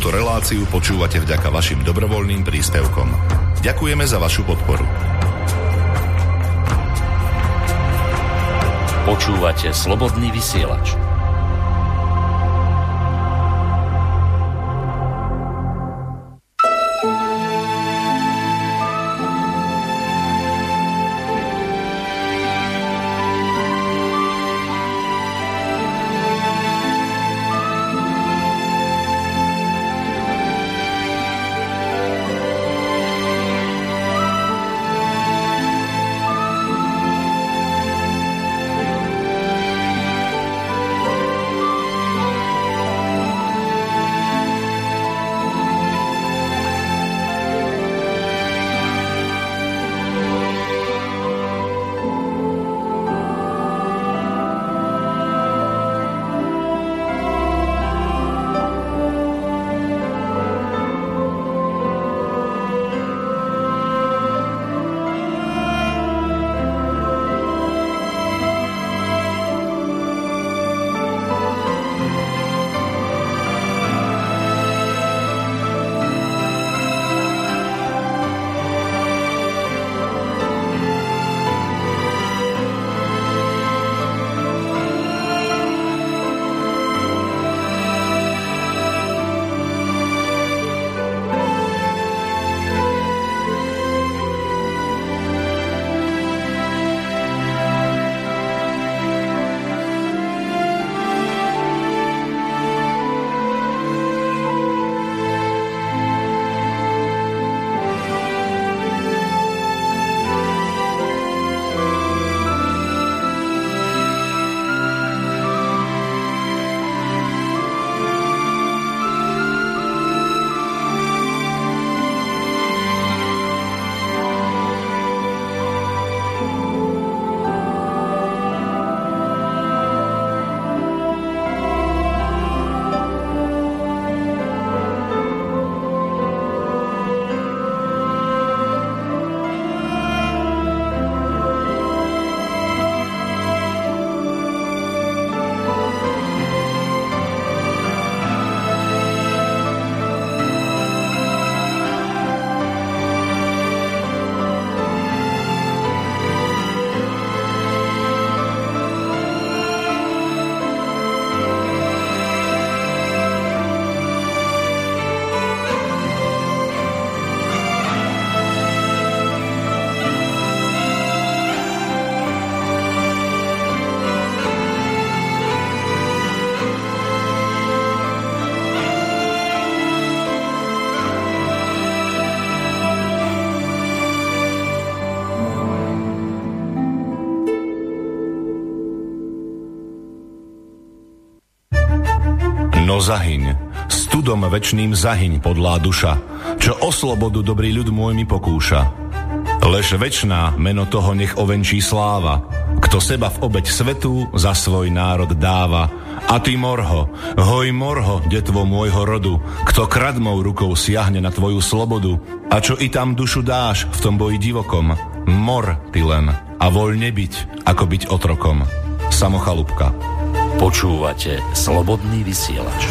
Túto reláciu počúvate vďaka vašim dobrovoľným príspevkom. Ďakujeme za vašu podporu. Počúvate Slobodný vysielač. No zahyň, studom večným zahyň, podlá duša, čo o slobodu dobrý ľud môj mi pokúša. Lež večná meno toho nech ovenčí sláva, kto seba v obeť svetu za svoj národ dáva. A ty morho, hoj morho, detvo môjho rodu, kto kradmou rukou siahne na tvoju slobodu, a čo i tam dušu dáš v tom boji divokom, mor ty len a voľne byť, ako byť otrokom. Samochalúbka. Počúvate Slobodný vysielač.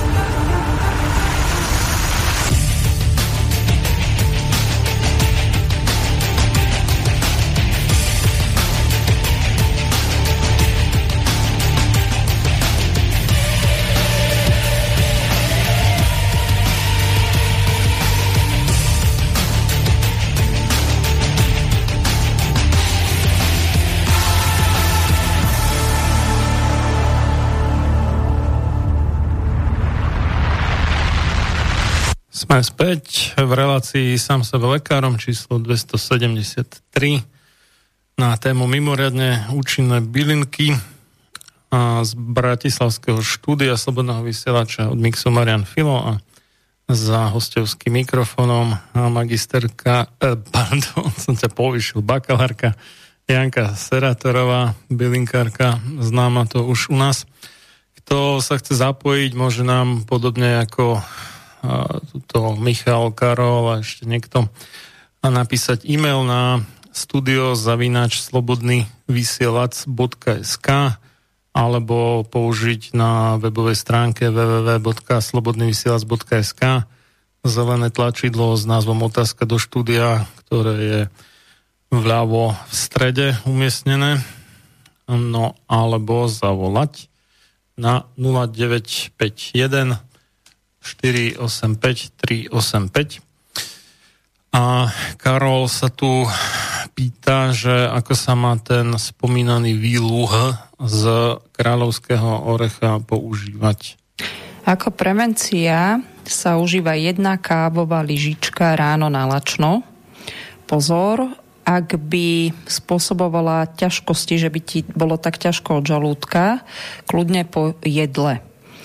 Sme späť v relácii Sám sebe lekárom číslo dvestosedemdesiattri na tému mimoriadne účinné bylinky a z bratislavského štúdia Slobodného vysielača od mixu Marian Filo a za hostovským mikrofónom magisterka, eh, pardon, som ťa povýšil, bakalárka Janka Serátorová, bylinkárka, známa to už u nás. Kto sa chce zapojiť, môže nám podobne ako a tuto Michal, Karol a ešte niekto a napísať e-mail na studio zavináč slobodný vysielac bodka es ká alebo použiť na webovej stránke w w w bodka slobodnyvysielac bodka es ká zelené tlačidlo s názvom Otázka do štúdia, ktoré je vľavo v strede umiestnené, no alebo zavolať na nula deväť päť jeden štyri osem päť tri osem päť. A Karol sa tu pýta, že ako sa má ten spomínaný výluh z kráľovského orecha používať. Ako prevencia sa užíva jedna kávová lyžička ráno na lačno. Pozor, ak by spôsobovala ťažkosti, že by ti bolo tak ťažko od žalúdka, kľudne po jedle.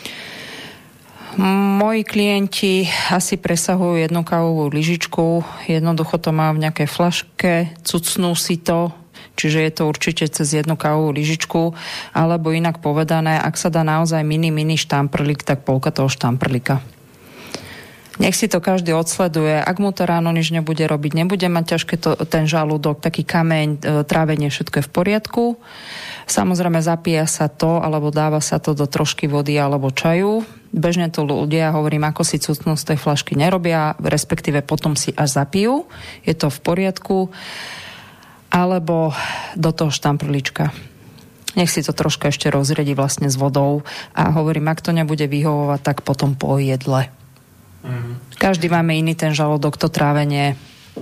Moji klienti asi presahujú jednu kávovú lyžičku, jednoducho to má v nejakej flaške, cucnú si to, čiže je to určite cez jednu kávovú lyžičku, alebo inak povedané, ak sa dá naozaj mini, mini štamprlík, tak polka toho štamprlíka. Nech si to každý odsleduje, ak mu to ráno nič nebude robiť, nebude mať ťažké to, ten žalúdok, taký kameň, trávenie, všetko je v poriadku. Samozrejme zapíja sa to, alebo dáva sa to do trošky vody alebo čaju. Bežne to ľudia, hovorím, ako si cucnú z tej flašky nerobia, respektíve potom si až zapijú. Je to v poriadku. Alebo do toho štamprlička. Nech si to troška ešte rozriedi vlastne s vodou. A hovorím, ak to nebude vyhovovať, tak potom po jedle. Mm. Každý máme iný ten žalúdok, to trávenie.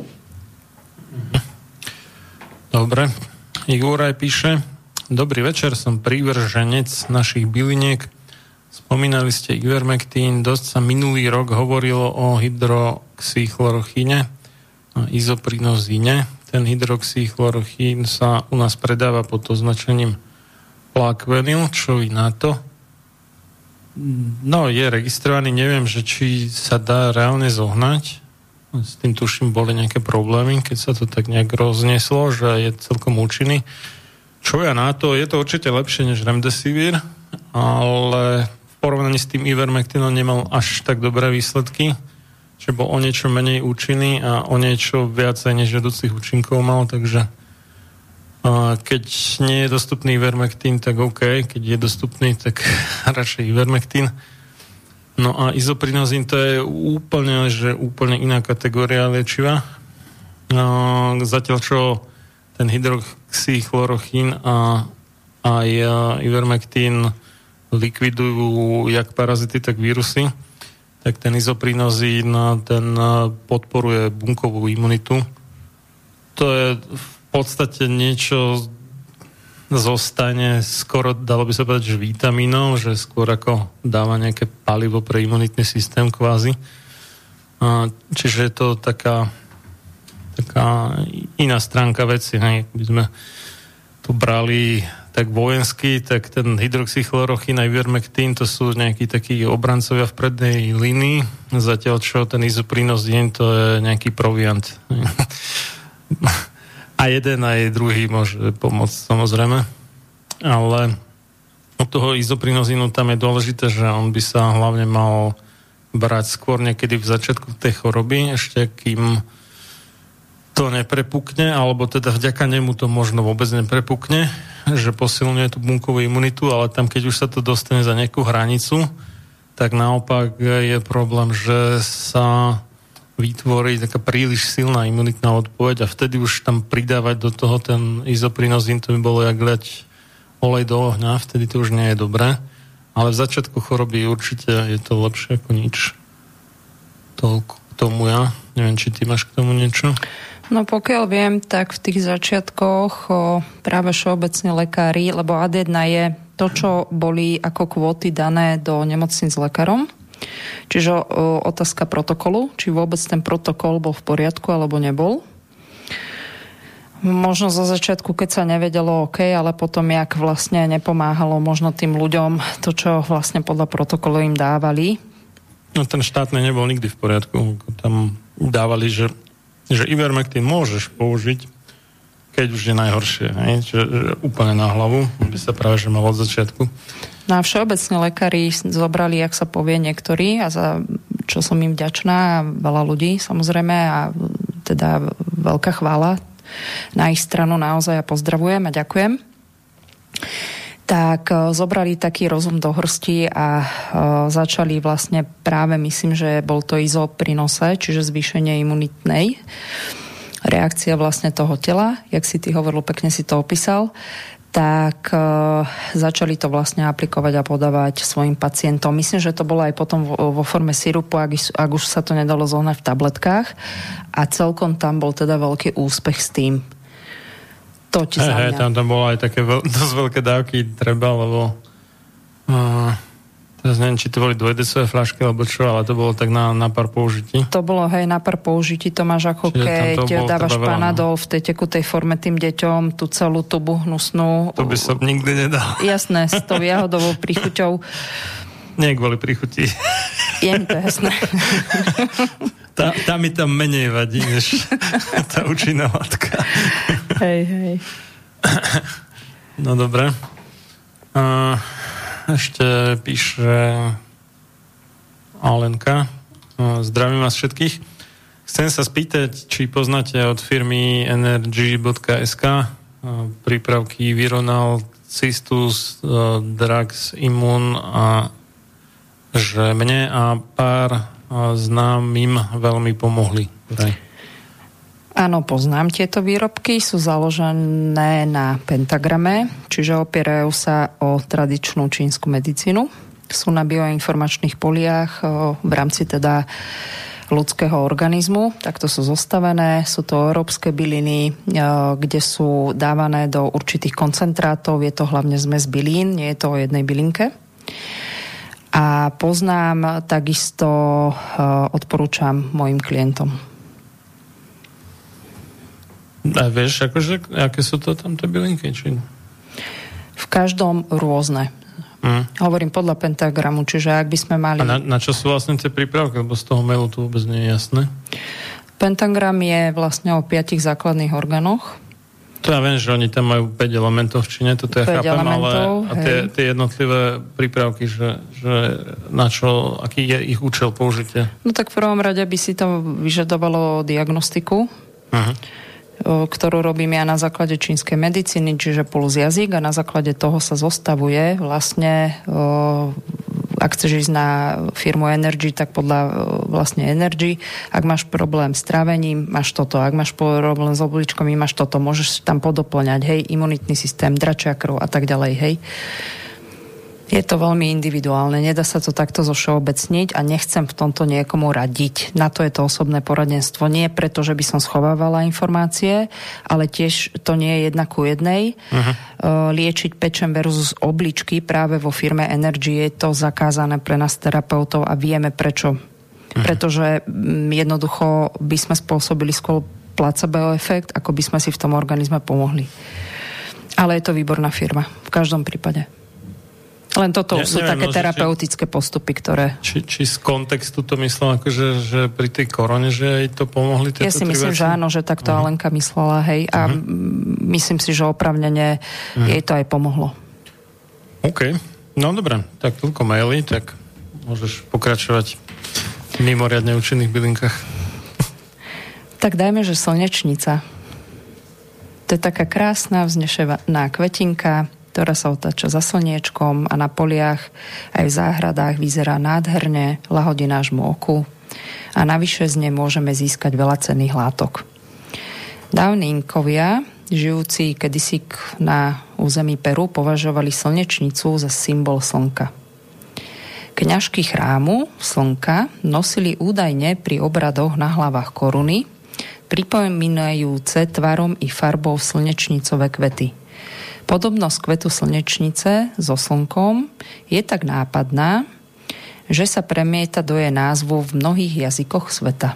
Dobre. Igor aj píše: Dobrý večer, som prívrženec našich byliniek. Spomínali ste Ivermectin, dosť sa minulý rok hovorilo o hydroxychlorochíne a izoprinozíne. Ten hydroxychlorochín sa u nás predáva pod označením Plaquenil. Čo vy na to? No, je registrovaný, neviem, že či sa dá reálne zohnať. S tým tuším boli nejaké problémy, keď sa to tak nejak rozneslo, že je celkom účinný. Čo ja na to? Je to určite lepšie než Remdesivir, ale v porovnaní s tým Ivermectinom nemal až tak dobré výsledky, že bol o niečo menej účinný a o niečo viacej nežiaducich účinkov mal, takže keď nie je dostupný Ivermectin, tak OK, keď je dostupný, tak radšej Ivermectin. No a izoprinozín, to je úplne, že úplne iná kategória liečiva. Zatiaľ čo ten hydroxychlorochín a aj Ivermectin likvidujú jak parazity, tak vírusy, tak ten izoprinozín, ten podporuje bunkovú imunitu. To je v podstate niečo zostane skoro, dalo by sa povedať, že vitamínov, že skôr ako dáva nejaké palivo pre imunitný systém kvázi. Čiže je to taká taká iná stránka veci. Hej. By sme to brali tak vojensky, tak ten hydroxychlorochín a Ivermectin, to sú nejakí takí obrancovia v prednej línii, zatiaľ čo ten izoprinozín, to je nejaký proviant. A jeden aj druhý môže pomôcť, samozrejme. Ale od toho izoprinozínu tam je dôležité, že on by sa hlavne mal brať skôr niekedy v začiatku tej choroby, ešte kým to neprepukne, alebo teda vďaka nemu to možno vôbec neprepukne, že posilňuje tú bunkovú imunitu, ale tam, keď už sa to dostane za nejakú hranicu, tak naopak je problém, že sa vytvorí taká príliš silná imunitná odpoveď a vtedy už tam pridávať do toho ten izoprinozín, to by bolo jak liať olej do ohňa, vtedy to už nie je dobré. Ale v začiatku choroby určite je to lepšie ako nič. Toľko k tomu ja. Neviem, či ty máš k tomu niečo? No pokiaľ viem, tak v tých začiatkoch o, práve všeobecne lekári, lebo á dé jedna je to, čo boli ako kvóty dané do nemocníc s lekárom. Čiže o, otázka protokolu, či vôbec ten protokol bol v poriadku alebo nebol. Možno zo začiatku, keď sa nevedelo, OK, ale potom jak vlastne nepomáhalo možno tým ľuďom to, čo vlastne podľa protokolu im dávali. No ten štátny nebol nikdy v poriadku. Tam dávali, že že Ivermectin môžeš použiť, keď už je najhoršie. Hej? Čiže úplne na hlavu, by sa práve že mal od začiatku. No a všeobecne lekári zobrali, jak sa povie, niektorí, a za čo som im vďačná, a veľa ľudí samozrejme, a teda veľká chvála na ich stranu naozaj, a pozdravujem a ďakujem. tak zobrali taký rozum do hrsti a začali vlastne práve, myslím, že bol to izoprinose, čiže zvýšenie imunitnej reakcia vlastne toho tela, jak si ty hovoril, pekne si to opísal, tak začali to vlastne aplikovať a podávať svojim pacientom. Myslím, že to bolo aj potom vo, vo forme sirupu, ak, ak už sa to nedalo zohnať v tabletkách a celkom tam bol teda veľký úspech s tým. To ti za mňa. Hey, tam, tam bolo aj také veľ, dosť veľké dávky treba, lebo uh, teraz neviem, či to boli dvojdecové fľašky, alebo čo, ale to bolo tak na, na pár použití. To bolo, hej, na pár použití, to máš ako čiže keď dávaš Panadol v tej tekutej forme tým deťom, tú celú tubu hnusnú. To by som nikdy nedal. Jasné, s tou jahodovou príchuťou. Nie kvôli príchutí. Je mi to jasné. Tá, tá mi tam menej vadí, než tá účinná látka. Hej, hej. No dobre. A ešte píše Alenka. Zdravím vás všetkých. Chcem sa spýtať, či poznáte od firmy energy bodka es ká prípravky Vironal, Cystus, Drax, Immun a že mne a pár známym veľmi pomohli. Áno, poznám tieto výrobky, sú založené na pentagrame, čiže opierajú sa o tradičnú čínsku medicínu. Sú na bioinformačných poliach v rámci teda ľudského organizmu, takto sú zostavené. Sú to európske byliny, kde sú dávané do určitých koncentrátov, je to hlavne zmes bylín, nie je to o jednej bylinke. A poznám, takisto odporúčam mojim klientom. A vieš, akože, aké sú to tam tie bylinky? Či... V každom rôzne. Mm. Hovorím podľa pentagramu, čiže ak by sme mali... A na, na čo sú vlastne tie prípravky? Lebo z toho mailu to vôbec nie je jasné. Pentagram je vlastne o piatich základných orgánoch. To ja viem, že oni tam majú päť elementov v Číne, toto ja chápem, elementov, ale a tie, tie jednotlivé prípravky, že, že na čo, aký je ich účel použitia? No tak v prvom rade by si to vyžadovalo diagnostiku, uh-huh. ktorú robím ja na základe čínskej medicíny, čiže puls jazyk a na základe toho sa zostavuje vlastne, ak chceš ísť na firmu Energy, tak podľa vlastne Energy, ak máš problém s trávením, máš toto, ak máš problém s obličkami, máš toto, môžeš tam podoplňať, hej, imunitný systém, dračia krv a tak ďalej, hej. Je to veľmi individuálne, nedá sa to takto zovšeobecniť a nechcem v tomto niekomu radiť. Na to je to osobné poradenstvo. Nie preto, že by som schovávala informácie, ale tiež to nie je jedna ku jednej. Uh-huh. Liečiť pečen versus obličky práve vo firme Energy je to zakázané pre nás terapeutov a vieme prečo. Uh-huh. Pretože jednoducho by sme spôsobili skôr placebo efekt, ako by sme si v tom organizme pomohli. Ale je to výborná firma. V každom prípade. Len toto ja, sú neviem, také no, terapeutické či, postupy, ktoré... Či, či z kontextu to myslím, akože, že pri tej korone, že aj to pomohli tieto Ja si myslím, že áno, že takto uh-huh. Alenka myslela, hej, a uh-huh. myslím si, že oprávnene uh-huh. jej to aj pomohlo. OK, no dobre, tak toľko maily, tak môžeš pokračovať v mimoriadne účinných bylinkách. Tak dajme, že slnečnica. To je taká krásna, vznešená kvetinka, ktorá sa otáča za slniečkom a na poliach aj v záhradách vyzerá nádherne, lahodí nášmu oku a navyše z nej môžeme získať veľa cenných látok. Dávni Inkovia, žijúci kedysi na území Peru, považovali slnečnicu za symbol slnka. Kňažky chrámu slnka nosili údajne pri obradoch na hlavách koruny, pripomínajúce tvarom i farbou slnečnicové kvety. Podobnosť kvetu slnečnice so slnkom je tak nápadná, že sa premieta do jej názvu v mnohých jazykoch sveta.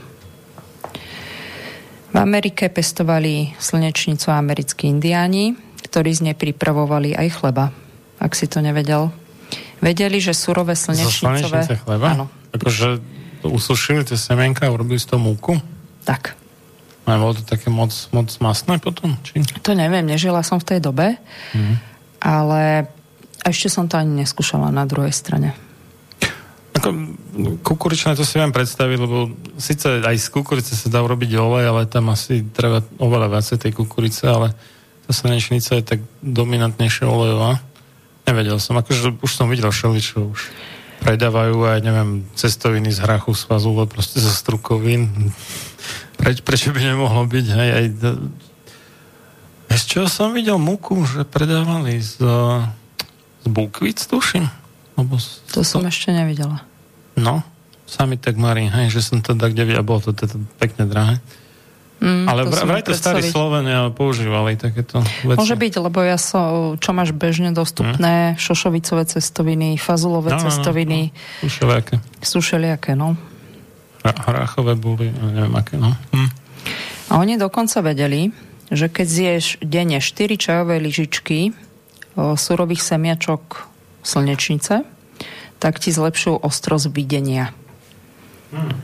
V Amerike pestovali slnečnicu americkí indiáni, ktorí z nej pripravovali aj chleba. Ak si to nevedel. Vedeli, že surové slnečnicové... Zo slnečnice chleba? Áno. Akože usušili tie semienka a urobili z toho múku? Tak. A bolo to také moc, moc masné potom? Či? To neviem, nežila som v tej dobe, mm. ale ešte som to ani neskúšala na druhej strane. Ako kukuričné to si viem predstaviť, lebo síce aj z kukurice sa dá urobiť olej, ale tam asi treba oveľa viacej tej kukurice, ale tá slnečnica je tak dominantnejšia olejová. Nevedel som, akože už som videl všeličo už. Predávajú aj, neviem, cestoviny z hrachu, z fazule, proste zo strukovín. Preč, prečo by nemohlo byť, hej, aj... Ešte čo som videl múku, že predávali z, z bukvíc, tuším. Lebo z, to som to... ešte nevidela. No, sami tak marí, hej, že som to tak devia, bolo to teda pekne drahé. Mm, ale vraj, vraj to starí Slovenia používali takéto veci. Môže byť, lebo ja som, čo máš bežne dostupné, mm. šošovicové cestoviny, fazulové no, cestoviny. No, no, sú všelijaké. Sú všelijaké, no. Hráchové boli, neviem aké, no. Hm. A oni dokonca vedeli, že keď zješ denne štyri čajové lyžičky o, surových semiačok slnečnice, tak ti zlepšujú ostrosť videnia. Hm.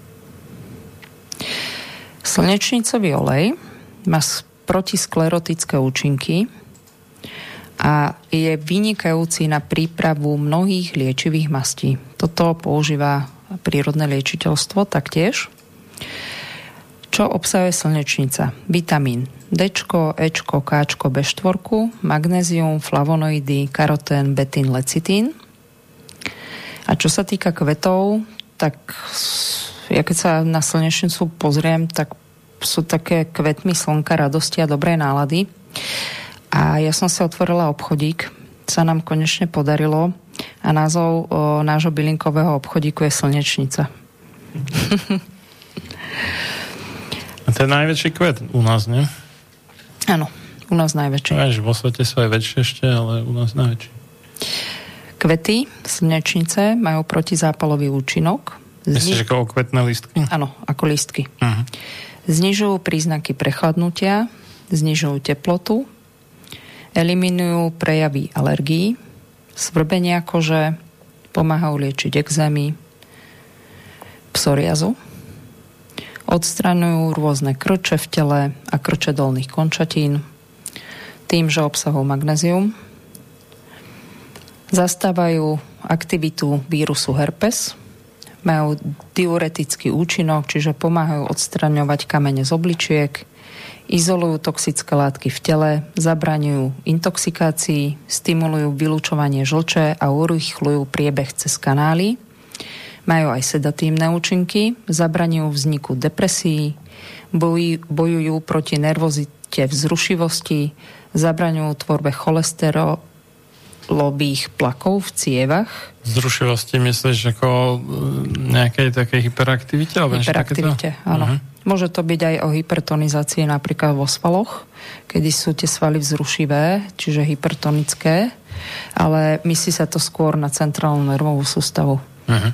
Slnečnicový olej má protisklerotické účinky a je vynikajúci na prípravu mnohých liečivých mastí. Toto používa prírodné liečiteľstvo taktiež. Čo obsahuje slnečnica? Vitamín Dčko, Ečko, Káčko, bé štyri, magnézium, flavonoidy, karotén, betín, lecitín. A čo sa týka kvetov, tak ja keď sa na slnečnicu pozriem, tak sú také kvetmi slnka, radosti a dobrej nálady. A ja som si otvorila obchodík, sa nám konečne podarilo a názov o, nášho bylinkového obchodíku je Slnečnica. A to je najväčší kvet u nás, nie? Áno, u nás najväčší. Aj, vo svete sú aj väčšie ešte, ale u nás najväčší. Kvety slnečnice majú protizápalový účinok. Myslíš, ako okvetné lístky? Áno, ako lístky. Uh-huh. Znižujú príznaky prechladnutia, znižujú teplotu, eliminujú prejavy alergií, svrbenia kože, pomáhajú liečiť ekzémy, psoriazu, odstraňujú rôzne krče v tele a krče dolných končatín tým, že obsahujú magnézium, zastávajú aktivitu vírusu herpes, majú diuretický účinok, čiže pomáhajú odstraňovať kamene z obličiek, izolujú toxické látky v tele, zabraňujú intoxikácii, stimulujú vylučovanie žlče a urýchľujú priebeh cez kanály. Majú aj sedatívne účinky, zabraňujú vzniku depresií, bojujú proti nervozite vzrušivosti, zabraňujú tvorbe cholesterolu, lových plakov v cievach. Zrušivosti myslíš ako nejakej takej hyperaktivite? Hyperaktivite, áno. Uh-huh. Môže to byť aj o hypertonizácii napríklad vo svaloch, kedy sú tie svaly vzrušivé, čiže hypertonické, ale myslí sa to skôr na centrálnu nervovú sústavu. Uh-huh.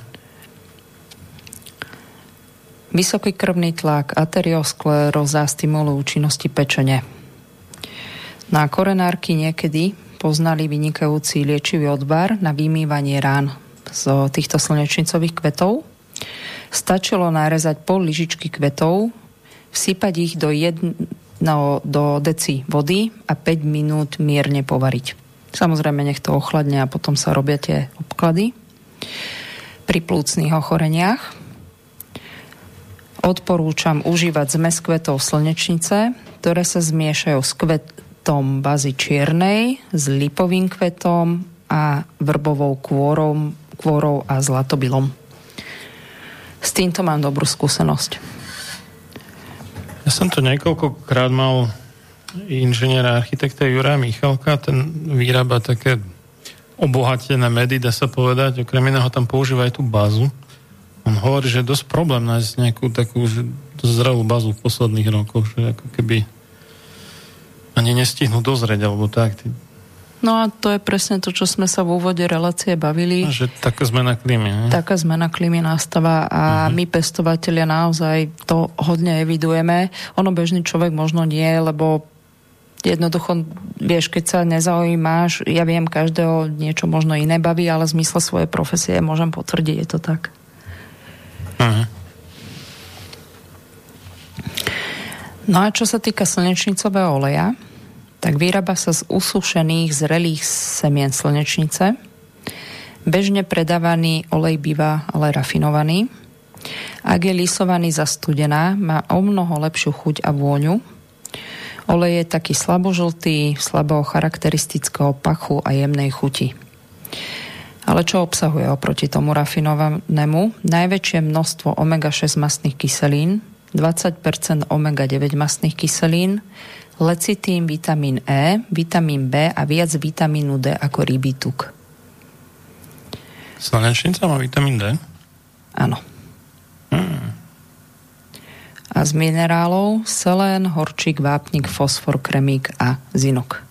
Vysoký krvný tlak, arterioskleróza stimulujú činnosti pečene. Na korenárky niekedy poznali vynikajúci liečivý odvar na vymývanie rán z týchto slnečnicových kvetov. Stačilo narezať pol lyžičky kvetov, vsypať ich do, jedno, do deci vody a päť minút mierne povariť. Samozrejme, nech to ochladne a potom sa robia tie obklady. Pri plúcnych ochoreniach odporúčam užívať zmes kvetov slnečnice, ktoré sa zmiešajú s kvet tom bazy čiernej s lipovým kvetom a vrbovou kôrou, kôrou a zlatobylom. S týmto mám dobrú skúsenosť. Ja som to niekoľkokrát mal inžiniera architekta Juraja Michalka, ten vyrába také obohatené medy, dá sa povedať, okrem iného tam používa aj tú bazu. On hovorí, že je dosť problém nájsť nejakú takú zrelú bazu v posledných rokoch, že ako keby ani nestihnú dozrieť, alebo tak. No a to je presne to, čo sme sa v úvode relácie bavili. A že taká zmena klímy. Ne? Taká zmena klímy nastáva a uh-huh. my pestovatelia naozaj to hodne evidujeme. Ono bežný človek možno nie, lebo jednoducho, vieš, keď sa nezaujímáš, ja viem, každého niečo možno iné baví, ale v zmysle svojej profesie môžem potvrdiť, je to tak. Uh-huh. No a čo sa týka slnečnicového oleja, tak vyrába sa z usušených zrelých semien slnečnice. Bežne predávaný olej býva ale rafinovaný. Ak je lisovaný za studená, má o mnoho lepšiu chuť a vôňu. Olej je taký slabožltý, slabého charakteristického pachu a jemnej chuti. Ale čo obsahuje oproti tomu rafinovanému? Najväčšie množstvo omega šesť mastných kyselín, dvadsať percent omega deväť mastných kyselín, lecitín, vitamín E, vitamín B a viac vitamínu D ako rybí tuk. Slnečnica má vitamín D? Áno. Hmm. A z minerálov selén, horčík, vápnik, fosfor, kremík a zinok.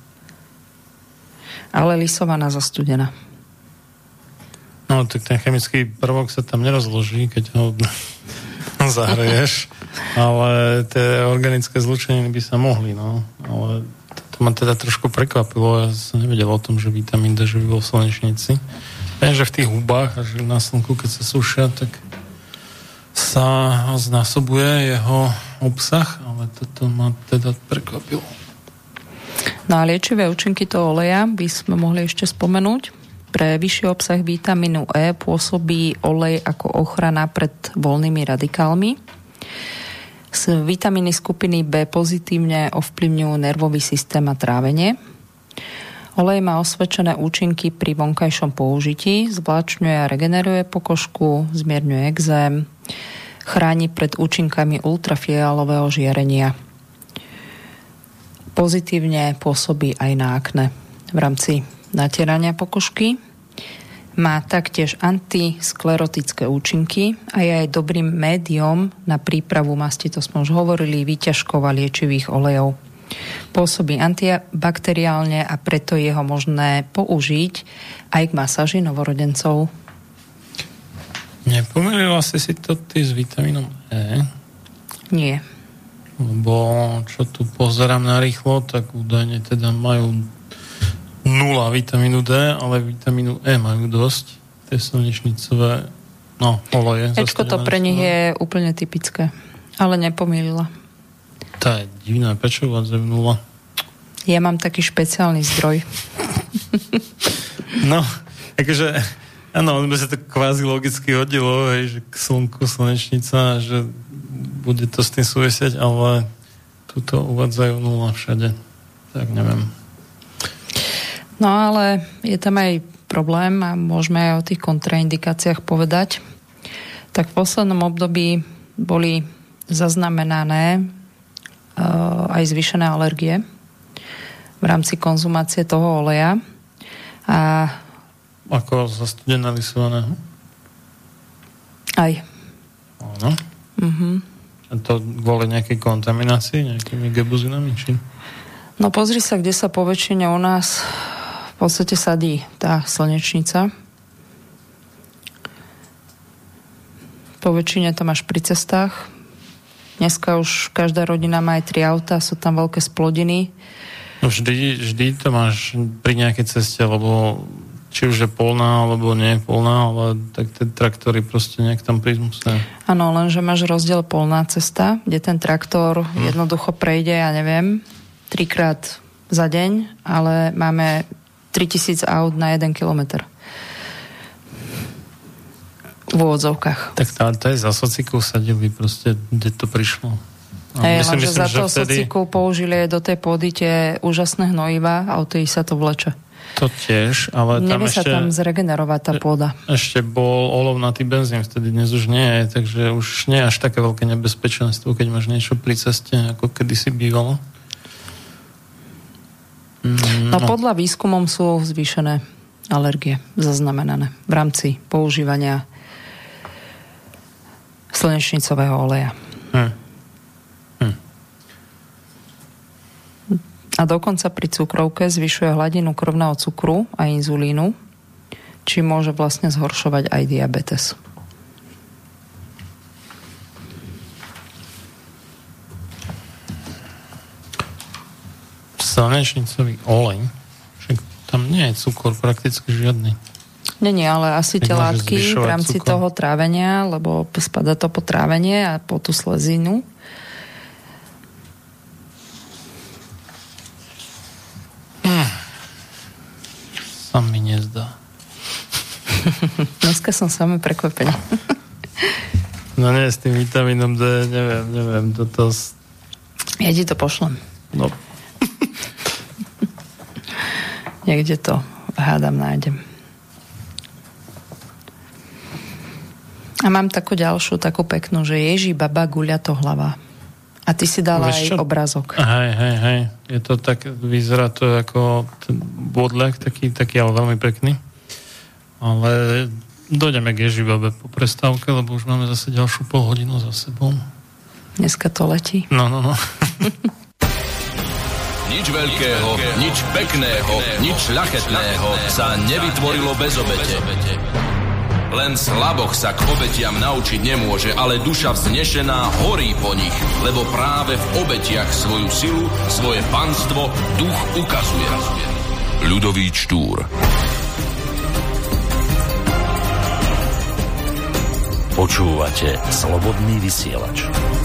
Ale lisovaná zastudená. No, tak ten chemický prvok sa tam nerozloží, keď ho zahreješ, ale tie organické zlúčeniny by sa mohli, no. Ale to ma teda trošku prekvapilo, ja som nevedel o tom, že vitamín D, že by bol v slnečnici. Viem, že v tých hubách a že na slnku, keď sa sušia, tak sa znásobuje jeho obsah, ale toto ma teda prekvapilo. No a liečivé účinky toho oleja by sme mohli ešte spomenúť. Pre vyšší obsah vitamínu E pôsobí olej ako ochrana pred voľnými radikálmi. Z vitamíny skupiny B pozitívne ovplyvňujú nervový systém a trávenie. Olej má osvedčené účinky pri vonkajšom použití, zvláčňuje a regeneruje pokožku, zmierňuje ekzém, chráni pred účinkami ultrafialového žiarenia. Pozitívne pôsobí aj na akné v rámci natierania pokožky. Má taktiež antisklerotické účinky a je aj dobrým médium na prípravu masti, to sme už hovorili, výťažkov a liečivých olejov. Pôsobí antibakteriálne a preto je ho možné použiť aj k masáži novorodencov. Nepomýlila si si to ty s vitamínom E? Nie. Lebo čo tu pozerám na rýchlo, tak údajne teda majú nula vitamínu D, ale vitamínu E majú dosť. Tie slnečnicové, no, oleje. Ečko to pre nich je úplne typické. Ale nepomýlila. Tá je divná, prečo uvádzajú nula? Ja mám taký špeciálny zdroj. No, akože, áno, on by sa to kvázi logicky hodilo, hej, že k slnku slnečnica, že bude to s tým súvisieť, ale tuto uvádzajú nula všade. Tak neviem. No ale je tam aj problém a môžeme aj o tých kontraindikáciách povedať. Tak v poslednom období boli zaznamenané uh, aj zvýšené alergie v rámci konzumácie toho oleja. A ako zastudené lisovaného? Aj. Áno. Mhm. A to kvôli nejakej kontaminácii, nejakými gebuzinami, či? No pozri sa, kde sa poväčšine u nás v podstate sadí tá slnečnica. Poväčšine to máš pri cestách. Dneska už každá rodina má aj tri autá, sú tam veľké splodiny. No vždy, vždy to máš pri nejakej ceste, lebo či už je polná, alebo nie je polná, ale tak tie traktory proste nejak tam prísť musia. Áno, lenže máš rozdiel polná cesta, kde ten traktor hm. jednoducho prejde, ja neviem, trikrát za deň, ale máme tritisíc aut na jeden kilometr. V úvodzovkách. Tak tá, tá je za sociku sadili proste, kde to prišlo. Hej, lenže za to vtedy... sociku použili do tej pôdy tie úžasné hnojiva a o tej sa to vleče. To tiež, ale tam nevie ešte... sa tam zregenerovať tá pôda. Ešte bol olovnatý benzín, vtedy dnes už nie je, takže už nie je až také veľké nebezpečenstvo, keď máš niečo pri ceste, ako kedysi bývalo. No, no podľa výskumom sú zvýšené alergie zaznamenané v rámci používania slnečnicového oleja. Hm. Hm. A dokonca pri cukrovke zvyšuje hladinu krvného cukru a inzulínu, či môže vlastne zhoršovať aj diabetes. Slnečnicový olej, však tam nie je cukor prakticky žiadny. Nie, ale asi tie látky v rámci cukor. Toho trávenia, lebo spada to po trávenie a po tú slezinu. Hm. Sa mi nezdá. Dneska som sami prekvapený. No nie, s tým vitamínom D, neviem, neviem, toto... Ja ti to pošlem. No, niekde to hádam nájdem. A mám takú ďalšiu, takú peknú, že Ježí baba guľa to hlava. A ty si dala aj obrazok. Hej, hej, hej. Je to tak, vyzerá to ako ten bodľak, taký, taký ale veľmi pekný. Ale dojdeme k Ježí babe po prestávke, lebo už máme zase ďalšiu pol hodinu za sebou. Dneska to letí. No, no, no. Nič veľkého, nič pekného, nič ľachetného sa nevytvorilo bez obete. Len slaboch sa k obetiam naučiť nemôže, ale duša vznešená horí po nich, lebo práve v obetiach svoju silu, svoje panstvo duch ukazuje. Ľudový Štúr. Počúvate Slobodný vysielač.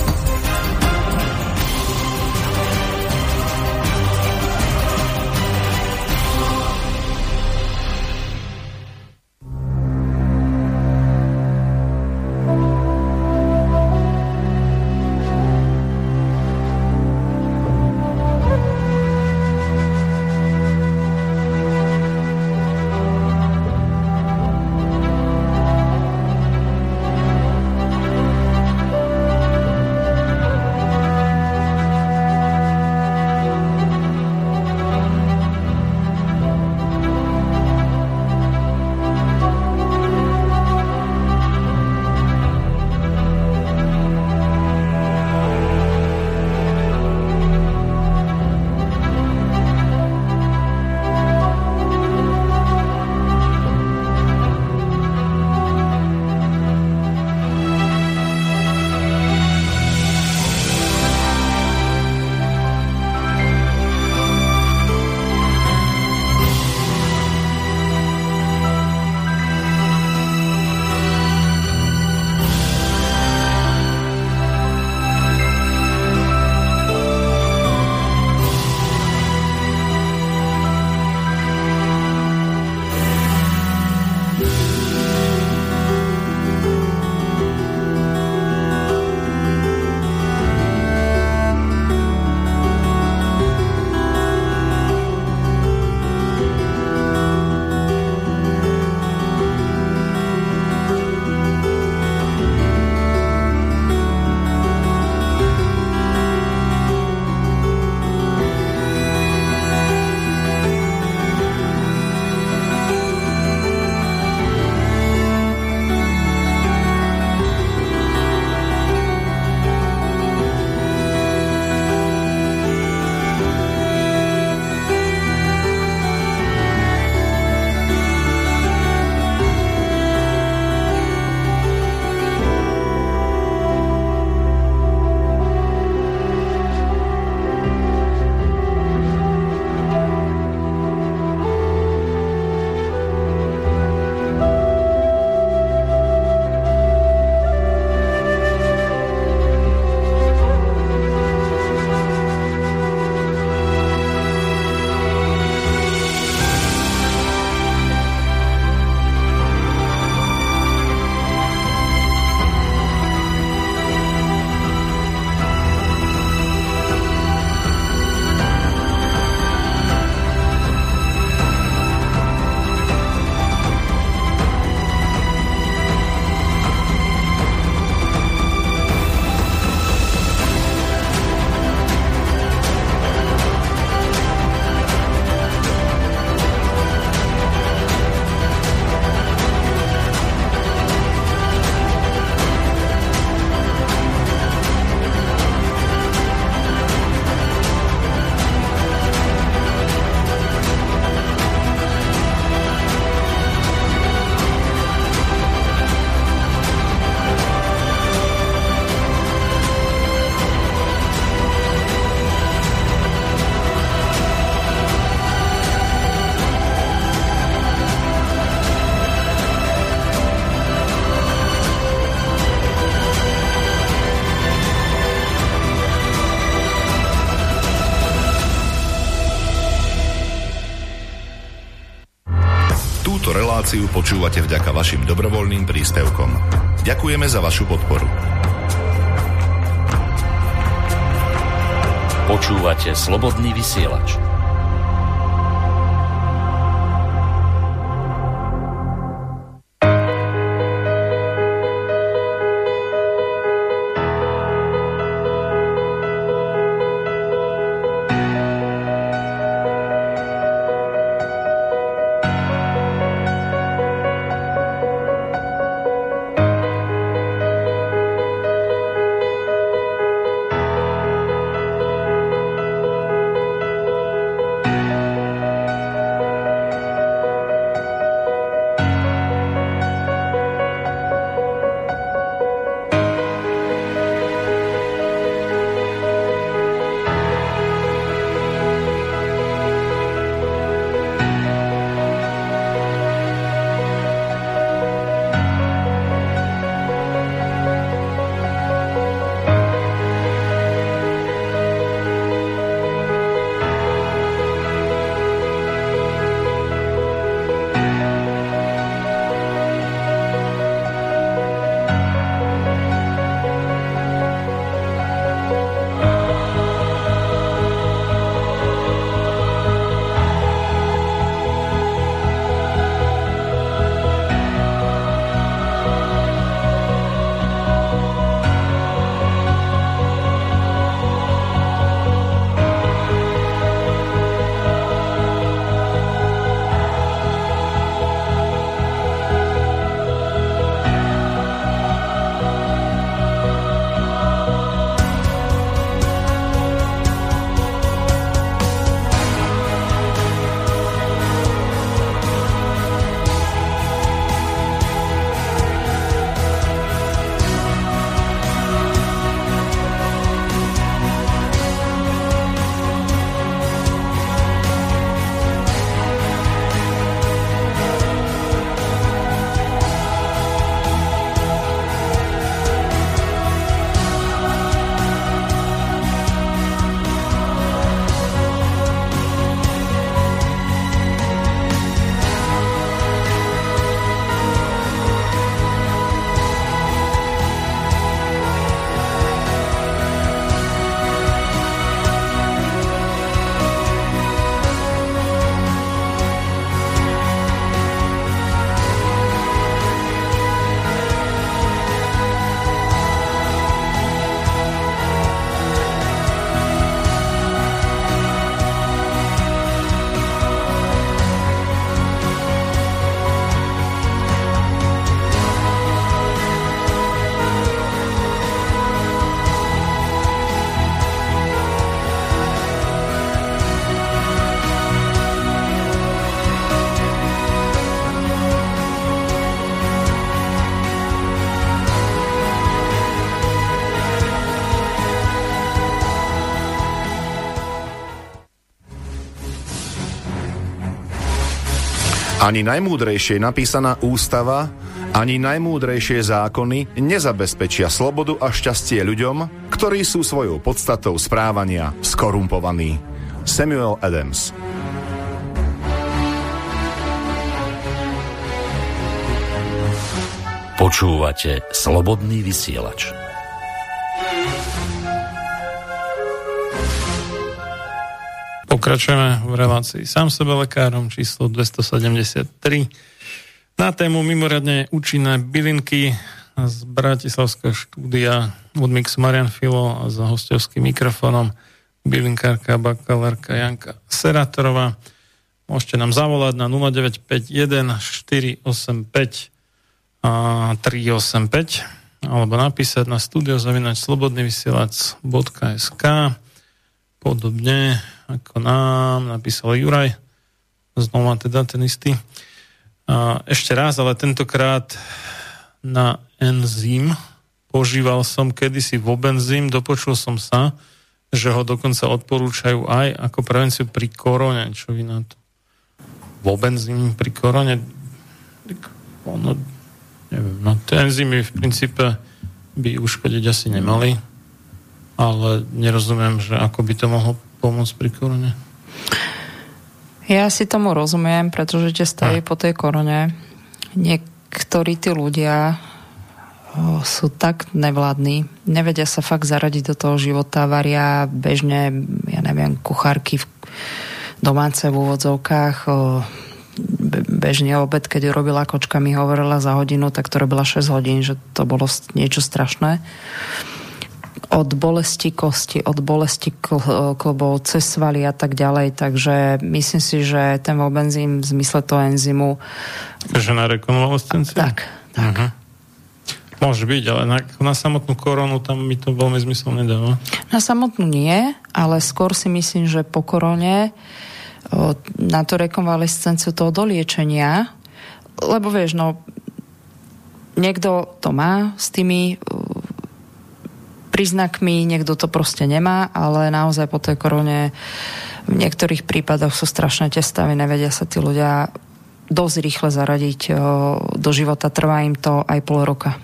Túto reláciu počúvate vďaka vašim dobrovoľným príspevkom. Ďakujeme za vašu podporu. Počúvate Slobodný vysielač. Ani najmúdrejšie napísaná ústava, ani najmúdrejšie zákony nezabezpečia slobodu a šťastie ľuďom, ktorí sú svojou podstatou správania skorumpovaní. Samuel Adams. Počúvate Slobodný vysielač. Pokračujeme v relácii Sám sebe lekárom číslo dvestosedemdesiattri na tému mimoriadne účinné bylinky z bratislavského štúdia od mixu Marian Filo a za hostovským mikrofónom bylinkárka bakalárka Janka Serátorová. Môžete nám zavolať na nula deväť päť jeden štyri osem päť tri osem päť alebo napísať na studio zavináč slobodný vysielač bodka es ká, podobne ako nám napísal Juraj, znova teda ten istý. A ešte raz, ale tentokrát na enzym. Požíval som kedysi Vobenzym, dopočul som sa, že ho dokonca odporúčajú aj ako prevenciu pri korone. Čo vy na to? Vobenzym pri korone? Ono, neviem, no tie enzymy v princípe by uškodiť asi nemali, ale nerozumiem, že ako by to mohlo pomôcť pri korone. Ja si tomu rozumiem, pretože te staví po tej korone. Niektorí tí ľudia sú tak nevládni, nevedia sa fakt zaradiť do toho života, varia bežne, ja neviem, kuchárky v domáce v úvodzovkách, bežne obed, keď robila kočka, mi hovorila za hodinu, tak to robila šesť hodín, že to bolo niečo strašné. Od bolesti kosti, od bolesti kl- klbov, cez svaly a tak ďalej, takže myslím si, že ten Vobenzym v zmysle toho enzymu... Takže na rekonvalescenciu? Tak, tak. Uh-huh. Môže byť, ale na, na samotnú koronu tam mi to veľmi zmysel nedáva. Na samotnú nie, ale skôr si myslím, že po korone na tú rekonvalescenciu toho doliečenia, lebo vieš, no niekto to má s tými príznakmi, niekto to proste nemá, ale naozaj po tej korone v niektorých prípadoch sú strašné tie stavy, nevedia sa tí ľudia dosť rýchle zaradiť do života, trvá im to aj pol roka.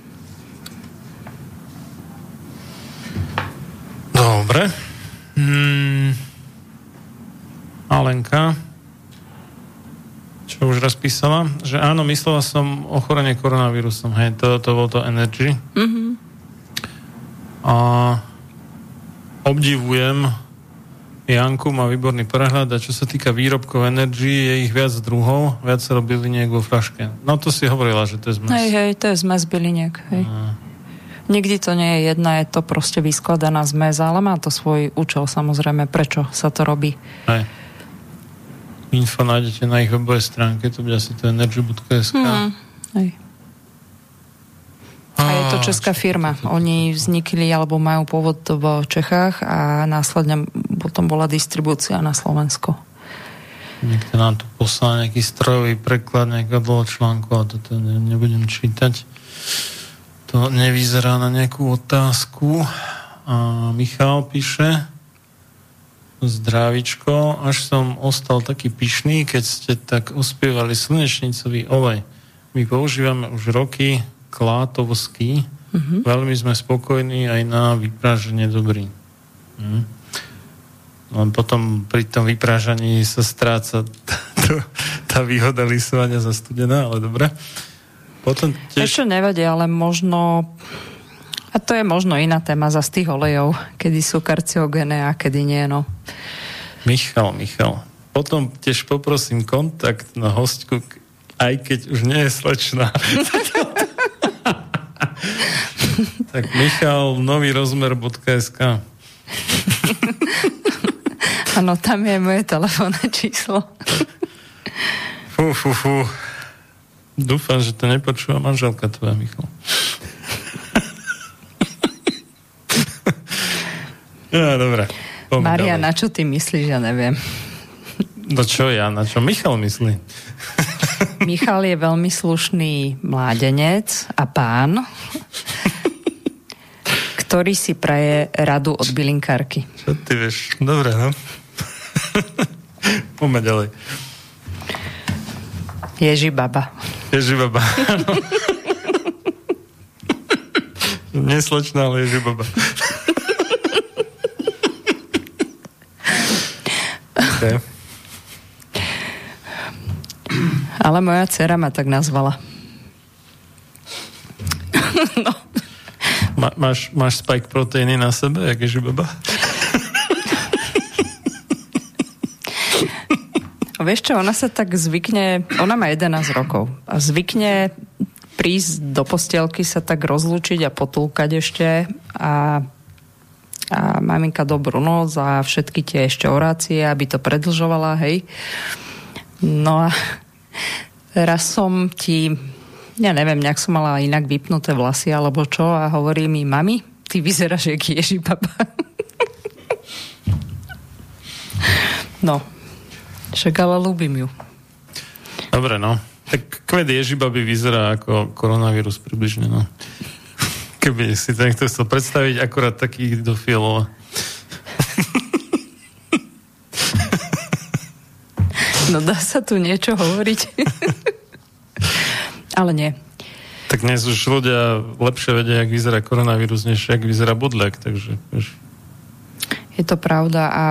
Dobre. Hmm. Alenka, čo už raz písala, že áno, myslela som ochorenie koronavírusom. Hej, to, to bol to Energy. Mm-hmm. A obdivujem Janku, má výborný prehľad a čo sa týka výrobkov Energy, je ich viac druhov, viacero byliniek vo fľaške. No to si hovorila, že to je zmes. Hej, hej, to je zmes byliniek. Hej. A... Nikdy to nie je jedna, je to proste vyskladaná zmes, ale má to svoj účel, samozrejme, prečo sa to robí. Hej. Info nájdete na ich webovej stránke, to bude asi to energy bodka es ká. Hmm, hej. A je to česká firma. Oni vznikli alebo majú pôvod v Čechách a následne potom bola distribúcia na Slovensko. Niekto nám tu poslal nejaký strojový preklad nejakého dlho článku a toto nebudem čítať. To nevyzerá na nejakú otázku. A Michal píše: Zdravičko, až som ostal taký pyšný, keď ste tak ospievali slnečnicový olej. My používame už roky klátovský. Mm-hmm. Veľmi sme spokojní, aj na vypráženie dobrý. Hm. Len potom pri tom vyprážaní sa stráca tá, tá výhoda lisovania za studená, ale dobre. Potom tiež... Ešte nevadí, ale možno... A to je možno iná téma za z tých olejov, kedy sú karcinogénne a kedy nie, no. Michal, Michal. Potom tiež poprosím kontakt na hostku, aj keď už nie je slečná. Tak Michal, nový rozmer bodka es ká. Áno, tam je moje telefónne číslo. Fú, fú, fú. Dúfam, že to nepočúva manželka tvoja, Michal. No, dobré. Mária, na čo ty myslíš, ja neviem. No čo ja, na čo Michal myslí? Michal je veľmi slušný mládenec a pán, ktorý si praje radu od bylinkárky. Čo ty vieš? Dobre, no. Poďme ďalej. Ježibaba. Ježibaba. Neslečná, ale Ježibaba. Okay. Ale moja dcera ma tak nazvala. No. Ma, máš, máš spike proteíny na sebe, jak Ježibaba? Vieš čo, ona sa tak zvykne, ona má jedenásť rokov a zvykne prísť do postielky, sa tak rozlúčiť a potúkať ešte a, a maminka dobrú noc a všetky tie ešte orácie, aby to predlžovala, hej. No a teraz som ti, ja neviem, nejak som mala inak vypnuté vlasy alebo čo a hovorí mi, mami, ty vyzeráš jak Ježibaba. No. Však ale ľúbim ju. Dobre, no. Tak kvet Ježibaby vyzerá ako koronavírus približne, no. Keby si to niekto chcel predstaviť, akorát taký do Fialova. No dá sa tu niečo hovoriť. Ale nie. Tak dnes už ľudia lepšie vedia, jak vyzerá koronavírus, než jak vyzerá bodľak, takže... Vieš. Je to pravda a...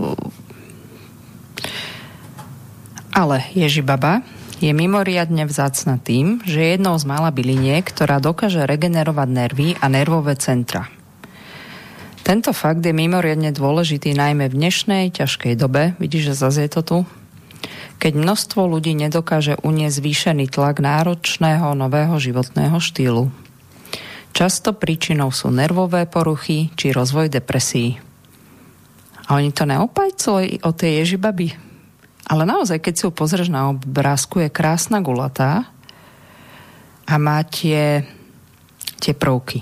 Ale Ježibaba je mimoriadne vzácna tým, že je jednou z mála byliniek, ktorá dokáže regenerovať nervy a nervové centra. Tento fakt je mimoriadne dôležitý najmä v dnešnej ťažkej dobe, vidíš, že zase je to tu, keď množstvo ľudí nedokáže uniesť zvýšený tlak náročného nového životného štýlu. Často príčinou sú nervové poruchy či rozvoj depresií. A oni to neopajcovali o tej Ježibabi. Ale naozaj, keď si ju pozrieš na obrázku, je krásna gulatá a má tie, tie prvky.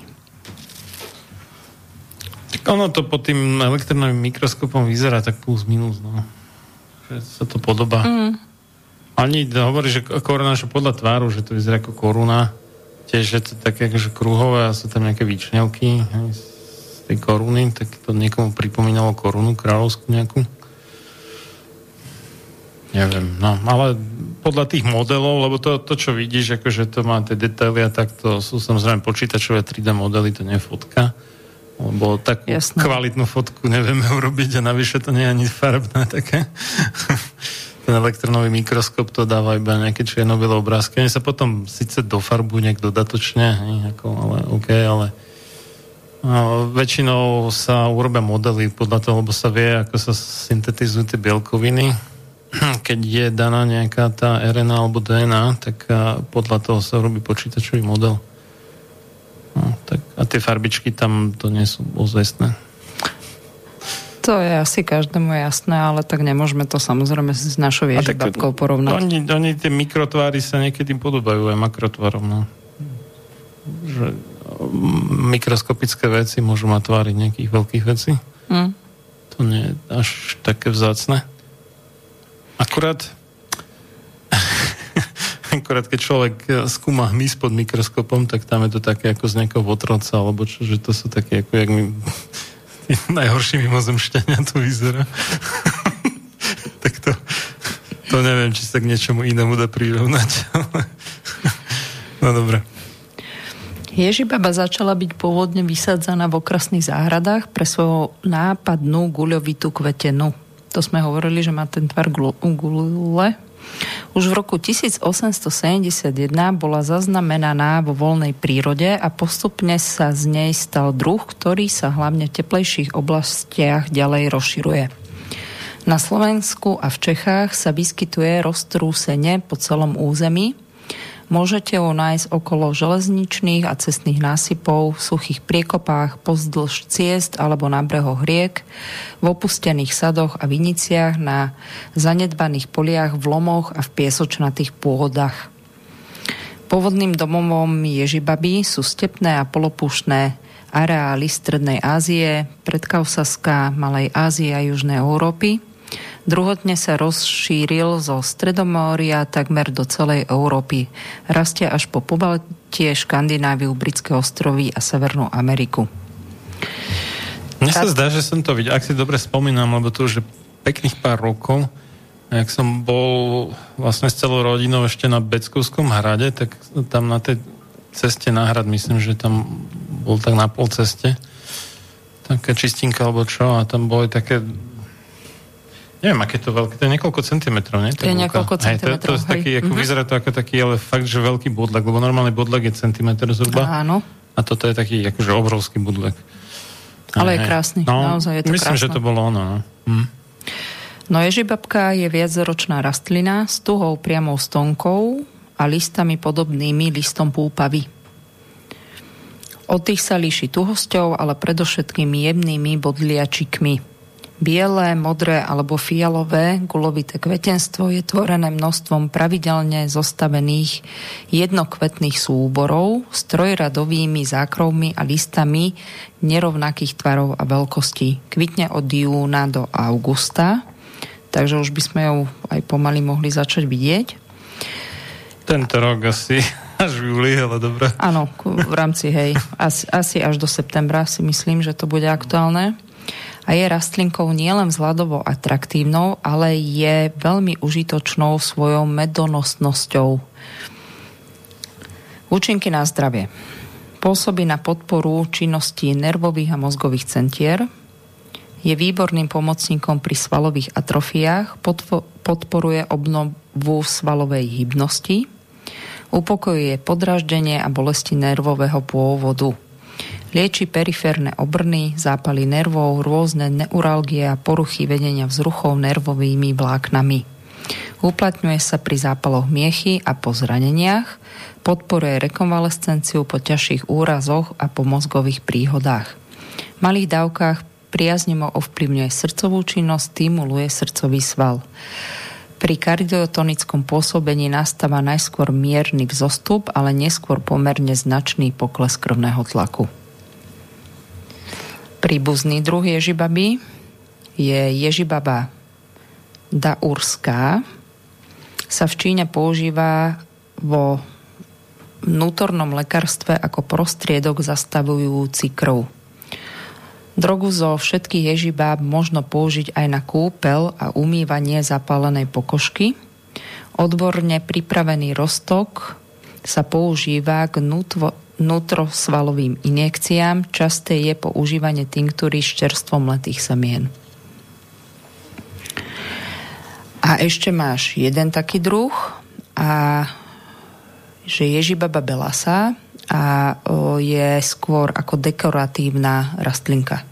Tak ono to pod tým elektronovým mikroskopom vyzerá tak plus minus, no. Že sa to podobá. Mm. Ani hovorí, že koruna, že podľa tváru, že to vyzerá ako koruna. Tiež je to také akože kruhové a sú tam nejaké výčňavky z tej koruny, tak to niekomu pripomínalo korunu kráľovskú nejakú. Neviem, no, ale podľa tých modelov, lebo to, to čo vidíš, akože to má tie detaily a tak, to sú samozrejme počítačové tri dé modely, to nie je fotka, lebo takú Jasné. Kvalitnú fotku nevieme urobiť a navyše to nie je ani farebné také. Ten elektronový mikroskop to dáva iba nejaké čierno-biele obrázky. Oni sa potom síce dofarbujú nejak dodatočne, ako, ale OK, ale no, väčšinou sa urobia modely podľa toho, lebo sa vie, ako sa syntetizujú tie bielkoviny. Keď je daná nejaká tá er en á alebo dé en á, tak podľa toho sa robí počítačový model. No, tak, a tie farbičky tam to nie sú ozajstné. To je asi každému jasné, ale tak nemôžeme to samozrejme s našou Ježibabkou porovnať. Oni, oni tie mikrotvary sa niekedy podobajú aj makrotvarom. No. Že mikroskopické veci môžu mať tvári nejakých veľkých vecí. Mm. To nie je až také vzácne. Akurát akurát keď človek skúma hmyz pod mikroskopom, tak tam je to také ako z nejakého votrovca, alebo čo, že to sú také ako jak my najhorší mimozemšťania to vyzerá. Tak to to neviem, či sa k niečomu inému dá prirovnať. No dobré. Ježibaba začala byť pôvodne vysádzaná v okrasných záhradách pre svoju nápadnú guľovitú kvetenu. To sme hovorili, že má ten tvar gule. Už v roku tisícosemstosedemdesiatjeden bola zaznamenaná vo voľnej prírode a postupne sa z nej stal druh, ktorý sa hlavne v teplejších oblastiach ďalej rozširuje. Na Slovensku a v Čechách sa vyskytuje roztrúsene po celom území. Môžete ho nájsť okolo železničných a cestných násypov, v suchých priekopách, pozdĺž ciest alebo na brehoch riek, v opustených sadoch a viniciach, na zanedbaných poliach, v lomoch a v piesočnatých pôdach. Pôvodným domovom Ježibaby sú stepné a polopúštne areály Strednej Ázie, Predkaukazska, Malej Ázie a Južnej Európy. Druhotne sa rozšíril zo Stredomoria takmer do celej Európy. Rastie až po Pobaltie, Škandináviu, Britské ostrovy a Severnú Ameriku. Mne sa zdá, že som to videl, ak si dobre spomínam, lebo to už je pekných pár rokov, jak som bol vlastne s celou rodinou ešte na Beckovskom hrade, tak tam na tej ceste na hrad, myslím, že tam bol tak na pol ceste taká čistinka alebo čo a tam boli také neviem, aké to veľké, to je niekoľko centimetrov, nie? To je niekoľko centimetrov, hej. To, to je taký, ako mm-hmm. vyzerá to ako taký, ale fakt, že veľký bodlak, lebo normálny bodlak je centimetr zhruba. Áno. A toto je taký, akože obrovský bodlak. Ale je krásny, no, naozaj je to myslím, krásne. že to bolo ono, no. Hm. No ježibabka je viacročná rastlina s tuhou priamou stonkou a listami podobnými listom púpavy. Od tých sa líši tuhosťou, ale predovšetkým jemnými bodliačikmi. Biele, modré alebo fialové gulovité kvetenstvo je tvorené množstvom pravidelne zostavených jednokvetných súborov s trojradovými zákrovmi a listami nerovnakých tvarov a veľkostí. Kvitne od júna do augusta, takže už by sme ju aj pomaly mohli začať vidieť. Tento rok asi až v júli, ale dobré. Áno, v rámci, hej, asi, asi až do septembra si myslím, že to bude aktuálne. A je rastlinkou nielen vzhľadovo atraktívnou, ale je veľmi užitočnou svojou medonosnosťou. Účinky na zdravie. Pôsobí na podporu činnosti nervových a mozgových centier. Je výborným pomocníkom pri svalových atrofiách. Podporuje obnovu svalovej hybnosti. Upokojuje podráždenie a bolesti nervového pôvodu. Lieči periférne obrny, zápaly nervov, rôzne neuralgie a poruchy vedenia vzruchov nervovými vláknami. Uplatňuje sa pri zápaloch miechy a po zraneniach, podporuje rekonvalescenciu po ťažších úrazoch a po mozgových príhodách. V malých dávkach priaznivo ovplyvňuje srdcovú činnosť, stimuluje srdcový sval. Pri kardiotonickom pôsobení nastáva najskôr mierny vzostup, ale neskôr pomerne značný pokles krvného tlaku. Príbuzný druh ježibaby je ježibaba daurská. Sa v Číne používa vo vnútornom lekárstve ako prostriedok zastavujúci krv. Drogu zo všetkých ježibáb možno použiť aj na kúpeľ a umývanie zapálenej pokožky. Odborne pripravený roztok sa používa k nutvo nutrosvalovým injekciám. Časté je používanie tinktúry z čerstvo mletých semien. A ešte máš jeden taký druh, a že ježibaba belasa a o, je skôr ako dekoratívna rastlinka.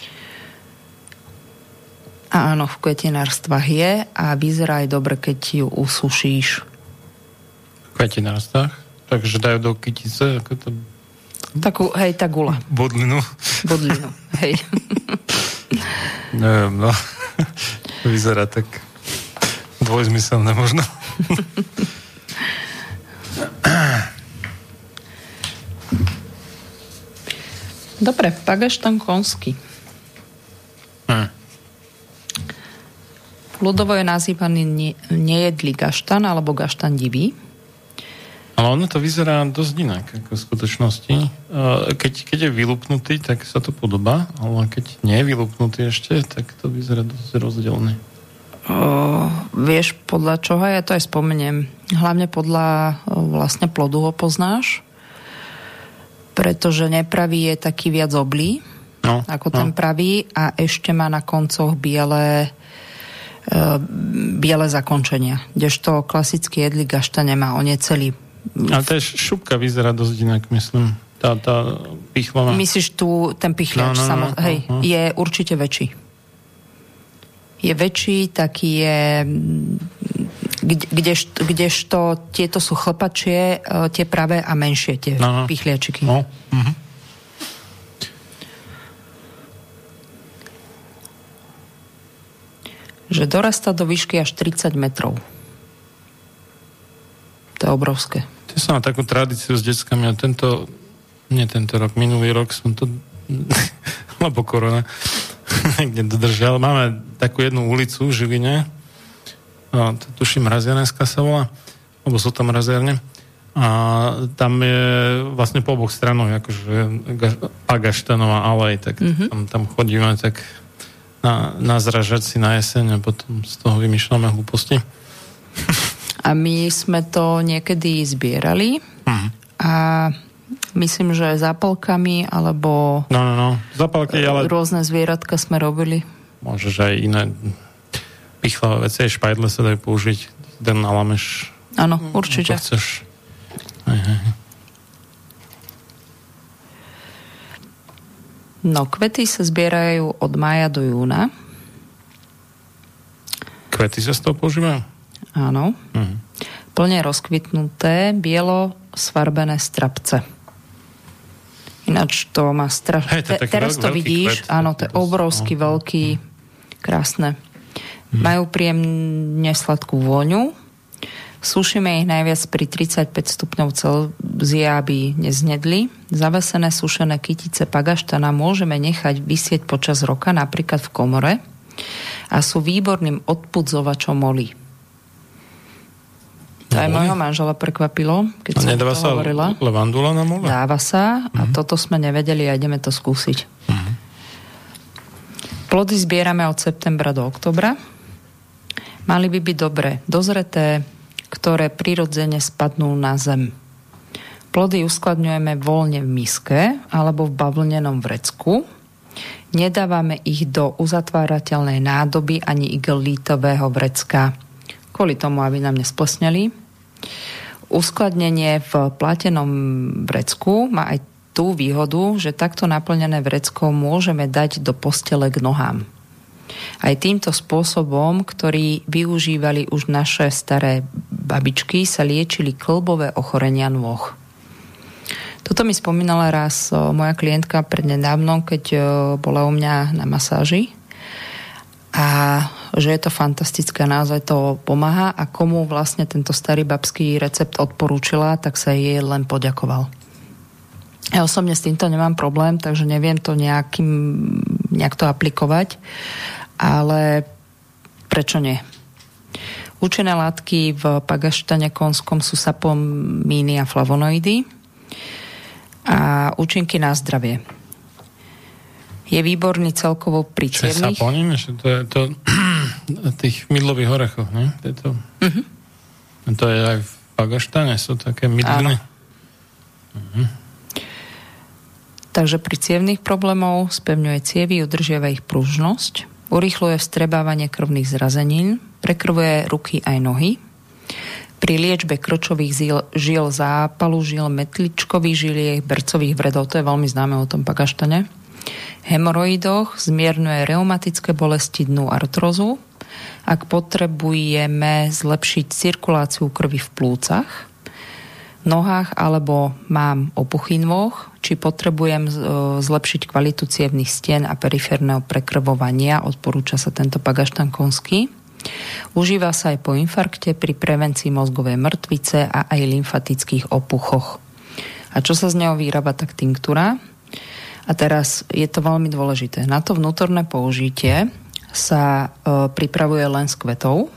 A áno, v kvetenárstvách je a vyzerá aj dobre, keď ju usušíš. V kvetenárstvách? Takže dajú do kytice, ako to... Takú, hej, tá gula. Bodlinu. Bodlinu, hej. Neviem, no. Vyzerá tak dvojzmyselné možno. Dobre, pagaštan konský. Hm. Ľudovo je nazývaný nejedlý gaštan alebo gaštan divý. Ale ono to vyzerá dosť inak ako v skutočnosti. Keď, keď je vylupnutý, tak sa to podobá, ale keď nie je vylupnutý ešte, tak to vyzerá dosť rozdielne. Uh, vieš, podľa čoho? Ja to aj spomeniem. Hlavne podľa vlastne plodu ho poznáš, pretože nepravý je taký viac oblý, no, ako no. ten pravý, a ešte má na koncoch biele uh, biele zakončenia. Kdežto klasický jedlý gašta nemá, on je celý. Ale tá šupka vyzerá dosť inak, myslím. Tá, tá pichlová. Myslíš tu ten pichliač? No, no, no, hej, no, no. Je určite väčší. Je väčší, taký je kdež, kdežto tieto sú chlpačie, tie pravé a menšie, tie no, no. pichliačiky. No. Uh-huh. Že dorastá do výšky až tridsať metrov. To je obrovské. To som mal takú tradíciu s deckami a tento, nie tento rok, minulý rok som to, lebo korona, niekde dodržal. Máme takú jednu ulicu v Žiline, a to tuším Mraziarenská sa volá, lebo sú tam mraziarne. A tam je vlastne po oboch stranoch akože Agaštanová alej, tak mm-hmm. tam, tam chodíme, tak na, nazražať si na jeseň a potom z toho vymýšľame hlúposti. A my sme to niekedy zbierali uh-huh. a myslím, že zápalkami alebo no, no, no. Zápalky, ale rôzne zvieratka sme robili. Môžeš aj iné pichlavé veci, aj špajdle sa dajú použiť. Den nalameš. Áno, určite. To chceš. Aj, aj. No, kvety sa zbierajú od mája do júna. Kvety sa z toho používajú? Áno. Mhm. Plne rozkvitnuté, bielo sfarbené strapce. Ináč to má strašne... Hej, to Te, teraz to vidíš, kvet, áno, to je obrovský, no. veľký, krásne. Hmm. Majú príjemne sladkú vôňu. Sušíme ich najviac pri tridsaťpäť stupňov Celzia, aby neznedli. Zavesené sušené kytice pagaštana môžeme nechať visieť počas roka, napríklad v komore, a sú výborným odpudzovačom moly. To aj môjho manžela prekvapilo, keď som to hovorila. Nedáva sa levandula na mole? Dáva sa a uh-huh. toto sme nevedeli a ideme to skúsiť. Uh-huh. Plody zbierame od septembra do oktobra. Mali by byť dobre dozreté, ktoré prirodzene spadnú na zem. Plody uskladňujeme voľne v miske alebo v bavlnenom vrecku. Nedávame ich do uzatvárateľnej nádoby ani igelítového vrecka, kvôli tomu, aby nám nesplesneli. Uskladnenie v platenom vrecku má aj tú výhodu, že takto naplnené vrecko môžeme dať do postele k nohám. Aj týmto spôsobom, ktorý využívali už naše staré babičky, sa liečili kĺbové ochorenia nôh. Toto mi spomínala raz moja klientka prednedávnom, keď bola u mňa na masáži. A že je to fantastické, naozaj to pomáha a komu vlastne tento starý babský recept odporúčila, tak sa jej len poďakoval. Ja osobne s týmto nemám problém, takže neviem to nejakým, nejak to aplikovať, ale prečo nie? Účinné látky v pagaštane konskom sú sapomíny a flavonoidy a účinky na zdravie. Je výborný celkovo pri cievnych. Čo je saponín? To je to tých mydlových orechoch, ne? To je, to, uh-huh. to je aj v pagaštane, sú také mydliny. Uh-huh. Takže pri cievnych problémov spevňuje cievy, udržiava ich pružnosť, urýchľuje vstrebávanie krvných zrazenín, prekrvuje ruky aj nohy. Pri liečbe krčových žil, žil zápalu, žil metličkových žiliek, bercových vredov, to je veľmi známe o tom pagaštane. Hemoroidoch zmierňuje reumatické bolesti, dnu, artrózu. Ak potrebujeme zlepšiť cirkuláciu krvi v plúcach, nohách alebo mám opuchy nôh, či potrebujem zlepšiť kvalitu cievnych stien a periférneho prekrvovania, odporúča sa tento pagaštan konský. Užíva sa aj po infarkte, pri prevencii mozgovej mŕtvice a aj lymfatických opuchoch. A čo sa z neho vyrába, tak tinktúra. A teraz je to veľmi dôležité. Na to vnútorné použitie sa e, pripravuje len z kvetov,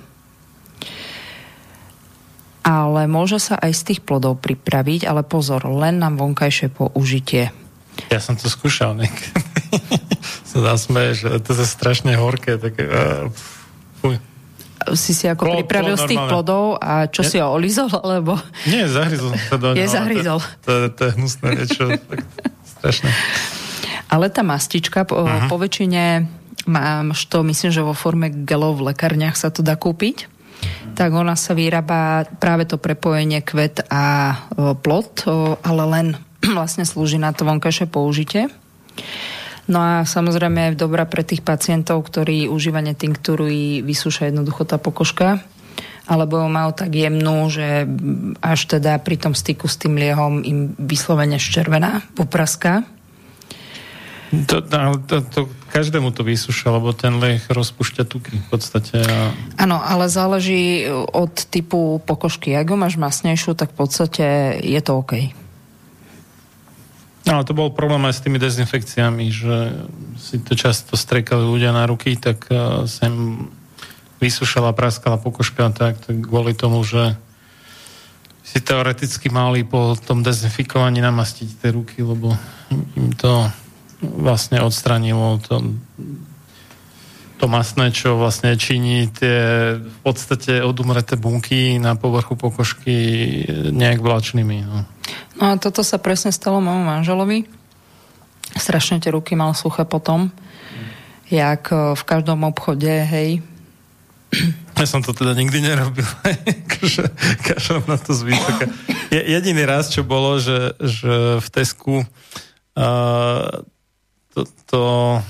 ale môže sa aj z tých plodov pripraviť, ale pozor, len na vonkajšie použitie. Ja som to skúšal niekedy. sa zasmeješ, že to je strašne horké. Také, uh, fuj. Si si ako plod, pripravil plod, z tých normálne. Plodov a čo nie? Si ho olizol, alebo... Nie, zahryzol sa do Je zahryzol. To, to, to je hnusné niečo. Strašné. Ale tá mastička, po, uh-huh. po väčšine mám to, myslím, že vo forme gelov v lekárniach sa to dá kúpiť. Uh-huh. Tak ona sa vyrába práve to prepojenie kvet a o, plod, o, ale len vlastne slúži na to vonkajšie použitie. No a samozrejme je dobrá pre tých pacientov, ktorí užívanie tinktúry vysúša jednoducho tá pokožka, alebo ju majú tak jemnú, že až teda pri tom styku s tým liehom im vyslovene ščervená, popraská. To, to, to, každému to vysúša, lebo ten lieh rozpúšťa tuky v podstate. Áno, a... ale záleží od typu pokožky. Ak ju máš masnejšiu, tak v podstate je to OK. No, to bol problém aj s tými dezinfekciami, že si to často striekali ľudia na ruky, tak uh, sa im vysúšala, praskala pokožka, tak, tak kvôli tomu, že si teoreticky mali po tom dezinfikovaní namastiť tie ruky, lebo im to vlastne odstranilo to to masné, čo vlastne činí tie v podstate odumreté bunky na povrchu pokožky nejak vláčnými. No. No a toto sa presne stalo môjmu manželovi. Strašne tie ruky mal suché potom, jak v každom obchode, hej. Ja som to teda nikdy nerobil. Kašľam na to zvysoka. Jediný raz, čo bolo, že, že v Tesku uh, to... to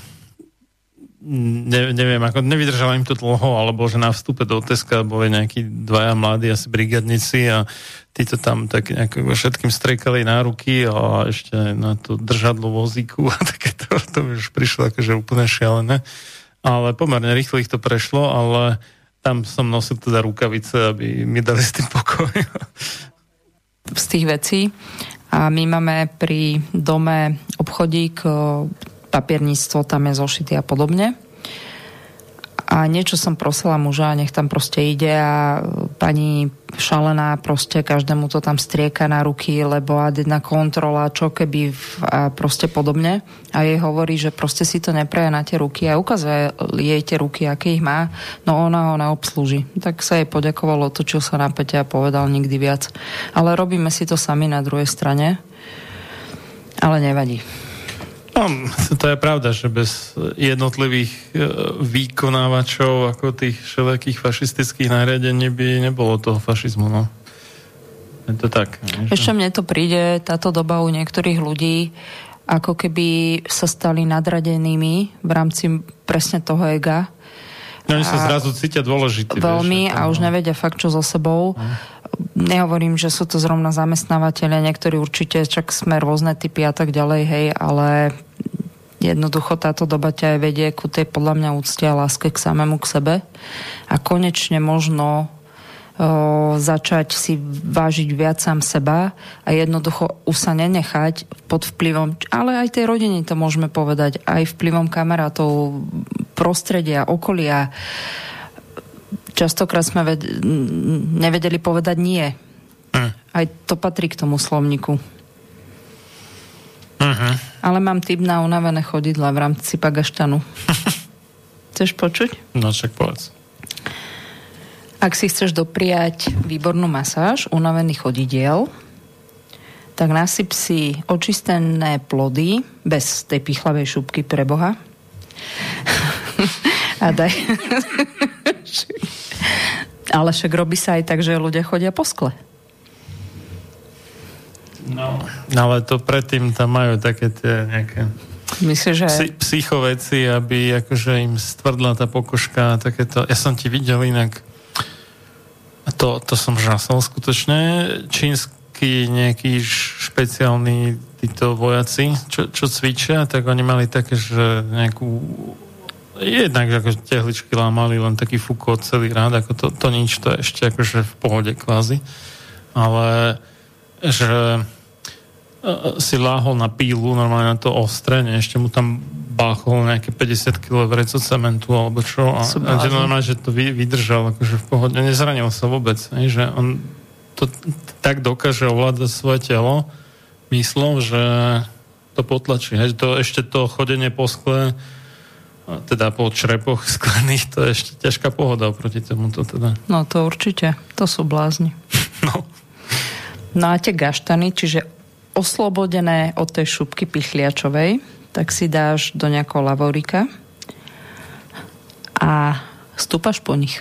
Ne, neviem, ako nevydržalo im to dlho, alebo že na vstupe do Teska boli nejakí dvaja mladí, asi brigadníci a títo tam tak nejako všetkým strekali na ruky a ešte na to držadlo vozíku a takéto, to už prišlo akože úplne šialené. Ale pomerne rýchlo ich to prešlo, ale tam som nosil teda rukavice, aby mi dali s tým pokoj. Z tých vecí. A my máme pri dome obchodík, papierníctvo tam je zošitý a podobne. A niečo som prosila muža, nech tam proste ide a pani šalená proste každému to tam strieka na ruky, lebo jedna kontrola, čo keby a proste podobne. A jej hovorí, že proste si to nepreje na tie ruky a ukazuje jej tie ruky, aké ich má, no ona ho neobslúži. Tak sa jej poďakoval, otočil sa na päte a povedal nikdy viac. Ale robíme si to sami na druhej strane. Ale nevadí. No, to je pravda, že bez jednotlivých vykonávačov ako tých všelijakých fašistických nariadení by nebolo toho fašizmu, no. Je to tak. Nie? Ešte mne to príde, táto doba u niektorých ľudí, ako keby sa stali nadradenými v rámci presne toho ega. No, oni sa zrazu cítia dôležití. Veľmi vieš, a už nevedia fakt, čo so sebou. No. Nehovorím, že sú to zrovna zamestnávateľe, niektorí určite, čak sme rôzne typy a tak ďalej, hej, ale jednoducho táto doba ťa aj vedie ku tej podľa mňa úcte a láske k samému k sebe a konečne možno o, začať si vážiť viac sám seba a jednoducho už sa nenechať pod vplyvom, ale aj tej rodiny to môžeme povedať, aj vplyvom kamarátov, prostredia, okolia. Častokrát sme ved- nevedeli povedať nie. Mm. Aj to patrí k tomu slovníku. Uh-huh. Ale mám tip na unavené chodidla v rámci Pagaštanu. Chceš počuť? No, však povedz. Ak si chceš dopriať výbornú masáž unavených chodidiel, tak nasyp si očistené plody bez tej pichlavej šupky pre Boha. A daj... Ale však robí sa aj tak, že ľudia chodia po skle. No, ale to predtým tam majú také tie nejaké Myslím, že... Psy, psychoveci, aby akože im stvrdla tá pokožka takéto. Ja som ti videl inak a to, to som žasol skutočne. Čínsky nejaký špeciálny títo vojaci, čo, čo cvičia, tak oni mali také, že nejakú jednak ako tehličky lámali, len taký fúko celý rád, ako to, to nič, to je ešte akože v pohode kvázi. Ale že si láhol na pílu, normálne na to ostré, ne, ešte mu tam báchol nejaké päťdesiat kilogramov vreco cementu alebo čo a, a že normálne, že to vy, vydržal akože v pohode, nezranil sa vôbec, ne, že on to tak dokáže ovládať svoje telo myslom, že to potlačí, ne, to ešte to chodenie po skle teda po črepoch sklených, to je ešte ťažká pohoda oproti tomuto teda. No to určite, to sú blázni. No. No a tie gaštany, čiže oslobodené od tej šupky pichliačovej, tak si dáš do nejakého lavorika a stúpaš po nich.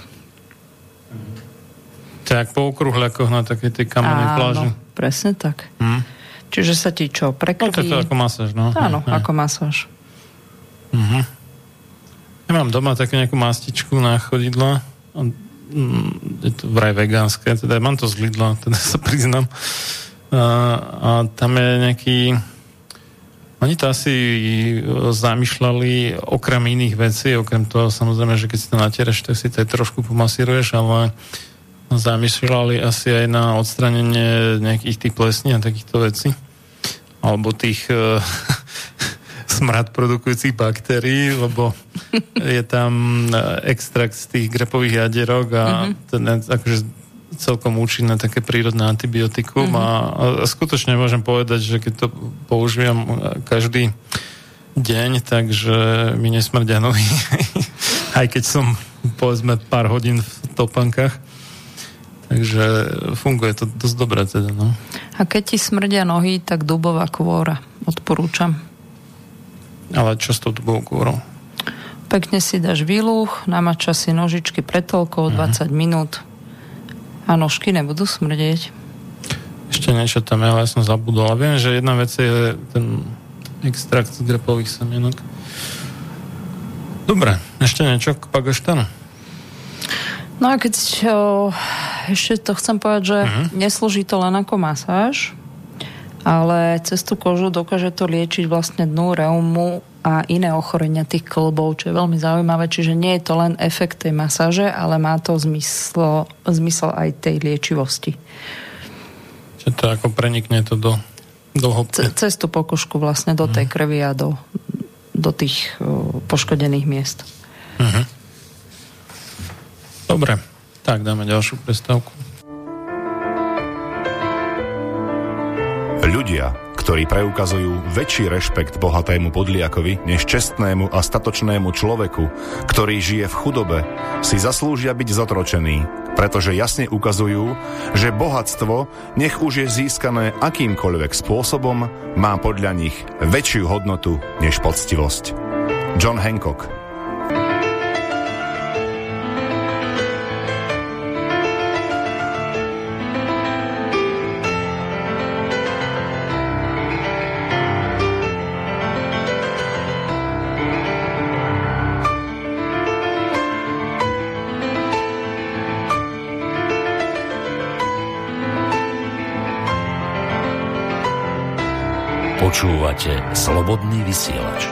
Tak po okruhľakoch na takej tej kamennej pláži. Áno, presne tak. Hm. Čiže sa ti čo, prekrví? No to je ako masáž, no. Áno, ja, ja. ako masáž. Mhm. Ja mám doma také nejakú mastičku na chodidla. Je to vraj vegánske, teda mám to z Lidla, teda sa priznám. A, a tam je nejaký... Oni to asi zamýšľali okrem iných vecí, okrem toho samozrejme, že keď si to natiereš, tak si to aj trošku pomasíruješ, ale zamýšľali asi aj na odstranenie nejakých tých plesní a takýchto vecí. Alebo tých... smrad produkujúcich baktérií, lebo je tam extrakt z tých grepových jadierok a mm-hmm. ten akože celkom účinné také prírodné antibiotikum mm-hmm. a, a skutočne môžem povedať, že keď to používam každý deň, takže mi nesmrdia nohy. Aj keď som, povedzme, pár hodín v topankách. Takže funguje to dosť dobre teda, no. A keď ti smrdia nohy, tak dubová kôra. Odporúčam. Ale čo s tou dubovou kôrou? Pekne si dáš výluch, namača si nožičky pred toľkou, uh-huh. dvadsať minút a nožky nebudú smrdieť. Ešte niečo tam, ale ja som zabudol. A viem, že jedna vec je ten extrakt z grepových semienok. Dobre, ešte niečo k Pagoštanu? No a keď o, ešte to chcem povedať, že uh-huh. neslúži to len ako masáž, ale cez tú kožu dokáže to liečiť vlastne dnu, reumu a iné ochorenia tých kĺbov, čo je veľmi zaujímavé. Čiže nie je to len efekt tej masáže, ale má to zmysl, zmysel aj tej liečivosti. Čiže to ako prenikne to do, do hĺbky. Ce, cez tú pokožku vlastne do tej krvi a do, do tých o, poškodených miest. Uh-huh. Dobre, tak dáme ďalšiu prestávku. Ľudia, ktorí preukazujú väčší rešpekt bohatému podliakovi než čestnému a statočnému človeku, ktorý žije v chudobe, si zaslúžia byť zotročení, pretože jasne ukazujú, že bohatstvo, nech už je získané akýmkoľvek spôsobom, má podľa nich väčšiu hodnotu než poctivosť. John Hancock. Počúvate Slobodný vysielač.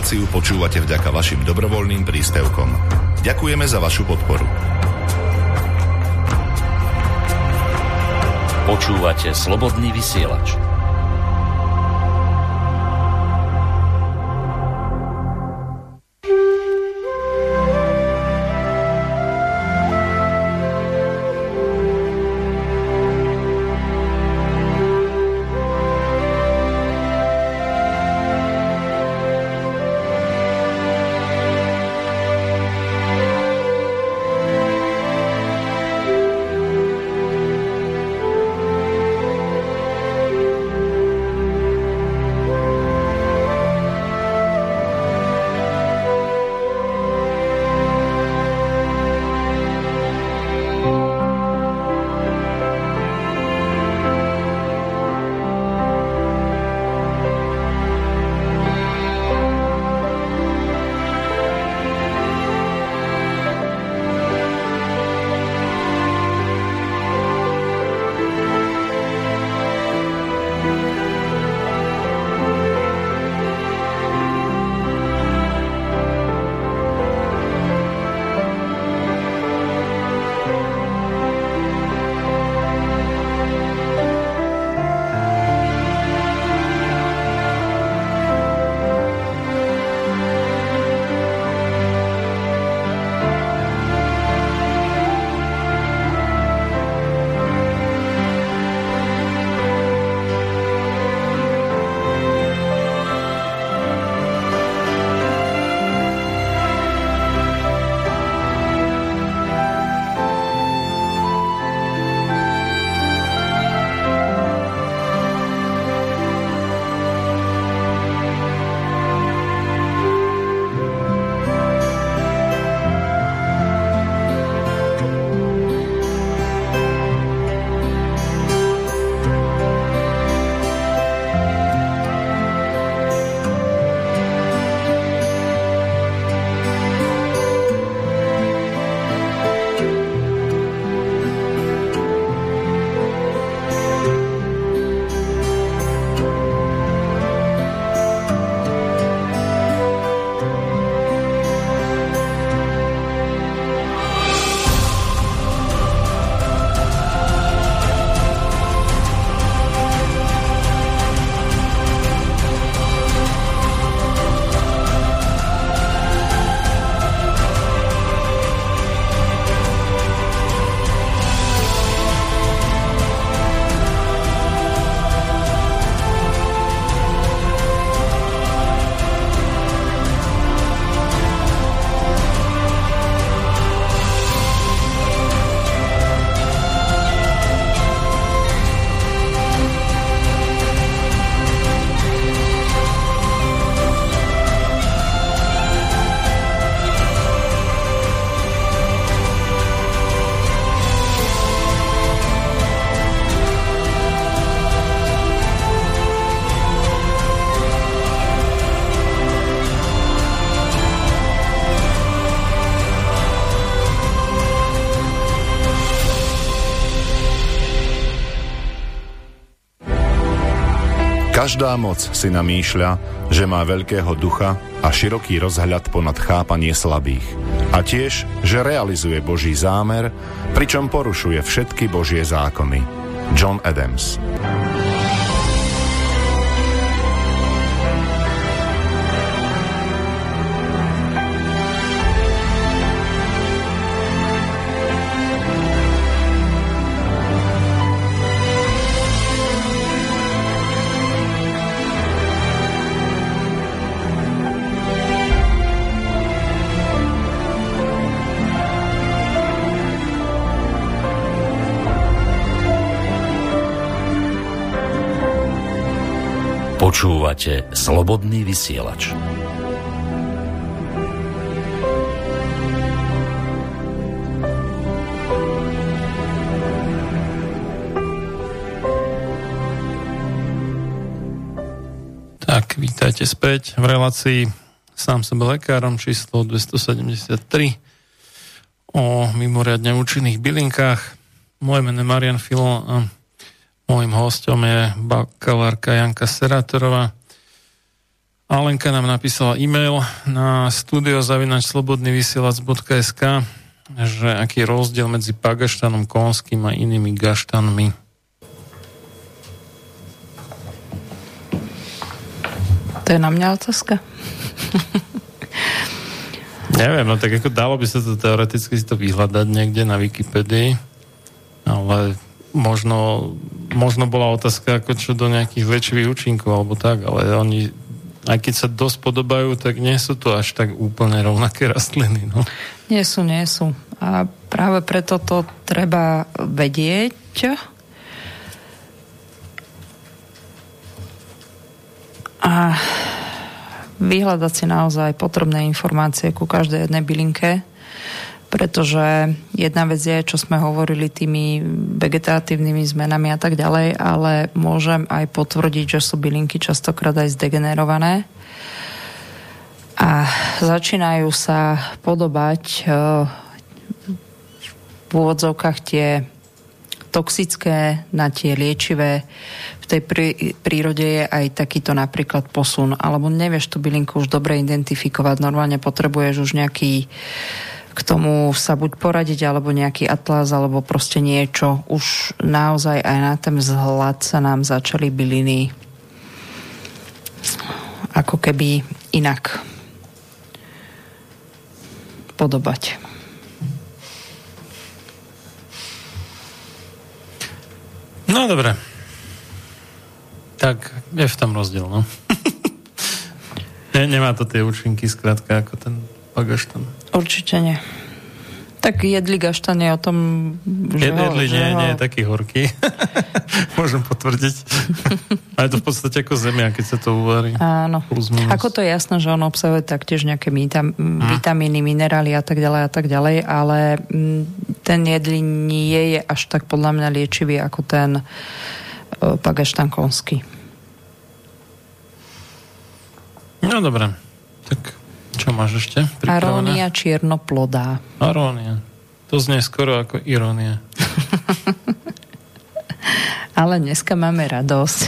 reláciu počúvate vďaka vašim dobrovoľným príspevkom. Ďakujeme za vašu podporu. Počúvate Slobodný vysielač. Každá moc si namýšľa, že má veľkého ducha a široký rozhľad ponad chápanie slabých. A tiež, že realizuje Boží zámer, pričom porušuje všetky Božie zákony. John Adams. Počúvate Slobodný vysielač. Tak, vítajte späť v relácii Sám sebe lekárom číslo dvestosedemdesiattri o mimoriadne účinných bylinkách. Moje meno je Marian Filo a mojím hostom je bakalárka Janka Serátorová. Alenka nám napísala e-mail na studio zavináč slobodnyvysielac bodka es ká, že aký je rozdiel medzi pagaštanom konským a inými gaštanmi. To je na mňa otázka. Neviem, no tak ako dalo by sa to teoreticky si to vyhľadať niekde na Wikipedii, ale možno, možno bola otázka ako čo do nejakých väčších účinkov alebo tak, ale oni, aj keď sa dosť podobajú, tak nie sú to až tak úplne rovnaké rastliny. No. Nie sú, nie sú. A práve preto to treba vedieť. A vyhľadať si naozaj potrebné informácie ku každej jednej bylinke, pretože jedna vec je, čo sme hovorili tými vegetatívnymi zmenami a tak ďalej, ale môžem aj potvrdiť, že sú bylinky častokrát aj zdegenerované a začínajú sa podobať v úvodzovkách tie toxické na tie liečivé. V tej prí, prírode je aj takýto napríklad posun, alebo nevieš tú bylinku už dobre identifikovať, normálne potrebuješ už nejaký k tomu sa buď poradiť, alebo nejaký atlas, alebo proste niečo. Už naozaj aj na ten vzhľad sa nám začali byliny ako keby inak podobať. No dobre. Tak je v tom rozdiel, no. ne, nemá to tie účinky skrátka ako ten pagaštan. Určite nie. Tak jedli gaštan je o tom, že Jed, jedli ho, nie, ho... nie je taký horký. Môžem potvrdiť. A je to v podstate ako zemia, keď sa to uvarí. Áno. Ako to je jasné, že on obsahuje taktiež nejaké vitam, hmm. vitamíny, minerály a tak ďalej a tak ďalej, ale ten jedli nie je až tak podľa mňa liečivý ako ten uh, pagaštan konský. No dobre. Tak čo máš ešte pripravené? Arónia čiernoplodá. Arónia. To znie skoro ako irónia. Ale dneska máme radosť.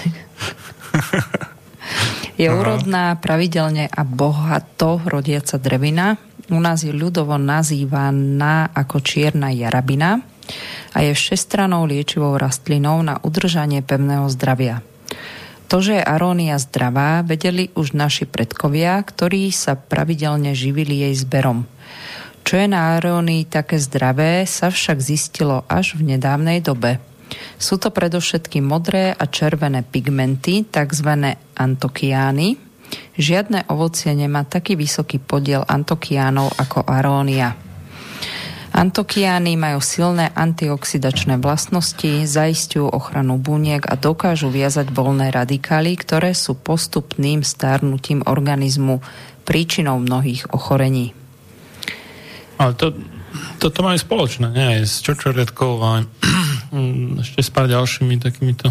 Je úrodná, pravidelne a bohato rodiaca drevina. U nás je ľudovo nazývaná ako čierna jarabina a je všestrannou liečivou rastlinou na udržanie pevného zdravia. To, že je arónia zdravá, vedeli už naši predkovia, ktorí sa pravidelne živili jej zberom. Čo je na arónii také zdravé, sa však zistilo až v nedávnej dobe. Sú to predovšetkým modré a červené pigmenty, tzv. Antokiány. Žiadne ovocie nemá taký vysoký podiel antokiánov ako arónia. Antokiány majú silné antioxidačné vlastnosti, zaisťujú ochranu buniek a dokážu viazať voľné radikály, ktoré sú postupným stárnutím organizmu príčinou mnohých ochorení. Ale to, toto majú spoločné, nie? Aj s čočoriedkou a ešte s pár ďalšími takýmito.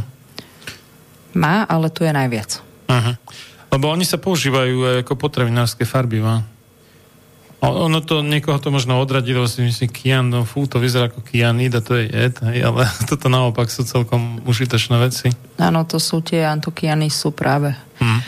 Má, ale tu je najviac. Aha. Lebo oni sa používajú ako potravinárske farbivá. Ono to, niekoho to možno odradilo, si myslí kian, no fú, to vyzerá ako kianid a to je jed, hej, ale toto naopak sú celkom užitočné veci. Áno, to sú tie antokiany, sú práve. Hmm.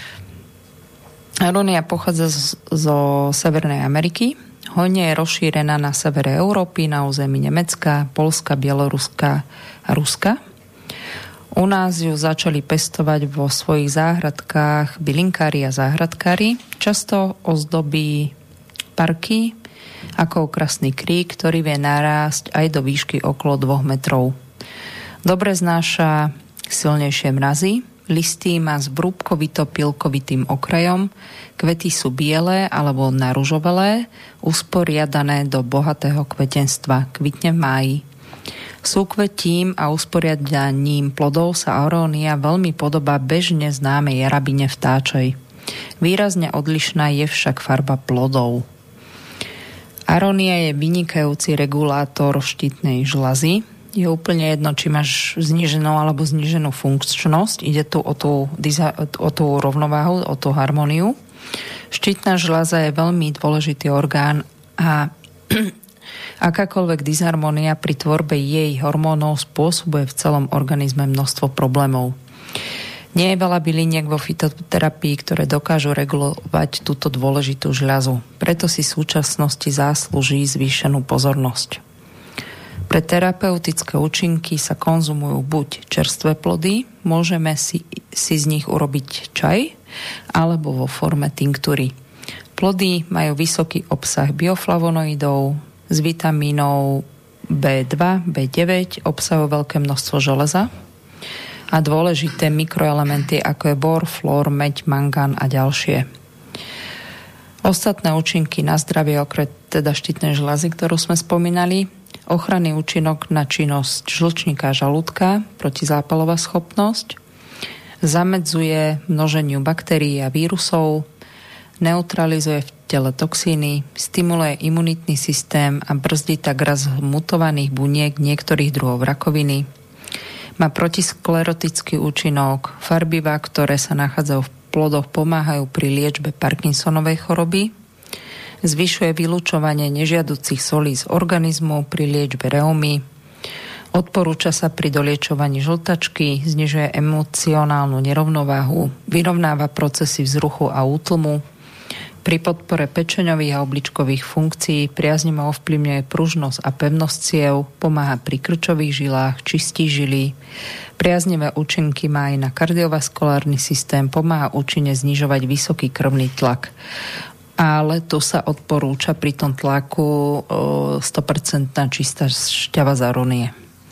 Arónia pochádza z, zo Severnej Ameriky. Hojne je rozšírená na severe Európy, na území Nemecka, Poľska, Bieloruska a Ruska. U nás ju začali pestovať vo svojich záhradkách bylinkári a záhradkári. Často ozdobí parky ako okrasný krík, ktorý vie narásť aj do výšky okolo dvoch metrov. Dobre znáša silnejšie mrazy, listy má s brúbkovito-pilkovitým okrajom, kvety sú biele alebo naružovelé, usporiadané do bohatého kvetenstva, kvitne v máji. Súkvetím a usporiadaním plodov sa arónia veľmi podobá bežne známej jarabine vtáčej. Výrazne odlišná je však farba plodov. Arónia je vynikajúci regulátor štítnej žľazy. Je úplne jedno, či máš zníženú alebo zníženú funkčnosť. Ide tu o tú, o tú rovnováhu, o tú harmóniu. Štítna žľaza je veľmi dôležitý orgán a akákoľvek disharmónia pri tvorbe jej hormónov spôsobuje v celom organizme množstvo problémov. Nie je veľa byliniek vo fitoterapii, ktoré dokážu regulovať túto dôležitú žľazu. Preto si v súčasnosti zaslúži zvýšenú pozornosť. Pre terapeutické účinky sa konzumujú buď čerstvé plody, môžeme si, si z nich urobiť čaj, alebo vo forme tinktúry. Plody majú vysoký obsah bioflavonoidov, s vitamínov bé dva, bé deväť, obsahujú veľké množstvo železa a dôležité mikroelementy ako je bor, flór, meď, mangán a ďalšie. Ostatné účinky na zdravie okrem teda štítnej žľazy, ktorú sme spomínali, ochranný účinok na činnosť žlčníka a žalúdka, protizápalová schopnosť, zamedzuje množeniu baktérií a vírusov, neutralizuje v tele toxíny, stimuluje imunitný systém a brzdí tak rast mutovaných buniek niektorých druhov rakoviny. Má protisklerotický účinok, farbivá, ktoré sa nachádzajú v plodoch, pomáhajú pri liečbe Parkinsonovej choroby, zvyšuje vylučovanie nežiaducich solí z organizmu pri liečbe reumy, odporúča sa pri doliečovaní žltačky, znižuje emocionálnu nerovnováhu, vyrovnáva procesy vzruchu a útlmu, pri podpore pečeňových a obličkových funkcií priaznivo ovplyvňuje pružnosť a pevnosť ciev, pomáha pri krčových žilách, čistí žily. Priaznivé účinky má aj na kardiovaskulárny systém, pomáha účinne znižovať vysoký krvný tlak. Ale tu sa odporúča pri tom tlaku sto percent čistá šťava z arónie.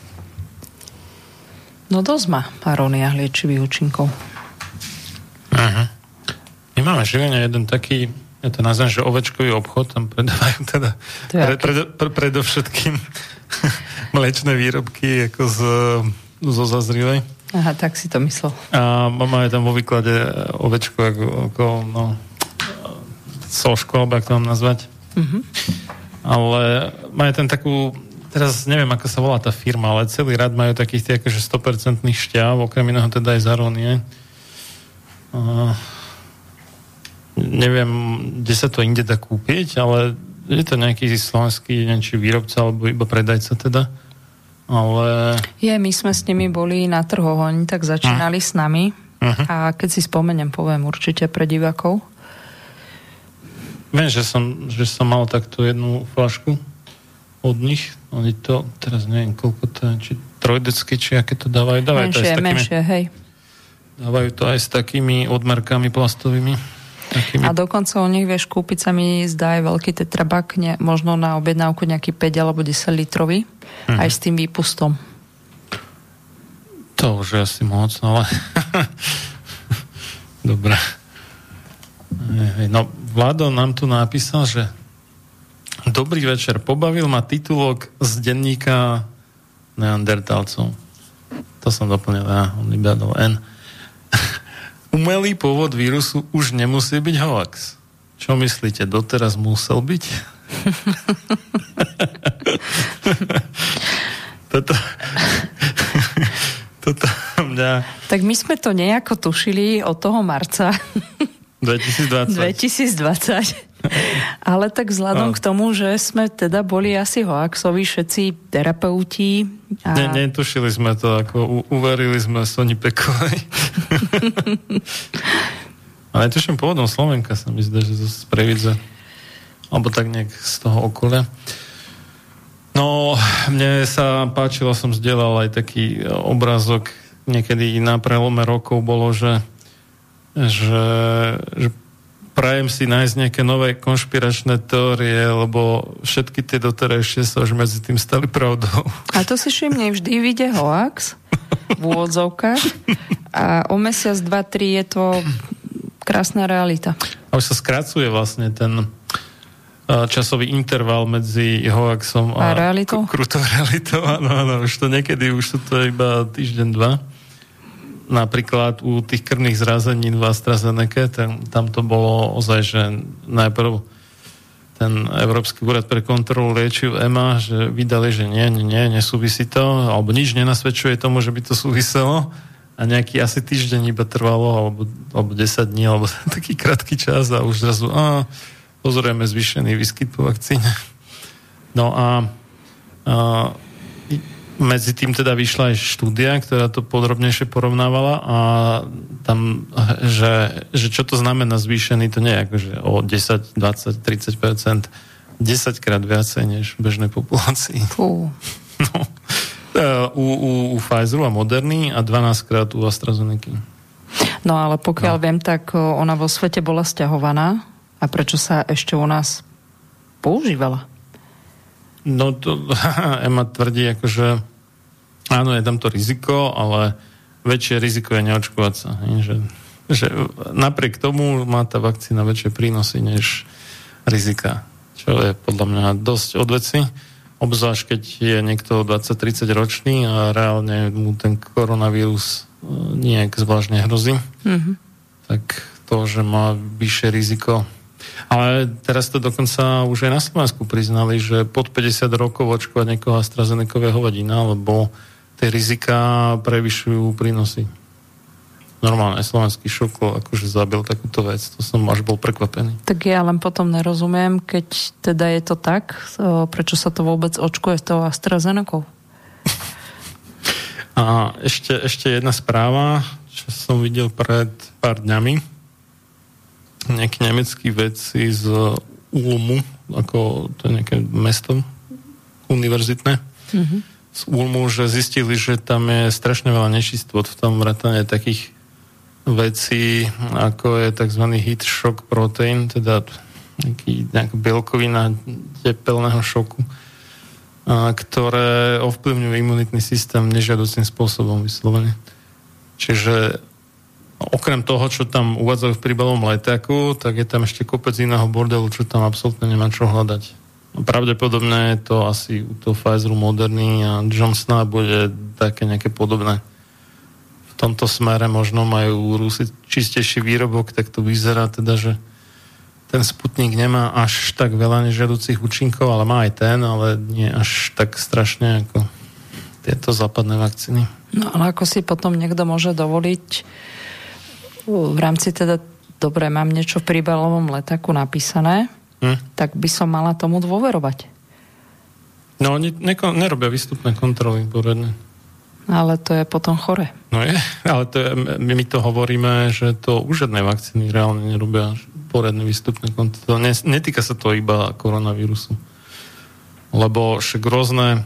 No dosť má arónia liečivých účinkov. Aha. My máme živene jeden taký, ja to nazvem, že ovečkový obchod, tam predávajú teda pre, pre, pre, predovšetkým mliečne výrobky ako z, zo zazrilej. Aha, tak si to myslel. A máme tam vo výklade ovečku ako, ako no, sošku, alebo ako to mám nazvať. Mm-hmm. Ale majú tam takú, teraz neviem, ako sa volá tá firma, ale celý rad majú takých tých akože sto percent šťav, okrem iného teda aj z arónie. A neviem, kde sa to inde dá kúpiť, ale je to nejaký slovenský, neviem, či výrobca, alebo iba predajca teda. Ale... Je, my sme s nimi boli na trhoch, oni tak začínali uh. s nami uh-huh. a keď si spomeniem, poviem určite pre divákov. Viem, že som, že som mal takto jednu flašku od nich. Oni to, teraz neviem, koľko to je, či trojdecky, či aké to dávajú. dávajú menšie, to aj s takými, menšie, hej. Dávajú to aj s takými odmerkami plastovými. Takými... A dokonca u nich vieš kúpiť, sa mi zdá aj veľký tetrabak, ne, možno na objednávku nejaký päť alebo desať litrový, mhm. aj s tým výpustom. To už je asi moc, ale... Dobre. No, Vlado nám tu napísal, že dobrý večer, pobavil ma titulok z denníka Neandertálcov. To som doplnil, ja, on iba dal N. Umelý pôvod vírusu už nemusí byť hoax. Čo myslíte, doteraz musel byť? toto... toto mňa... Tak my sme to nejako tušili od toho marca. dvetisícdvadsať. dvetisícdvadsať. Ale tak vzhľadom no. k tomu, že sme teda boli asi hoaxoví všetci terapeuti. A... Ne, netušili sme to, ako u, uverili sme Soni Pekovej. Ale netuším pôvodom Slovenka, sa mi zdá, že z Previdze. Alebo tak nejak z toho okolia. No, mne sa páčilo, som zdieľal aj taký obrázok, niekedy na prelome rokov bolo, že že, že prajem si nájsť nejaké nové konšpiračné teórie, lebo všetky tie doterajšie sa už medzi tým stali pravdou. A to si všimne, vždy vyjde hoax v úvodzovkách a o mesiac, dva, tri je to krásna realita. A už sa skracuje vlastne ten časový interval medzi hoaxom a, a realitou? K- krutou realitou. Áno, áno, už to niekedy, už sú to iba týždeň, dva. Napríklad u tých krvných zrazenín v AstraZeneca, tam, tam to bolo ozaj, že najprv ten Európsky úrad pre kontrolu liečiv é em á, že vydali, že nie, nie, nie, nesúvisí to, alebo nič nenasvedčuje tomu, že by to súviselo a nejaký asi týždeň iba trvalo, alebo, alebo desať dní, alebo taký krátky čas a už zrazu á, pozorujeme zvýšený výskyt po vakcíne. No a, a medzi tým teda vyšla aj štúdia, ktorá to podrobnejšie porovnávala a tam, že, že čo to znamená zvýšený, to nie je akože o desať, dvadsať, tridsať percent, desaťkrát viacej než v bežnej populácii. Fú. No, u, u, u Pfizeru a Moderny a dvanásťkrát u AstraZeneca. No ale pokiaľ no. viem, tak ona vo svete bola sťahovaná. A prečo sa ešte u nás používala? No to Ema tvrdí, akože áno, je tam to riziko, ale väčšie riziko je neočkovať sa. Že, že napriek tomu má tá vakcína väčšie prínosy než rizika. Čo je podľa mňa dosť odveci. Obzvlášť, keď je niekto dvadsať tridsať ročný a reálne mu ten koronavírus nejak zvlášť nehrozí. Mm-hmm. Tak to, že má vyššie riziko. Ale teraz to dokonca už aj na Slovensku priznali, že pod päťdesiat rokov očkovať niekoho AstraZenecového hovadina, lebo tie rizika prevyšujú prínosy. Normálne slovenský šok akože zabil takúto vec. To som až bol prekvapený. Tak ja len potom nerozumiem, keď teda je to tak, prečo sa to vôbec očkuje s tou AstraZenecou? A ešte, ešte jedna správa, čo som videl pred pár dňami. Nejakí nemeckí vedci z Ulmu, ako to je nejaké mesto univerzitné, mm-hmm. z Ulmu, že zistili, že tam je strašne veľa nečistot v tom vrátane takých vecí, ako je tzv. Heat shock protein, teda nejaký, nejaká bielkovina tepelného šoku, a, ktoré ovplyvňujú imunitný systém nežiaducím spôsobom vyslovene. Čiže okrem toho, čo tam uvádzajú v príbalovom letáku, tak je tam ešte kopec iného bordelu, čo tam absolútne nemá čo hľadať. Pravdepodobne je to asi u toho Pfizeru, Moderny a Johnsona bude také nejaké podobné. V tomto smere možno majú Rusi čistejší výrobok, tak to vyzerá teda, že ten Sputnik nemá až tak veľa nežiaducich účinkov, ale má aj ten, ale nie až tak strašne ako tieto západné vakcíny. No ale ako si potom niekto môže dovoliť v rámci teda, dobre, mám niečo v príbalovom letáku napísané, hm? tak by som mala tomu dôverovať. No oni neko, nerobia výstupné kontroly poriadne. Ale to je potom chore. No je, ale to je, my, my to hovoríme, že to už žiadnej vakcíny reálne nerobia poriadne výstupné kontroly. Netýka sa to iba koronavírusu. Lebo však rôzne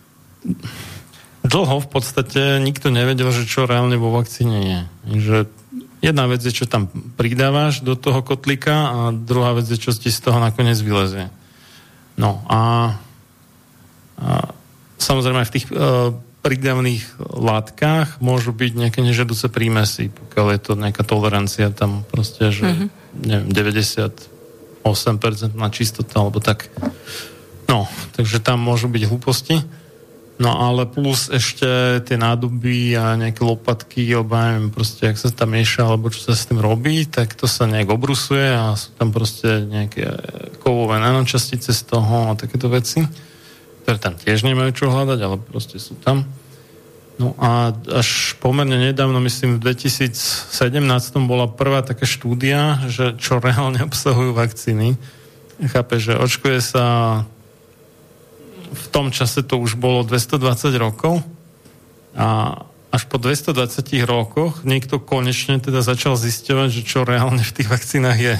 dlho v podstate nikto nevedel, že čo reálne vo vakcíne je. Že jedna vec je, čo tam pridávaš do toho kotlíka a druhá vec je, čo ti z toho nakoniec vylezie. No a, a samozrejme aj v tých uh, pridavných látkach môžu byť nejaké nežiaduce prímesy, pokiaľ je to nejaká tolerancia tam proste, že mm-hmm. neviem, deväťdesiatosem percent na čistota, alebo tak. No, takže tam môžu byť hlúposti. No ale plus ešte tie nádoby a nejaké lopatky, alebo neviem proste, jak sa tam mieša, alebo čo sa s tým robí, tak to sa nejak obrusuje a sú tam proste nejaké kovové nanočastice z toho a takéto veci, ktoré tam tiež nemajú čo hľadať, ale proste sú tam. No a až pomerne nedávno, myslím v dvetisícsedemnásť bola prvá taká štúdia, že čo reálne obsahujú vakcíny. Chápe, že očkuje sa v tom čase to už bolo dvestodvadsať rokov a až po dvestodvadsiatich rokoch niekto konečne teda začal zisťovať, že čo reálne v tých vakcínach je.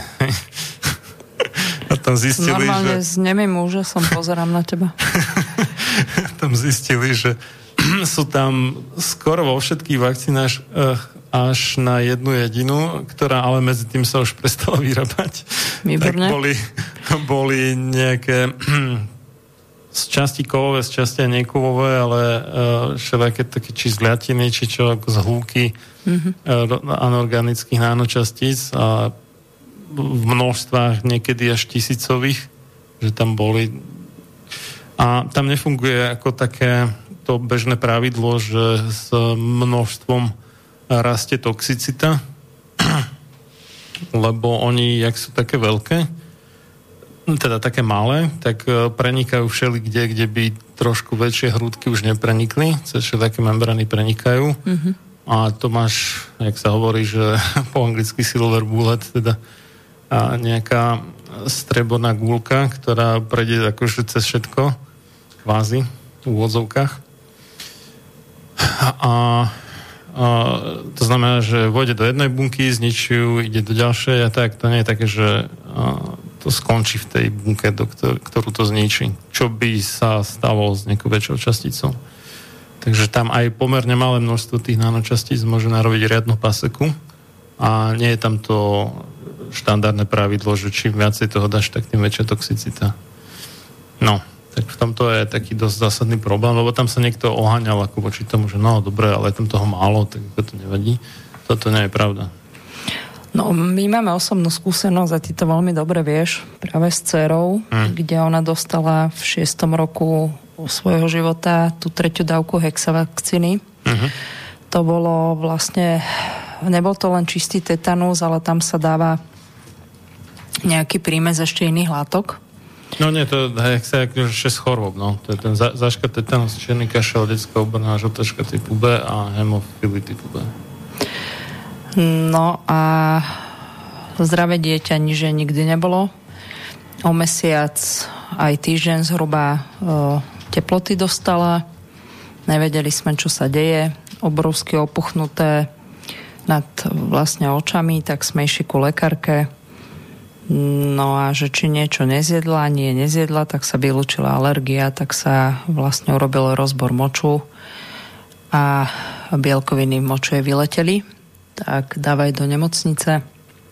A tam zistili, normálne že... s nemým úžasom pozerám na teba. Tam zistili, že sú tam skoro vo všetkých vakcínach až na jednu jedinu, ktorá ale medzi tým sa už prestala vyrábať. Výborné. Tak boli, boli nejaké z časti kovové, z časti aj nekovové, ale uh, všelijaké také či zliatiny, či čo ako z hĺbky mm-hmm. uh, anorganických nánočastíc a v množstvách niekedy až tisícových, že tam boli. A tam nefunguje ako také to bežné pravidlo, že s množstvom rastie toxicita, lebo oni, jak sú také veľké, teda také malé, tak prenikajú všeli kde, kde by trošku väčšie hrúdky už neprenikli, cez všelijaké membrany prenikajú. Mm-hmm. A to máš, jak sa hovorí, že po anglicky silver bullet, teda a nejaká streborná gúľka, ktorá prejde akože cez všetko, kvázi, v úvodzovkách. A, a to znamená, že vôjde do jednej bunky, zničí ju, ide do ďalšej a tak. To nie je také, že a, to skončí v tej bunke, do ktor- ktorú to zničí. Čo by sa stalo s nejakou väčšou časticou. Takže tam aj pomerne malé množstvo tých nanočastíc môže narobiť riadnu paseku a nie je tam to štandardné pravidlo, že čím viacej toho dáš, tak tým väčšia toxicita. No, tak v tomto je taký dosť zásadný problém, lebo tam sa niekto oháňal ako voči tomu, že no, dobre, ale je tam toho málo, tak to nevadí. Toto nie je pravda. No, my máme osobnú skúsenosť a ty to veľmi dobre vieš, práve s dcerou, hmm. kde ona dostala v šiestom roku svojho života tú tretiu dávku hexavakcíny. Hmm. To bolo vlastne, nebol to len čistý tetanus, ale tam sa dáva nejaký prímez ešte iných látok. No nie, to je akože šesť chorôb, no. To je ten za, záška tetanus, čierny kašel, detská obrná žltačka typu B a hemofily typu B. No a zdravé dieťa niže nikdy nebolo. O mesiac aj týždeň zhruba e, teploty dostala. Nevedeli sme, čo sa deje. Obrovsky opuchnuté nad vlastne očami, tak sme išli ku lekárke. No a že či niečo nezjedla, nie nezjedla, tak sa vylúčila alergia, tak sa vlastne urobil rozbor moču a bielkoviny v moču jej vyleteli. Tak dávaj do nemocnice,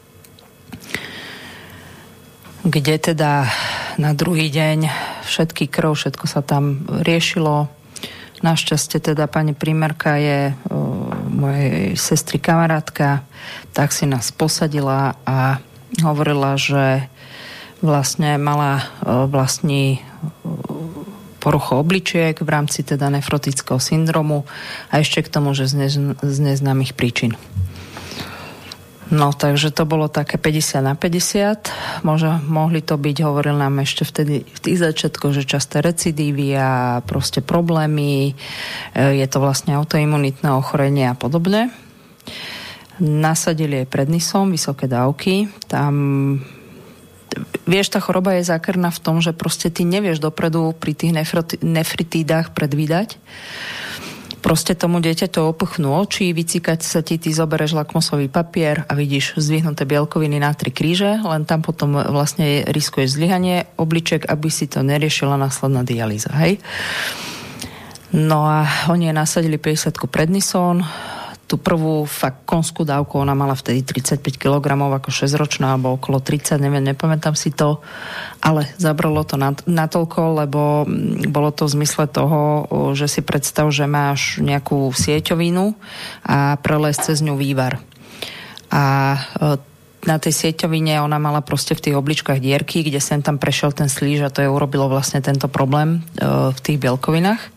kde teda na druhý deň všetky krv, všetko sa tam riešilo. Našťastie teda pani primerka je uh, mojej sestry kamarátka, tak si nás posadila a hovorila, že vlastne mala uh, vlastní uh, poruchu obličiek v rámci teda nefrotického syndromu a ešte k tomu, že z, ne- z neznámych príčin. No, takže to bolo také päťdesiat na päťdesiat. Môže, mohli to byť, hovoril nám ešte vtedy v tých začiatkoch, že časté recidívy a proste problémy. Je to vlastne autoimunitné ochorenie a podobne. Nasadili jej prednisom vysoké dávky. Tam, vieš, tá choroba je zákerná v tom, že proste ty nevieš dopredu pri tých nefroti- nefritídach predvídať. Proste tomu dieťaťu opuchnú oči, vycíkať sa ti, ty zoberieš lakmusový papier a vidíš zdvihnuté bielkoviny na tri kríže, len tam potom vlastne riskuješ zlyhanie obličiek, aby si to neriešila následná dialýza, hej? No a oni jej nasadili päťdesiatku prednison, tú prvú fakt konskú dávku, ona mala vtedy tridsaťpäť kilogramov ako šesťročná, alebo okolo tridsať, neviem, nepamätám si to, ale zabralo to natoľko, lebo bolo to v zmysle toho, že si predstav, že máš nejakú sieťovinu a prelez cez ňu vývar. A na tej sieťovine ona mala proste v tých obličkách dierky, kde sem tam prešiel ten slíž a to je urobilo vlastne tento problém v tých bielkovinách.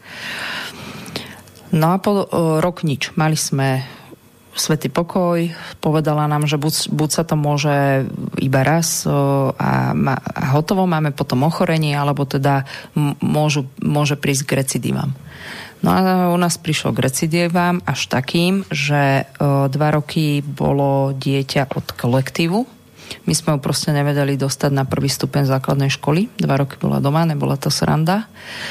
No a po rok nič. Mali sme svätý pokoj, povedala nám, že buď, buď sa to môže iba raz a, a hotovo, máme potom ochorenie, alebo teda môžu, môže prísť k recidívam. No a u nás prišlo k recidívam až takým, že dva roky bolo dieťa od kolektívu. My sme ho proste nevedeli dostať na prvý stupeň základnej školy. Dva roky bola doma, nebola to sranda.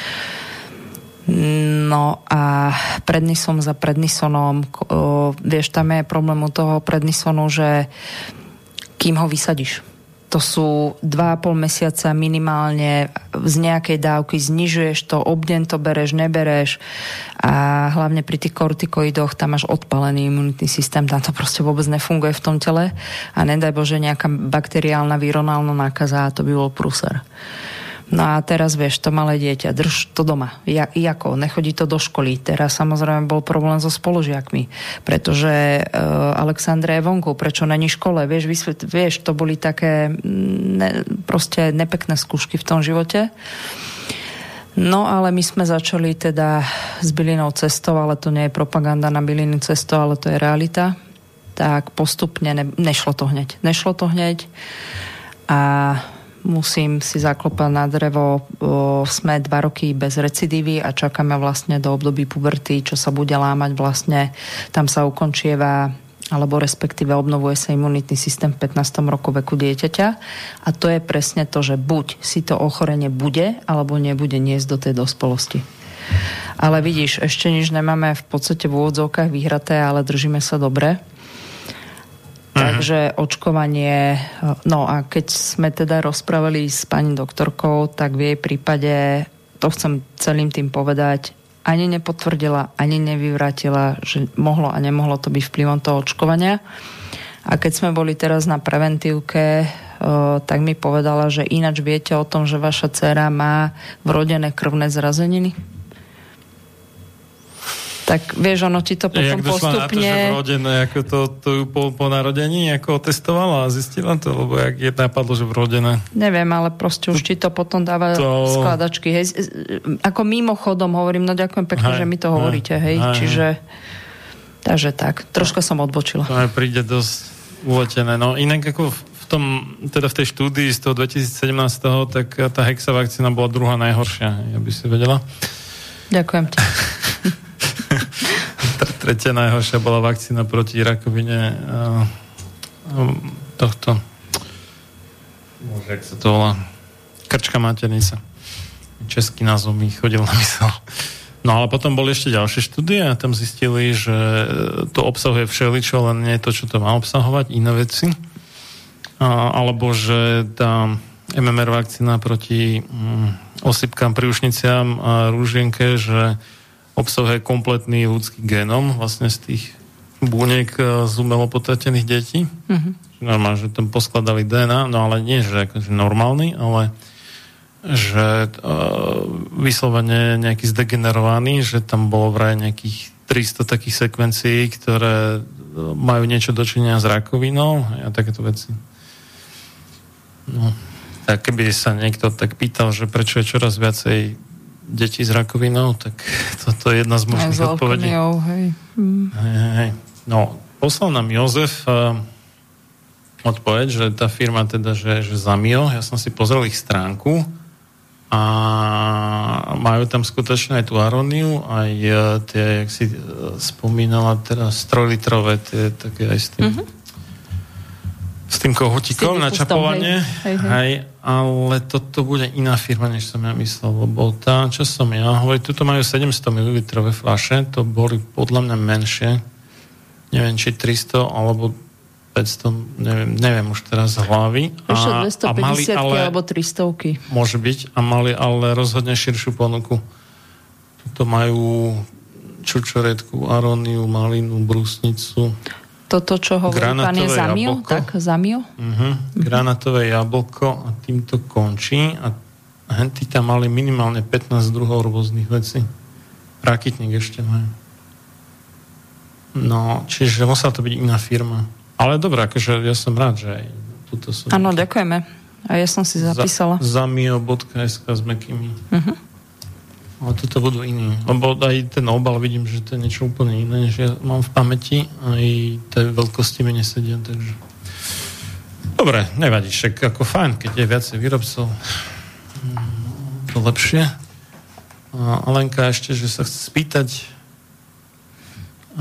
No a prednisom za prednisonom, vieš, tam je problém u toho prednisonu, že kým ho vysadíš. To sú dva a pol mesiaca minimálne z nejakej dávky, znižuješ to, obden to bereš, nebereš a hlavne pri tých kortikoidoch tam máš odpalený imunitný systém, tam to proste vôbec nefunguje v tom tele a nedaj Bože nejaká bakteriálna, vironálna nákaza a to by bol prúser. No a teraz vieš, to malé dieťa, drž to doma. Ja, jako, nechodí to do školy. Teraz samozrejme bol problém so spolužiakmi, pretože uh, Alexandra je vonku, prečo není škole, vieš, vysvet, vieš, to boli také ne, proste nepekné skúšky v tom živote. No ale my sme začali teda s bylinou cestou, ale to nie je propaganda na bylinu cestou, ale to je realita. Tak postupne ne, nešlo to hneď. Nešlo to hneď a musím si zaklopať na drevo, o, sme dva roky bez recidívy a čakáme vlastne do období puberty, čo sa bude lámať vlastne, tam sa ukončieva alebo respektíve obnovuje sa imunitný systém v pätnástom roku veku dieťaťa a to je presne to, že buď si to ochorenie bude alebo nebude niesť do tej dospelosti. Ale vidíš, ešte nič nemáme v podstate v úvodzovkách vyhraté, ale držíme sa dobre. Takže očkovanie, no a keď sme teda rozprávali s pani doktorkou, tak v jej prípade, to chcem celým tým povedať, ani nepotvrdila, ani nevyvrátila, že mohlo a nemohlo to byť vplyvom toho očkovania. A keď sme boli teraz na preventívke, tak mi povedala, že ináč viete o tom, že vaša dcéra má vrodené krvné zrazeniny? Tak vieš, ono ti to potom Jak postupne... Jak došla na to, že vrodené, ako to, to ju po, po narodení ako testovala a zistila to, lebo jak je napadlo, že vrodené. Neviem, ale proste už ti to potom dáva to... skladačky. Hej. Ako mimochodom hovorím, no ďakujem pekne, hej, že mi to hovoríte, hej. hej. Čiže, takže tak, troška som odbočila. To mi príde dosť uletené. No inak ako v tom, teda v tej štúdii z toho dvetisícsedemnásť, tak tá hexa vakcína bola druhá najhoršia, aby si vedela. Ďakujem ti. Tretia najhoršia bola vakcína proti rakovine tohto, môže, jak sa to volá, krčka maternica. Český názov mi chodil na mysel. No ale potom boli ešte ďalšie štúdie a tam zistili, že to obsahuje všeličo, len nie to, čo to má obsahovať, iné veci. A, alebo že tá em em er vakcína proti mm, osýpkam, príušniciam a rúžienke, že obsahuje kompletný ľudský genom vlastne z tých buniek z umelo potratených detí. Mm-hmm. Normálne, že tam poskladali dé en á, no ale nie, že akože normálny, ale že uh, vyslovene nejaký zdegenerovaný, že tam bolo vraj nejakých tristo takých sekvencií, ktoré majú niečo dočinenia s rakovinou a takéto veci. No, tak keby sa niekto tak pýtal, že prečo je čoraz viacej deti s rakovinou, tak toto je jedna z možných odpovedí. Hej. Mm. Hej, hej. No, poslal nám Jozef uh, odpoveď, že tá firma teda, že, že Zamio, ja som si pozrel ich stránku a majú tam skutočne aj tú aróniu, aj uh, tie, jak si uh, spomínala teraz, trojlitrové, tie také aj s tým mm-hmm. s tým kohutikom na čapovanie. Hej, hej. Hej, ale toto bude iná firma, než som ja myslel, lebo tá, čo som ja hovoril, tuto majú sedemsto mililitrové fľaše, to boli podľa mňa menšie, neviem, či tristo alebo päťsto, neviem, neviem už teraz z hlavy. Ešte dvestopäťdesiat alebo tristo. Môže byť, a mali ale rozhodne širšiu ponuku. Tuto majú čučoretku, aróniu, malinu, brusnicu. Toto, čo hovorí pán je Zamio, jablko. Tak Zamio? Uh-huh. Granatové jablko a týmto končí a henty tam mali minimálne pätnásť druhov rôznych vecí. Rakitník ešte majú. No, čiže musela to byť iná firma. Ale dobré, akože ja som rád, že aj tuto som... Áno, ďakujeme. A ja som si zapísala. Za, zamio bodka es ká s mekými. Uh-huh. Ale toto budú iní. Lebo aj ten obal vidím, že to je niečo úplne iné, než ja mám v pamäti. Aj tie veľkosti mi nesedia, takže... Dobre, nevadí, však ako fajn, keď je viacej výrobcov. To lepšie. A Alenka ešte, že sa chce spýtať, a,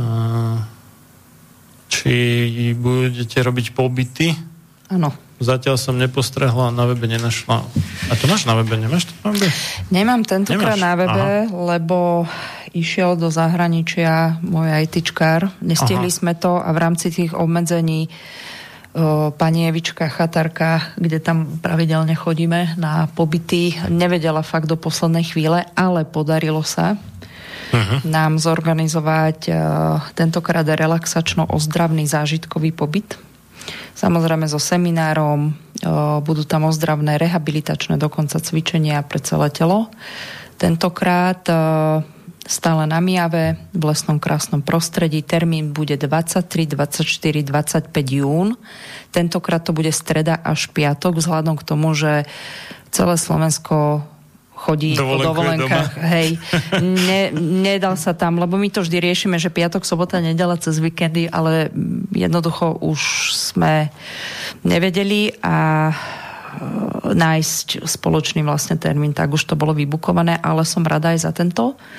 či budete robiť pobyty. Áno. Zatiaľ som nepostrehla, na webe nenašla. A to máš na webe? Nemáš to na webe? Nemám tentokrát na webe, aha, lebo išiel do zahraničia môj ITčkár. Nestihli aha. sme to a v rámci tých obmedzení o, pani Evička Chatarka, kde tam pravidelne chodíme na pobyty, nevedela fakt do poslednej chvíle, ale podarilo sa uh-huh. nám zorganizovať o, tentokrát relaxačno-ozdravný zážitkový pobyt. Samozrejme so seminárom, budú tam ozdravné, rehabilitačné, dokonca cvičenia pre celé telo. Tentokrát stále na Mijave, v lesnom krásnom prostredí. Termín bude dvadsaťtri, dvadsaťštyri, dvadsaťpäť jún. Tentokrát to bude streda až piatok, vzhľadom k tomu, že celé Slovensko chodí po dovolenkách. Hej, ne, nedal sa tam, lebo my to vždy riešime, že piatok, sobota, nedeľa cez víkendy, ale jednoducho už sme nevedeli a nájsť spoločný vlastne termín, tak už to bolo vybukované, ale som rada aj za tento.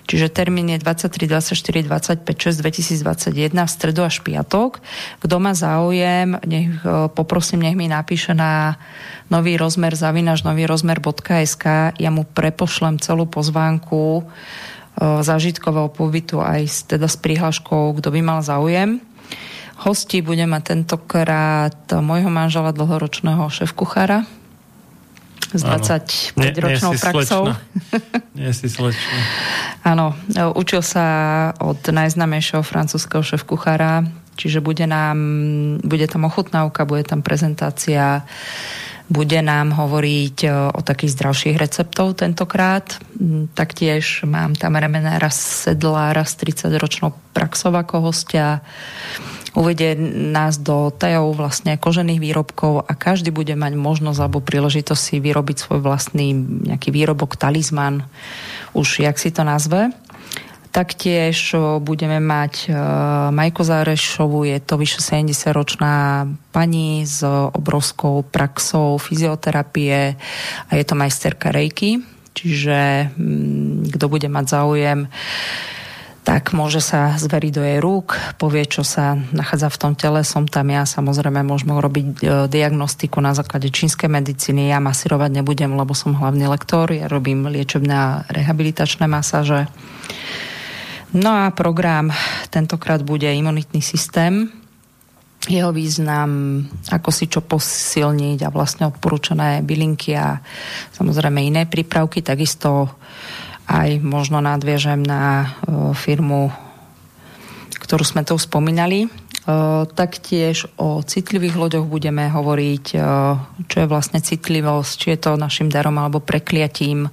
Čiže termín je dvadsaťtri, dvadsaťštyri, dvadsaťpäť, šesť dvetisícdvadsaťjeden v stredu až piatok. Kto má záujem, nech, poprosím, nech mi napíše na nový rozmer zavináč nový rozmer bodka es ká. Ja mu prepošlem celú pozvánku zážitkového pobytu aj s, teda s prihláškou, kto by mal záujem. Hostí bude mať tentokrát môjho manžela, dlhoročného šéfkuchára s dvadsaťpäťročnou praxou. Nie si slečna. Áno, učil sa od najznámejšieho francúzskeho šéfkuchára, čiže bude nám, bude tam ochutnávka, bude tam prezentácia, bude nám hovoriť o takých zdravších receptov tentokrát. Taktiež mám tam remenára sedlára s tridsaťročnou praxou ako hostia. Uvedie nás do tajov vlastne kožených výrobkov a každý bude mať možnosť alebo príležitosť si vyrobiť svoj vlastný nejaký výrobok, talizman, už jak si to nazve. Taktiež budeme mať Majku Zárešovú, je to vyše sedemdesiatročná pani s obrovskou praxou fyzioterapie a je to majsterka Reiki, čiže kto bude mať záujem, tak môže sa zveriť do jej rúk, povie, čo sa nachádza v tom tele, som tam ja, samozrejme môžeme urobiť diagnostiku na základe čínskej medicíny, ja masírovať nebudem, lebo som hlavný lektor, ja robím liečebné a rehabilitačné masáže. No a program tentokrát bude imunitný systém, jeho význam, ako si čo posilniť a vlastne odporúčané bylinky a samozrejme iné prípravky, takisto aj možno nadviežem na firmu, ktorú sme tu spomínali. Taktiež o citlivých ľuďoch budeme hovoriť, čo je vlastne citlivosť, či je to našim darom alebo prekliatím,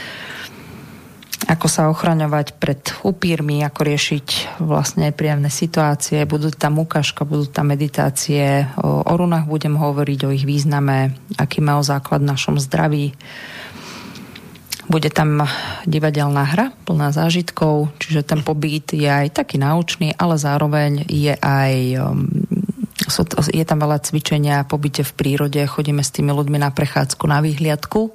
ako sa ochraňovať pred upírmi, ako riešiť vlastne príjemné situácie. Budú tam ukážka, budú tam meditácie. O, o runách budem hovoriť, o ich význame, aký majú základ v našom zdraví. Bude tam divadelná hra, plná zážitkov, čiže ten pobyt je aj taký naučný, ale zároveň je aj je tam veľa cvičenia, pobyte v prírode, chodíme s tými ľuďmi na prechádzku, na výhliadku.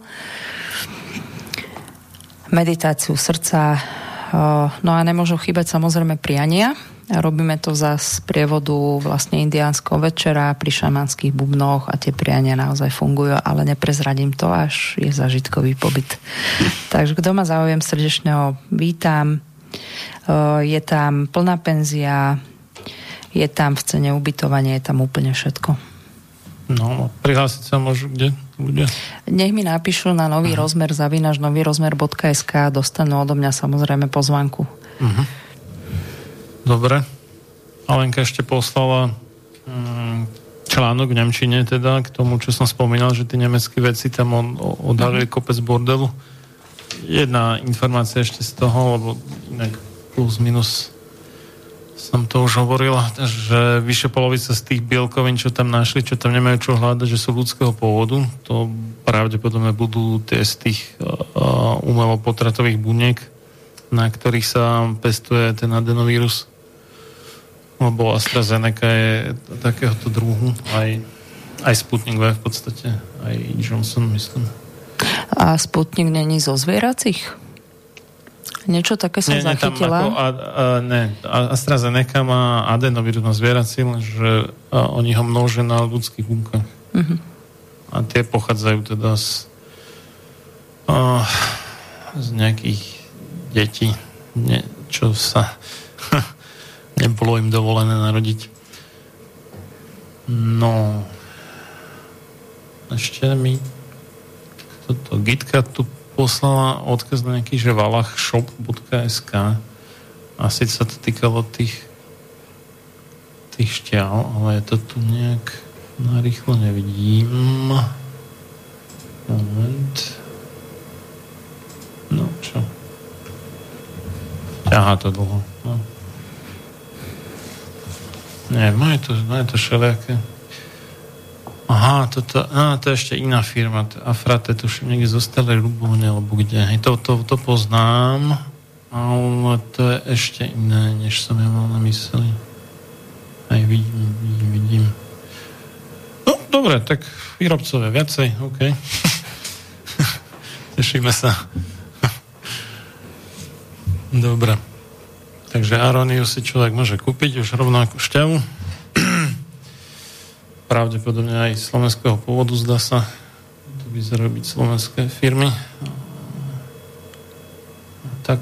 Meditáciu srdca, no a nemôžu chýbať samozrejme priania. Robíme to za sprievodu vlastne indiánskeho večera pri šamanských bubnoch a tie priania naozaj fungujú, ale neprezradím to, až je zážitkový pobyt. Takže kto ma záujem, srdečne ho vítam. Je tam plná penzia, je tam v cene ubytovanie, je tam úplne všetko. No, prihlásiť sa môžu kde? Bude? Nech mi napíšu na nový Aha. rozmer zavináč nový rozmer bodka es ká, dostanú odo mňa samozrejme pozvánku. Uh-huh. Dobre. Alenka ešte poslala článok v nemčine teda k tomu, čo som spomínal, že tí nemeckí vedci tam odhalili uh-huh. kopec bordelu. Jedna informácia ešte z toho, lebo inak plus minus som to už hovorila, že vyše polovica z tých bielkovín, čo tam našli, čo tam nemajú čo hľadať, že sú ľudského pôvodu. To pravdepodobne budú tie z tých uh, umelo potratových buniek, na ktorých sa pestuje ten adenovírus. Lebo AstraZeneca je takéhoto druhu. Aj, aj Sputnik V v podstate. Aj Johnson, myslím. A Sputnik není zo zvieracích? Niečo také som nie, zachytila. Ako, a, a, ne, AstraZeneca má adenovírus na zvierací, lenže a, oni ho množia na ľudských bunkách. Uh-huh. A tie pochádzajú teda z, a, z nejakých detí, ne, čo sa nebolo im dovolené narodiť. No ešte mi toto Gitka tu poslala odkaz na nejaký, že valachshop bodka es ká. Asi sa to týkalo tých tých šťal, ale to tu nejak narýchlo nevidím. Moment. No, čo? Ťahá to dlho. No. Nie, má je to, má je to všelijaké. Aha, toto, á, to je ešte iná firma. Afrate, tuším, niekde zostali Ľubovne, alebo kde. Hej, to, to, to poznám, ale to je ešte iné, než som ja mal na mysli. Aj vidím, vidím, vidím. No, dobre, tak výrobcové viacej, OK. Dobre. Takže aróniu si človek môže kúpiť už rovno ako šťavu. Pravdepodobne aj slovenského pôvodu, zdá sa. To vyzerá byť slovenské firmy. Tak.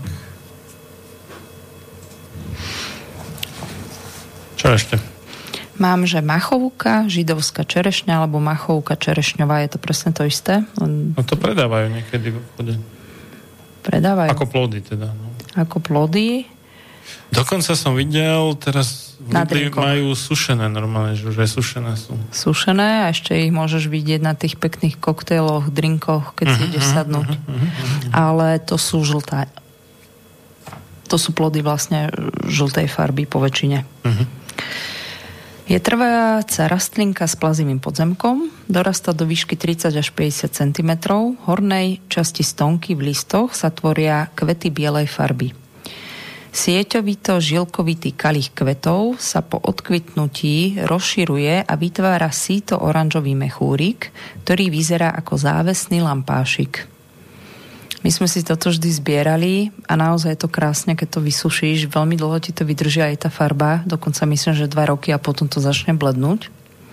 Čo ešte? Mám, že machovka, židovská čerešňa alebo machovka čerešňová, je to presne to isté? On... No to predávajú niekedy v obchode. Predávajú? Ako plody teda. No. Ako plody. Dokonca som videl, teraz v Lidli majú sušené normálne, že už aj sušené sú. Sušené a ešte ich môžeš vidieť na tých pekných koktejloch, drinkoch, keď si ideš sadnúť. Ale to sú žltá. To sú plody vlastne žltej farby po väčšine. Je trvajúca rastlinka s plazivým podzemkom, dorastá do výšky tridsať až päťdesiat centimetrov, hornej časti stonky v listoch sa tvoria kvety bielej farby. Sieťovito žilkovitý kalich kvetov sa po odkvitnutí rozširuje a vytvára síto oranžový mechúrik, ktorý vyzerá ako závesný lampášik. My sme si toto vždy zbierali a naozaj je to krásne, keď to vysušíš. Veľmi dlho ti to vydrží aj tá farba, dokonca myslím, že dva roky a potom to začne blednúť.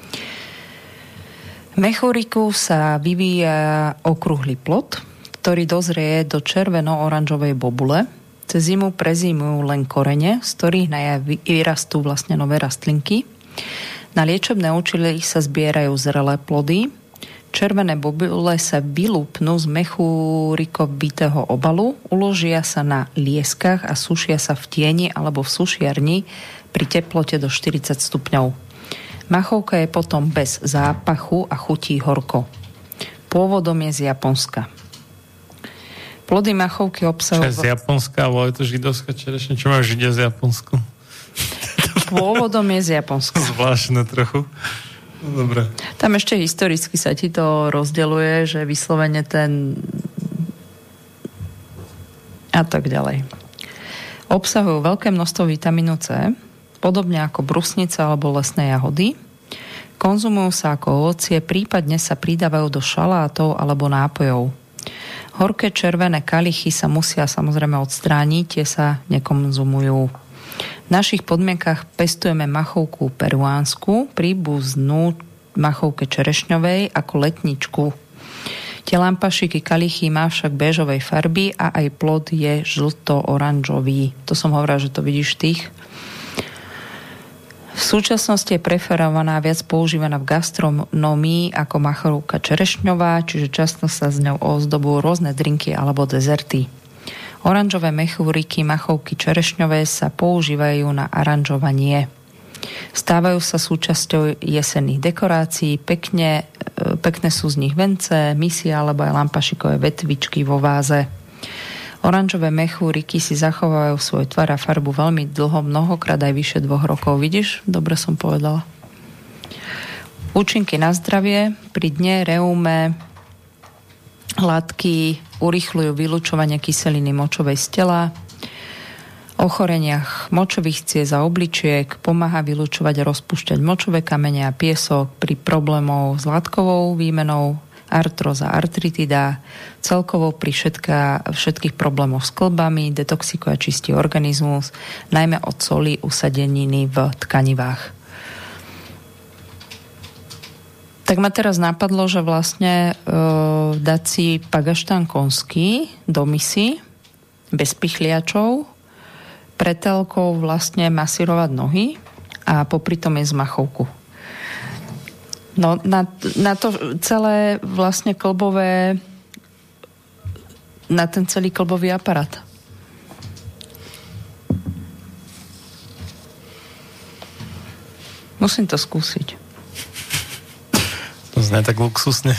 V mechúriku sa vyvíja okrúhly plod, ktorý dozrie do červeno-oranžovej bobule. Cez zimu prezimujú len korene, z ktorých na jar vyrastú vlastne nové rastlinky. Na liečebné účely sa zbierajú zrelé plody. Červené bobule sa vylúpnú z mechúrikovitého obalu, uložia sa na lieskach a sušia sa v tieni alebo v sušiarni pri teplote do štyridsať stupňov. Machovka je potom bez zápachu a chutí horko. Pôvodom je z Japonska. Plody machovky obsahujú... Čo je z Japonska, alebo je to židovská čerešňa? Čo majú Židia z Japonsku? Pôvodom je z Japonska. Zvláštne trochu. Dobre. Tam ešte historicky sa ti to rozdeľuje, že vyslovene ten... a tak ďalej. Obsahujú veľké množstvo vitamínu C, podobne ako brusnice alebo lesné jahody. Konzumujú sa ako ovocie, prípadne sa pridávajú do šalátov alebo nápojov. Horké červené kalichy sa musia samozrejme odstrániť, tie sa nekonzumujú. V našich podmienkach pestujeme machovku peruánsku, príbuznú machovke čerešňovej ako letničku. Tie lampašiky kalichy má však béžovej farby a aj plod je žlto-oranžový. To som hovorila, že to vidíš tých. V súčasnosti je preferovaná viac používaná v gastronómii ako machovka čerešňová, čiže často sa s ňou ozdobujú rôzne drinky alebo dezerty. Oranžové mechúriky machovky čerešňové sa používajú na aranžovanie. Stávajú sa súčasťou jesenných dekorácií, pekne, pekné sú z nich vence, misie alebo aj lampašikové vetvičky vo váze. Oranžové mechúriky si zachovajú svoj tvar a farbu veľmi dlho, mnohokrát aj vyše dvoch rokov. Vidíš? Dobre som povedala. Účinky na zdravie pri dne, reume, látky urýchľujú vylučovanie kyseliny močovej z tela, ochoreniach močových ciest a obličiek, pomáha vylučovať a rozpúšťať močové kamene a piesok pri problémov s látkovou výmenou, artróza, artritida, celkovo pri všetká, všetkých problémoch s klbami, detoxikuje a čistí organizmus, najmä od soli usadeniny v tkanivách. Tak ma teraz napadlo, že vlastne e, dať si pagaštán konský do misy, bez pichliačov, pretelkou vlastne masírovať nohy a popri tom je z machovku. No na, na to celé vlastne klbové, na ten celý klbový aparát. Musím to skúsiť. To znie tak luxusne.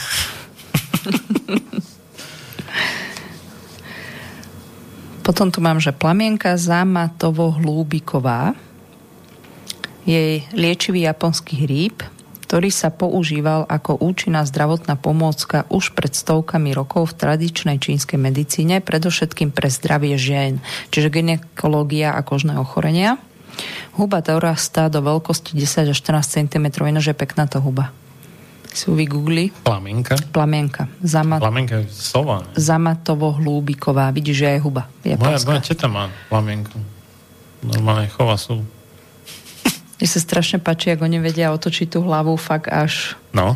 Potom tu mám, že plamienka zámatovo-hlúbiková je liečivý japonský hríb, ktorý sa používal ako účinná zdravotná pomôcka už pred stovkami rokov v tradičnej čínskej medicíne, predovšetkým pre zdravie žien, čiže gynekológia a kožné ochorenia. Huba dorastá do veľkosti desať až štrnásť centimetrov, ináč je pekná tá huba. si vygoogli. Plamienka? Plamienka. Zamat... Plamienka je sova. Ne? Zamatovo-hlúbiková. Vidíš, že je huba. Moja, moja teta má plamienku. Normálne chova sú. Mne sa strašne páči, ako oni vedia otočiť tú hlavu fakt až... No.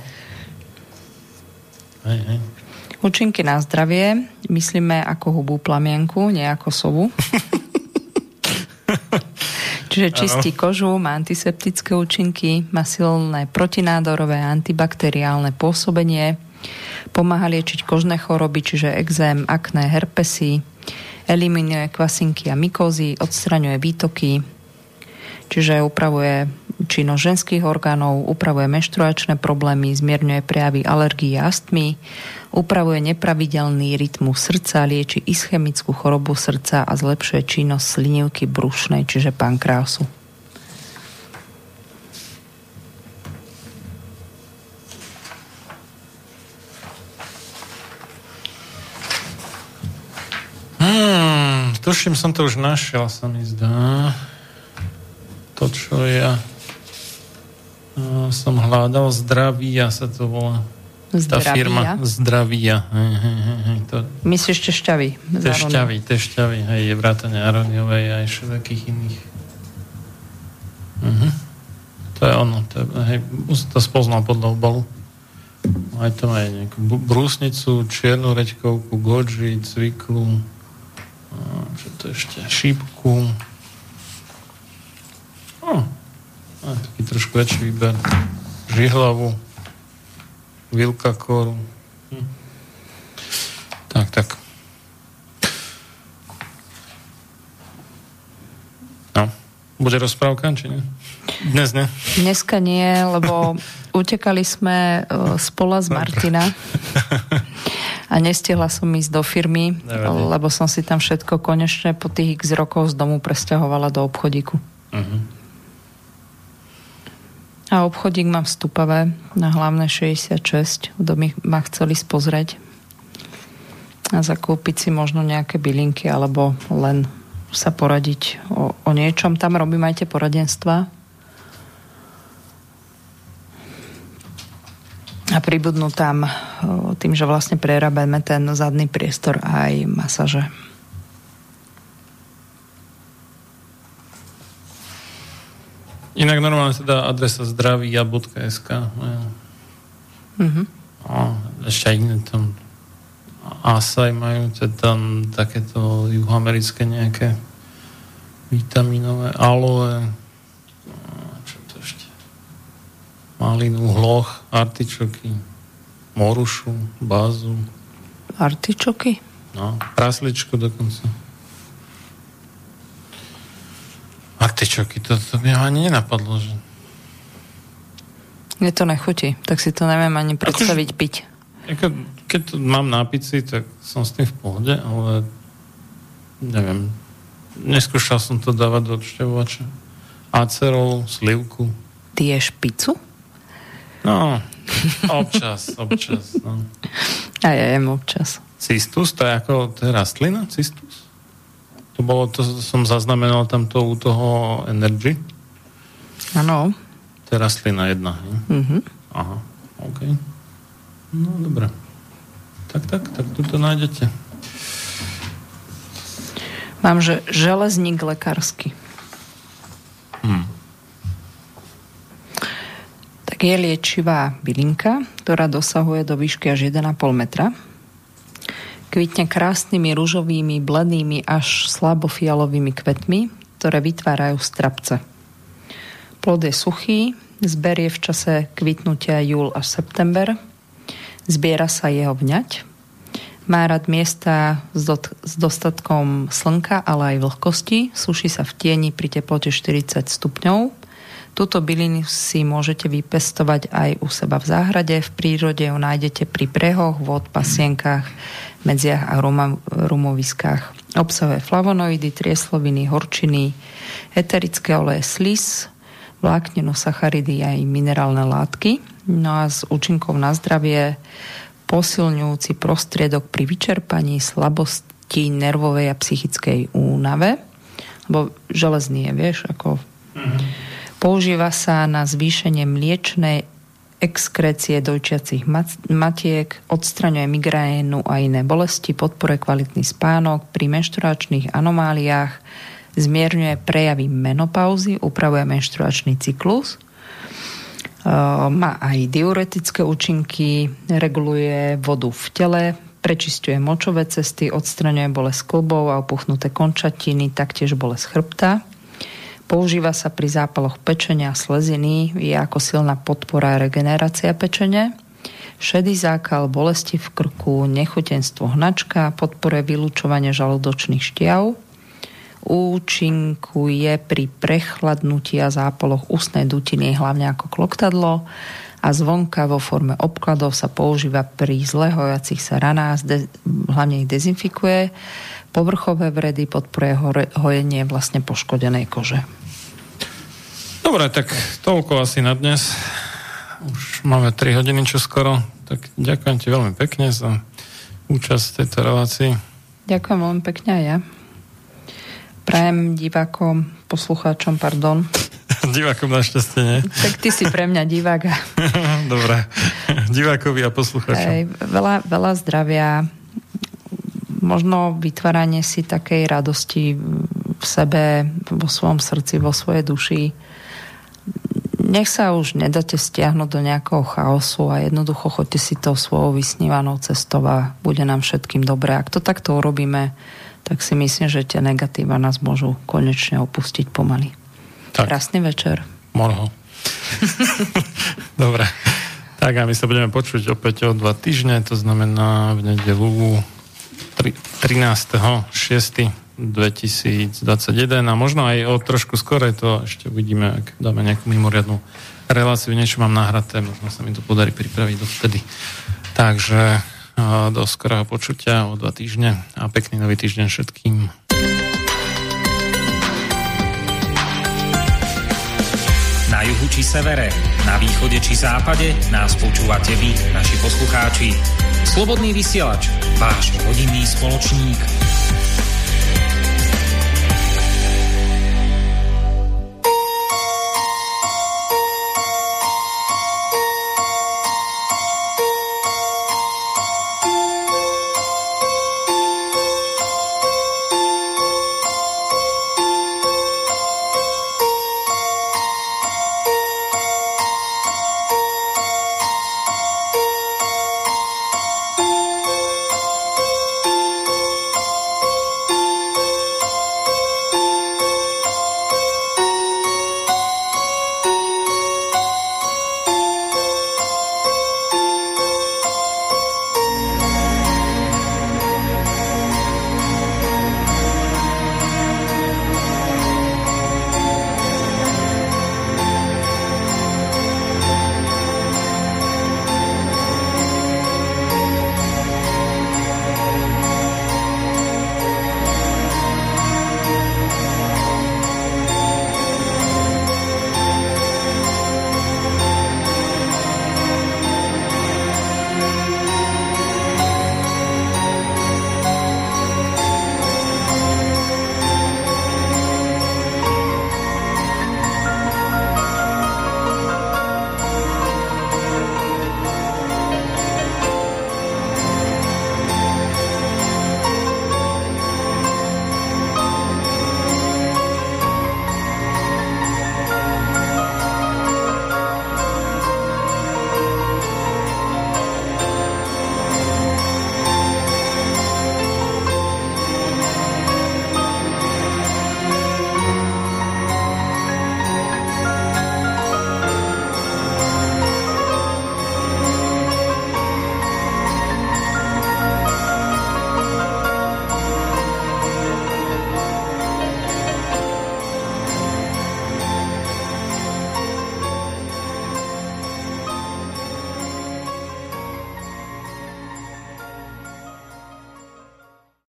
Hej, hej. Účinky na zdravie myslíme ako hubu plamienku, nie ako sovu. Čiže čistí kožu, má antiseptické účinky, má silné protinádorové antibakteriálne pôsobenie, pomáha liečiť kožné choroby, čiže exém, akné, herpesy, eliminuje kvasinky a mykózy, odstraňuje výtoky, čiže upravuje činnosť ženských orgánov, upravuje menštruačné problémy, zmierňuje prejavy alergií a astmy, upravuje nepravidelný rytmus srdca, lieči ischemickú chorobu srdca a zlepšuje činnosť slinivky brušnej, čiže pankreasu. Hmm, tuším, som to už našiel, sa mi zdá. To, čo ja som hľadal, Zdravia sa to volá. Tá Zdravia? firma Zdravia. Hej, hej, hej, to... Myslíš tešťavy? Tešťavy, tešťavy. Hej, je vrátane aroniovej a ešte takých iných. Uh-huh. To je ono. To, je, hej, už to spoznal podľa obalu. Aj to má nejakú brúsnicu, čiernu reďkovku, goji, cviklu, čo to ešte, šípku. Oh. A taký trošku väčší výber. Žihlavu, Vilkakoru. Hm. Tak, tak. No. Bude rozprávka, či nie? Dnes nie? Dneska nie, lebo utekali sme z pola z Martina a nestihla som ísť do firmy, Nevadí. Lebo som si tam všetko konečne po tých x rokov z domu presťahovala do obchodíku. Uh-huh. A obchodík mám v Stupave na hlavné šesťdesiatšesť. Kto by ma chceli spozrieť a zakúpiť si možno nejaké bylinky alebo len sa poradiť o, o niečom. Tam robím aj tie poradenstva. A pribudnú tam tým, že vlastne prerábame ten zadný priestor aj masáže. Inak normálne teda adresa zdravia bodka es ká. Mm-hmm. A ešte aj iné tam Asaj majú tam takéto juhoamerické nejaké vitaminové aloe, čo to ešte, malinu, hloch, artičoky, morušu, bázu. Artičoky? No, prasličku dokonca. Artičoky, to, to by ani nenapadlo, že... Mne to nechutí, tak si to neviem ani predstaviť Akož, piť. Ako, keď to mám na pici, tak som s tým v pohode, ale neviem, neskúšal som to dávať do odšťavovača. Acerol, slivku. Ty ješ pizzu? No, občas, občas. No. A ja jem občas. Cistus, to je ako, to je rastlina? Cistus? To bolo, to som zaznamenal tamto u toho Energy. Áno. To je rastlina jedna. Mhm. Aha, OK. No, dobre. Tak, tak, tak tu to nájdete. Mám, že železník lekársky. Hmm. Tak je liečivá bylinka, ktorá dosahuje do výšky až jeden a pol metra. Kvitne krásnymi ružovými, bledými až slabofialovými kvetmi, ktoré vytvárajú strapce. Plod je suchý, zber je v čase kvitnutia júl až september. Zbiera sa jeho vňať. Má rád miesta s, dot- s dostatkom slnka, ale aj vlhkosti. Suší sa v tieni pri teplote štyridsať stupňov. Túto bylinu si môžete vypestovať aj u seba v záhrade. V prírode ju nájdete pri brehoch, vod, pasienkách, medziach a ruma- rumoviskách. Obsahuje flavonoidy, triesloviny, horčiny, eterické oleje, slis, vlákninu, sacharidy aj minerálne látky. No a z účinkov na zdravie posilňujúci prostriedok pri vyčerpaní, slabosti, nervovej a psychickej únave. Lebo železný je, vieš, ako... Mm-hmm. Používa sa na zvýšenie mliečnej exkrécie dojčiacich matiek, odstraňuje migrénu a iné bolesti, podporuje kvalitný spánok pri menštruačných anomáliách, zmierňuje prejavy menopauzy, upravuje menštruačný cyklus, má aj diuretické účinky, reguluje vodu v tele, prečisťuje močové cesty, odstraňuje bolesť klbov a opuchnuté končatiny, taktiež bolesť chrbta. Používa sa pri zápaloch pečenia a sleziny, je ako silná podpora a regenerácia pečene. Šedý zákal, bolesti v krku, nechutenstvo, hnačka, podporuje vylučovanie žalúdočných šťav. Účinkuje pri prechladnutí a zápaloch ústnej dutiny, hlavne ako kloktadlo, a zvonka vo forme obkladov sa používa pri zle hojacích sa ranách, de- hlavne ich dezinfikuje. Povrchové vredy podporuje hore- hojenie vlastne poškodenej kože. Dobre, tak toľko asi na dnes. Už máme tri hodiny čoskoro, tak ďakujem ti veľmi pekne za účasť v tejto relácii. Ďakujem veľmi pekne aj ja. Prajem divákom, poslucháčom, pardon. Divákom našťastie, nie? Tak ty si pre mňa divák. Dobre, divákovi a poslucháčom. Aj, veľa, veľa zdravia, možno vytváranie si takej radosti v sebe, vo svojom srdci, vo svojej duši. Nech sa už nedáte stiahnuť do nejakého chaosu a jednoducho choďte si tou svojou vysnívanou cestou a bude nám všetkým dobré. Ak to takto urobíme, tak si myslím, že tie negatíva nás môžu konečne opustiť pomaly. Tak. Krásny večer. Morho. Dobre. Tak a my sa budeme počuť opäť o dva týždne, to znamená v nedeľu trinásteho šiesteho dvetisícdvadsaťjeden a možno aj o trošku skorej, to ešte uvidíme, ak dáme nejakú mimoriadnu reláciu, niečo mám nahraté, možno sa mi to podarí pripraviť dovtedy. Takže do skorého počutia o dva týždne a pekný nový týždeň všetkým. Na juhu či severe, na východe či západe nás počúvate vy, naši poslucháči. Slobodný vysielač, váš rodinný spoločník.